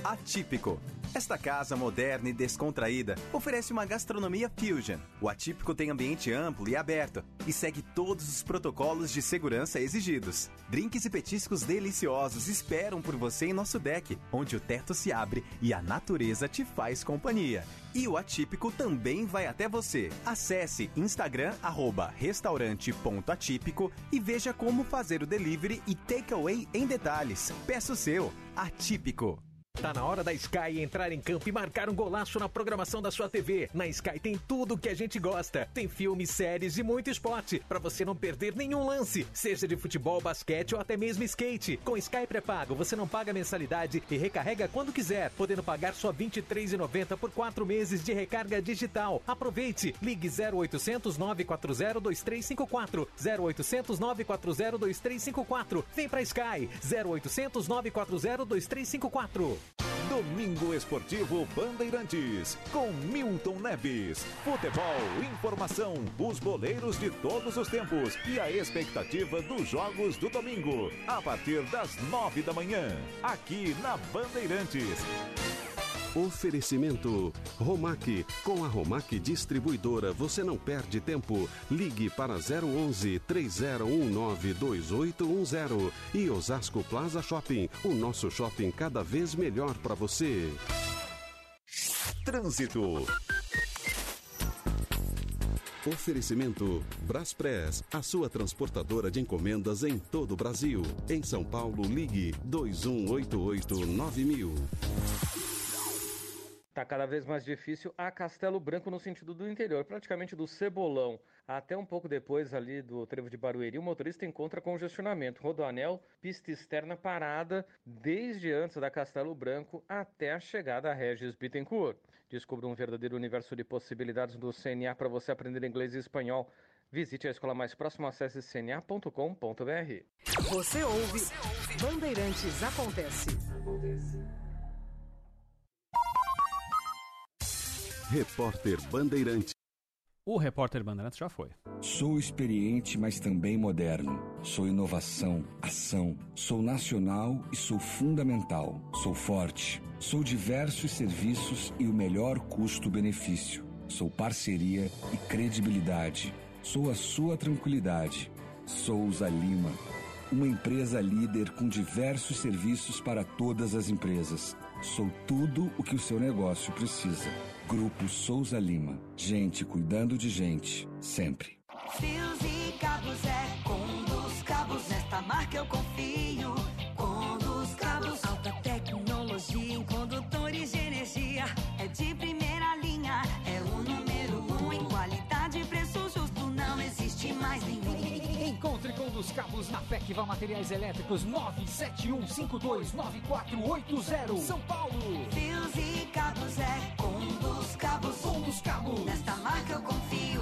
Atípico. Esta casa moderna e descontraída oferece uma gastronomia fusion. O Atípico tem ambiente amplo e aberto e segue todos os protocolos de segurança exigidos. Drinks e petiscos deliciosos esperam por você em nosso deck, onde o teto se abre e a natureza te faz companhia. E o Atípico também vai até você. Acesse Instagram, arroba restaurante ponto atípico e veja como fazer o delivery e takeaway em detalhes. Peça o seu. Atípico. Tá na hora da Sky entrar em campo e marcar um golaço na programação da sua T V. Na Sky tem tudo o que a gente gosta. Tem filmes, séries e muito esporte, pra você não perder nenhum lance, seja de futebol, basquete ou até mesmo skate. Com Sky pré-pago, você não paga mensalidade e recarrega quando quiser, podendo pagar só vinte e três reais e noventa centavos por quatro meses de recarga digital. Aproveite! Ligue zero oitocentos, nove quatro zero, dois três cinco quatro. zero oitocentos, nove quatro zero, dois três cinco quatro. Vem pra Sky! zero oitocentos, nove quatro zero, dois três cinco quatro. Domingo Esportivo Bandeirantes, com Milton Neves. Futebol, informação, os goleiros de todos os tempos e a expectativa dos jogos do domingo, a partir das nove da manhã, aqui na Bandeirantes. Oferecimento Romac. Com a Romac Distribuidora você não perde tempo. Ligue para zero onze, três zero um nove, dois oito um zero. E Osasco Plaza Shopping, o nosso shopping cada vez melhor para você. Trânsito. Oferecimento Braspress, a sua transportadora de encomendas em todo o Brasil. Em São Paulo, ligue dois um oito oito nove mil. Tá cada vez mais difícil a Castelo Branco no sentido do interior, praticamente do Cebolão até um pouco depois ali do trevo de Barueri. O motorista encontra congestionamento. Rodoanel, pista externa parada desde antes da Castelo Branco até a chegada a Regis Bittencourt. Descubra um verdadeiro universo de possibilidades do C N A para você aprender inglês e espanhol. Visite a escola mais próxima, acesse c n a ponto com ponto b r. Você ouve, você ouve. Bandeirantes Acontece. Repórter Bandeirantes. O Repórter Bandeirantes já foi. Sou experiente, mas também moderno. Sou inovação, ação. Sou nacional e sou fundamental. Sou forte. Sou diversos serviços e o melhor custo-benefício. Sou parceria e credibilidade. Sou a sua tranquilidade. Souza Lima. Uma empresa líder com diversos serviços para todas as empresas. Sou tudo o que o seu negócio precisa. Grupo Souza Lima. Gente cuidando de gente, sempre. Fios e cabos é Conduz Cabos. Nesta marca eu confio. Conduz Cabos. Alta tecnologia em condutores de energia. É de primeira linha. É o número um em qualidade e preço justo. Não existe mais nenhum. Encontre Conduz Cabos na Fecva Materiais Elétricos nove sete um cinco dois nove quatro oito zero, São Paulo. Fios e cabos é Conduz Cabos. Conduz Cabos. Nesta marca eu confio.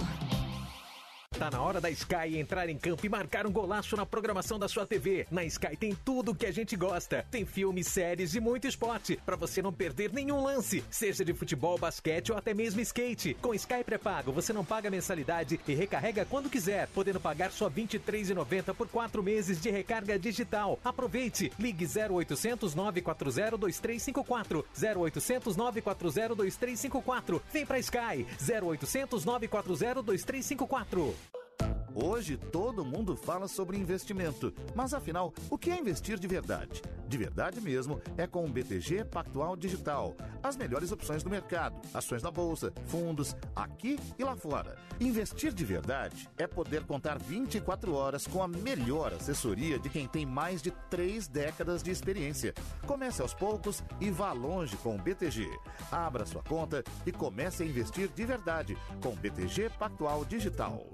Tá na hora da Sky entrar em campo e marcar um golaço na programação da sua T V. Na Sky tem tudo o que a gente gosta. Tem filmes, séries e muito esporte, pra você não perder nenhum lance, seja de futebol, basquete ou até mesmo skate. Com Sky pré-pago, você não paga mensalidade e recarrega quando quiser, podendo pagar só vinte e três reais e noventa centavos por quatro meses de recarga digital. Aproveite! Ligue zero oitocentos, nove quatro zero, dois três cinco quatro. zero oitocentos, nove quatro zero, dois três cinco quatro. Vem pra Sky! zero oitocentos, nove quatro zero, dois três cinco quatro. Hoje todo mundo fala sobre investimento, mas afinal, o que é investir de verdade? De verdade mesmo é com o B T G Pactual Digital. As melhores opções do mercado, ações na bolsa, fundos, aqui e lá fora. Investir de verdade é poder contar vinte e quatro horas com a melhor assessoria de quem tem mais de três décadas de experiência. Comece aos poucos e vá longe com o B T G. Abra sua conta e comece a investir de verdade com o B T G Pactual Digital.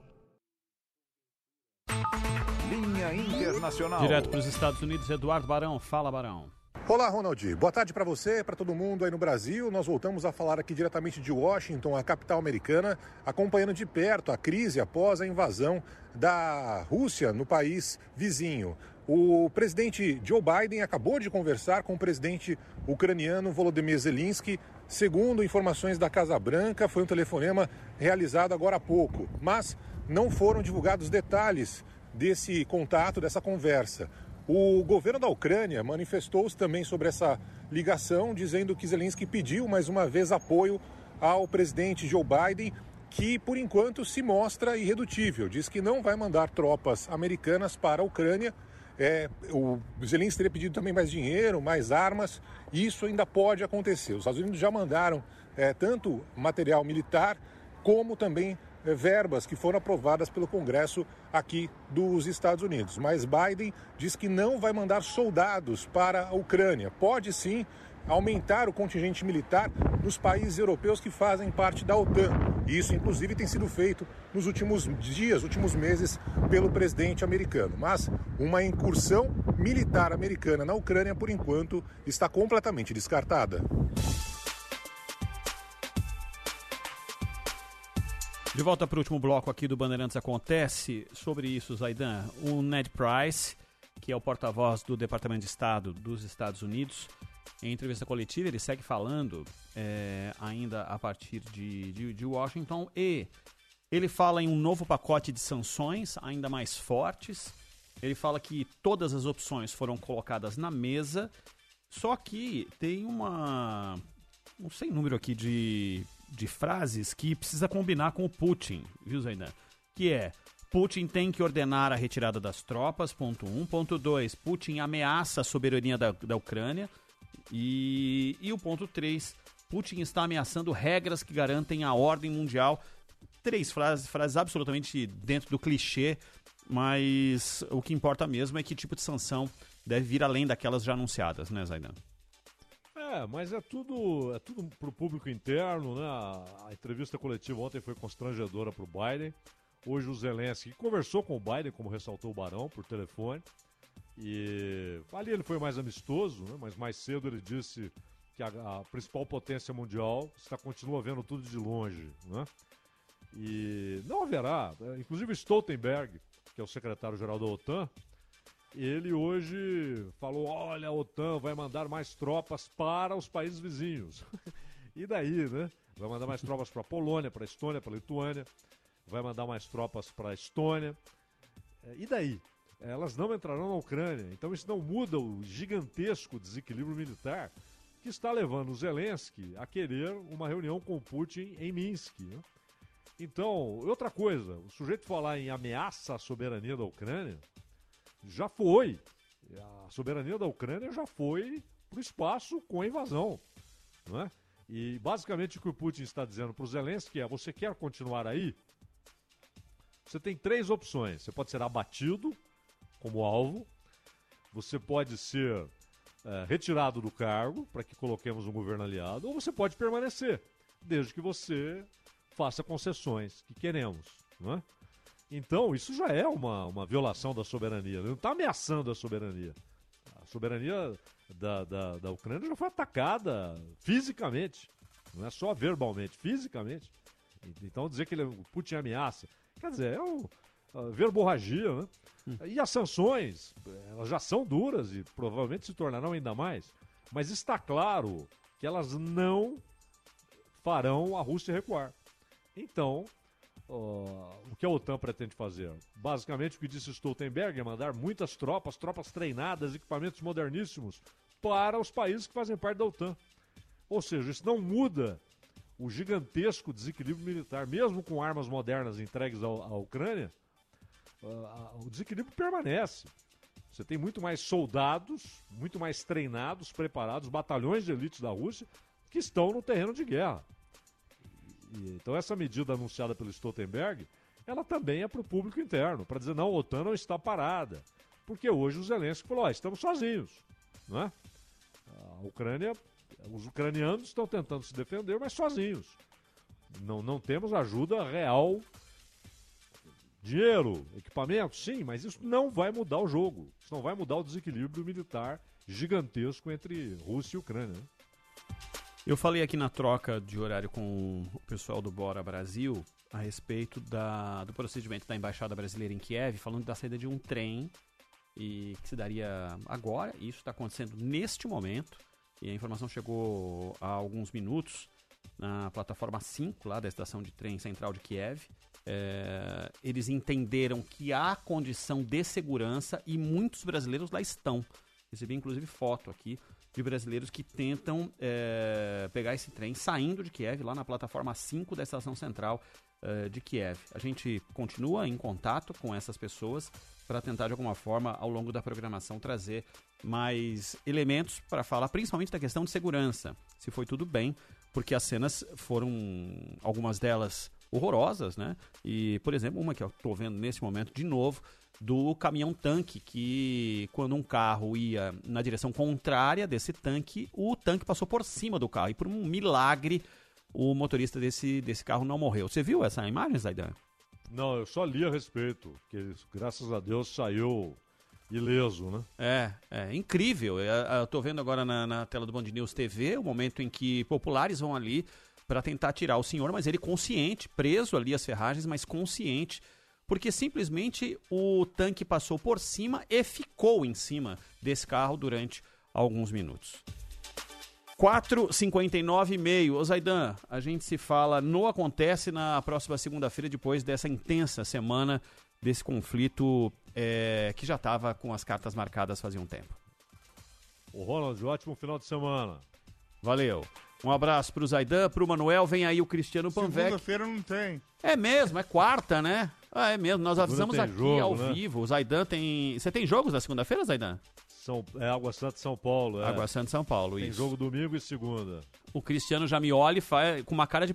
Linha Internacional. Direto para os Estados Unidos, Eduardo Barão. Fala, Barão. Olá, Ronald. Boa tarde para você, para todo mundo aí no Brasil. Nós voltamos a falar aqui diretamente de Washington, a capital americana, acompanhando de perto a crise após a invasão da Rússia no país vizinho. O presidente Joe Biden acabou de conversar com o presidente ucraniano Volodymyr Zelensky. Segundo informações da Casa Branca, foi um telefonema realizado agora há pouco, mas não foram divulgados detalhes desse contato, dessa conversa. O governo da Ucrânia manifestou-se também sobre essa ligação dizendo que Zelensky pediu mais uma vez apoio ao presidente Joe Biden, que por enquanto se mostra irredutível. Diz que não vai mandar tropas americanas para a Ucrânia. É, o Zelensky teria pedido também mais dinheiro, mais armas, e isso ainda pode acontecer. Os Estados Unidos já mandaram é, tanto material militar como também é, verbas que foram aprovadas pelo Congresso aqui dos Estados Unidos. Mas Biden diz que não vai mandar soldados para a Ucrânia. Pode sim aumentar o contingente militar nos países europeus que fazem parte da OTAN. E isso, inclusive, tem sido feito nos últimos dias, últimos meses, pelo presidente americano. Mas uma incursão militar americana na Ucrânia, por enquanto, está completamente descartada. De volta para o último bloco aqui do Bandeirantes Acontece. Sobre isso, Zaidan, o Ned Price, que é o porta-voz do Departamento de Estado dos Estados Unidos, em entrevista coletiva, ele segue falando é, ainda a partir de, de, de Washington, e ele fala em um novo pacote de sanções ainda mais fortes. Ele fala que todas as opções foram colocadas na mesa, só que tem uma um sem número aqui de, de frases que precisa combinar com o Putin, viu, Zaidan? Que é: Putin tem que ordenar a retirada das tropas, ponto um. Ponto dois, Putin ameaça a soberania da, da Ucrânia. E, e o ponto três, Putin está ameaçando regras que garantem a ordem mundial. Três frases, frases absolutamente dentro do clichê, mas o que importa mesmo é que tipo de sanção deve vir além daquelas já anunciadas, né, Zaidan? É, mas é tudo, é tudo pro público interno, né? A, a entrevista coletiva ontem foi constrangedora pro Biden. Hoje o Zelensky conversou com o Biden, como ressaltou o Barão, por telefone. E ali ele foi mais amistoso, né? Mas mais cedo ele disse que a, a principal potência mundial está continua vendo tudo de longe, né? E não haverá, inclusive Stoltenberg, que é o secretário-geral da OTAN, ele hoje falou: olha, a OTAN vai mandar mais tropas para os países vizinhos. E daí, né? Vai mandar mais tropas para a Polônia, para a Estônia, para a Lituânia, vai mandar mais tropas para a Estônia. E daí? Elas não entrarão na Ucrânia. Então isso não muda o gigantesco desequilíbrio militar que está levando o Zelensky a querer uma reunião com o Putin em Minsk, né? Então, outra coisa, o sujeito falar em ameaça à soberania da Ucrânia já foi. A soberania da Ucrânia já foi para o espaço com a invasão, não é? E basicamente o que o Putin está dizendo para o Zelensky é: você quer continuar aí? Você tem três opções. Você pode ser abatido como alvo, você pode ser é, retirado do cargo para que coloquemos um governo aliado, ou você pode permanecer, desde que você faça concessões que queremos, não é? Então, isso já é uma, uma violação da soberania. Ele não está ameaçando a soberania. A soberania da, da, da Ucrânia já foi atacada fisicamente, não é só verbalmente, fisicamente. Então, dizer que ele, o Putin ameaça, quer dizer, é um, uh, verborragia, né? Hum. E as sanções, elas já são duras e provavelmente se tornarão ainda mais, mas está claro que elas não farão a Rússia recuar. Então, uh, o que a OTAN pretende fazer? Basicamente, o que disse Stoltenberg é mandar muitas tropas, tropas treinadas, equipamentos moderníssimos para os países que fazem parte da OTAN. Ou seja, isso não muda o gigantesco desequilíbrio militar. Mesmo com armas modernas entregues à, à Ucrânia, uh, o desequilíbrio permanece. Você tem muito mais soldados, muito mais treinados, preparados, batalhões de elite da Rússia que estão no terreno de guerra. E, então essa medida anunciada pelo Stoltenberg, ela também é para o público interno, para dizer: não, a OTAN não está parada. Porque hoje o Zelensky falou: ó, estamos sozinhos, não é? A Ucrânia, os ucranianos estão tentando se defender, mas sozinhos. Não, não temos ajuda real. Dinheiro, equipamento, sim, mas isso não vai mudar o jogo. Isso não vai mudar o desequilíbrio militar gigantesco entre Rússia e Ucrânia, né? Eu falei aqui na troca de horário com o pessoal do Bora Brasil a respeito da, do procedimento da Embaixada Brasileira em Kiev, falando da saída de um trem e que se daria agora. Isso está acontecendo neste momento e a informação chegou há alguns minutos na plataforma cinco, lá da estação de trem central de Kiev. É, eles entenderam que há condição de segurança e muitos brasileiros lá estão. Recebi inclusive foto aqui de brasileiros que tentam é, pegar esse trem saindo de Kiev, lá na plataforma cinco da Estação Central é, de Kiev. A gente continua em contato com essas pessoas para tentar, de alguma forma, ao longo da programação, trazer mais elementos para falar, principalmente da questão de segurança. Se foi tudo bem, porque as cenas foram, algumas delas, horrorosas, né? E, por exemplo, uma que eu estou vendo nesse momento, de novo, do caminhão-tanque, que quando um carro ia na direção contrária desse tanque, o tanque passou por cima do carro. E por um milagre, o motorista desse, desse carro não morreu. Você viu essa imagem, Zaidan? Não, eu só li a respeito, que graças a Deus saiu ileso, né? É, é incrível. Eu, eu tô vendo agora na, na tela do Band News T V o momento em que populares vão ali para tentar tirar o senhor, mas ele consciente, preso ali às ferragens, mas consciente, porque simplesmente o tanque passou por cima e ficou em cima desse carro durante alguns minutos. quatro e cinquenta e nove e meio. Ô Zaidan, a gente se fala no Acontece na próxima segunda-feira, depois dessa intensa semana, desse conflito é, que já estava com as cartas marcadas fazia um tempo. Ô Ronald, ótimo final de semana. Valeu. Um abraço pro Zaidan, pro Manuel, vem aí o Cristiano Panvec. Segunda-feira não tem. É mesmo, é quarta, né? Ah, é mesmo, nós avisamos aqui jogo, ao né? vivo. O Zaidan tem... Você tem jogos na segunda-feira, Zaidan? São... É Água Santa São Paulo. É. Água Santa São Paulo, tem isso. jogo domingo e segunda. O Cristiano já me olha e faz com uma cara de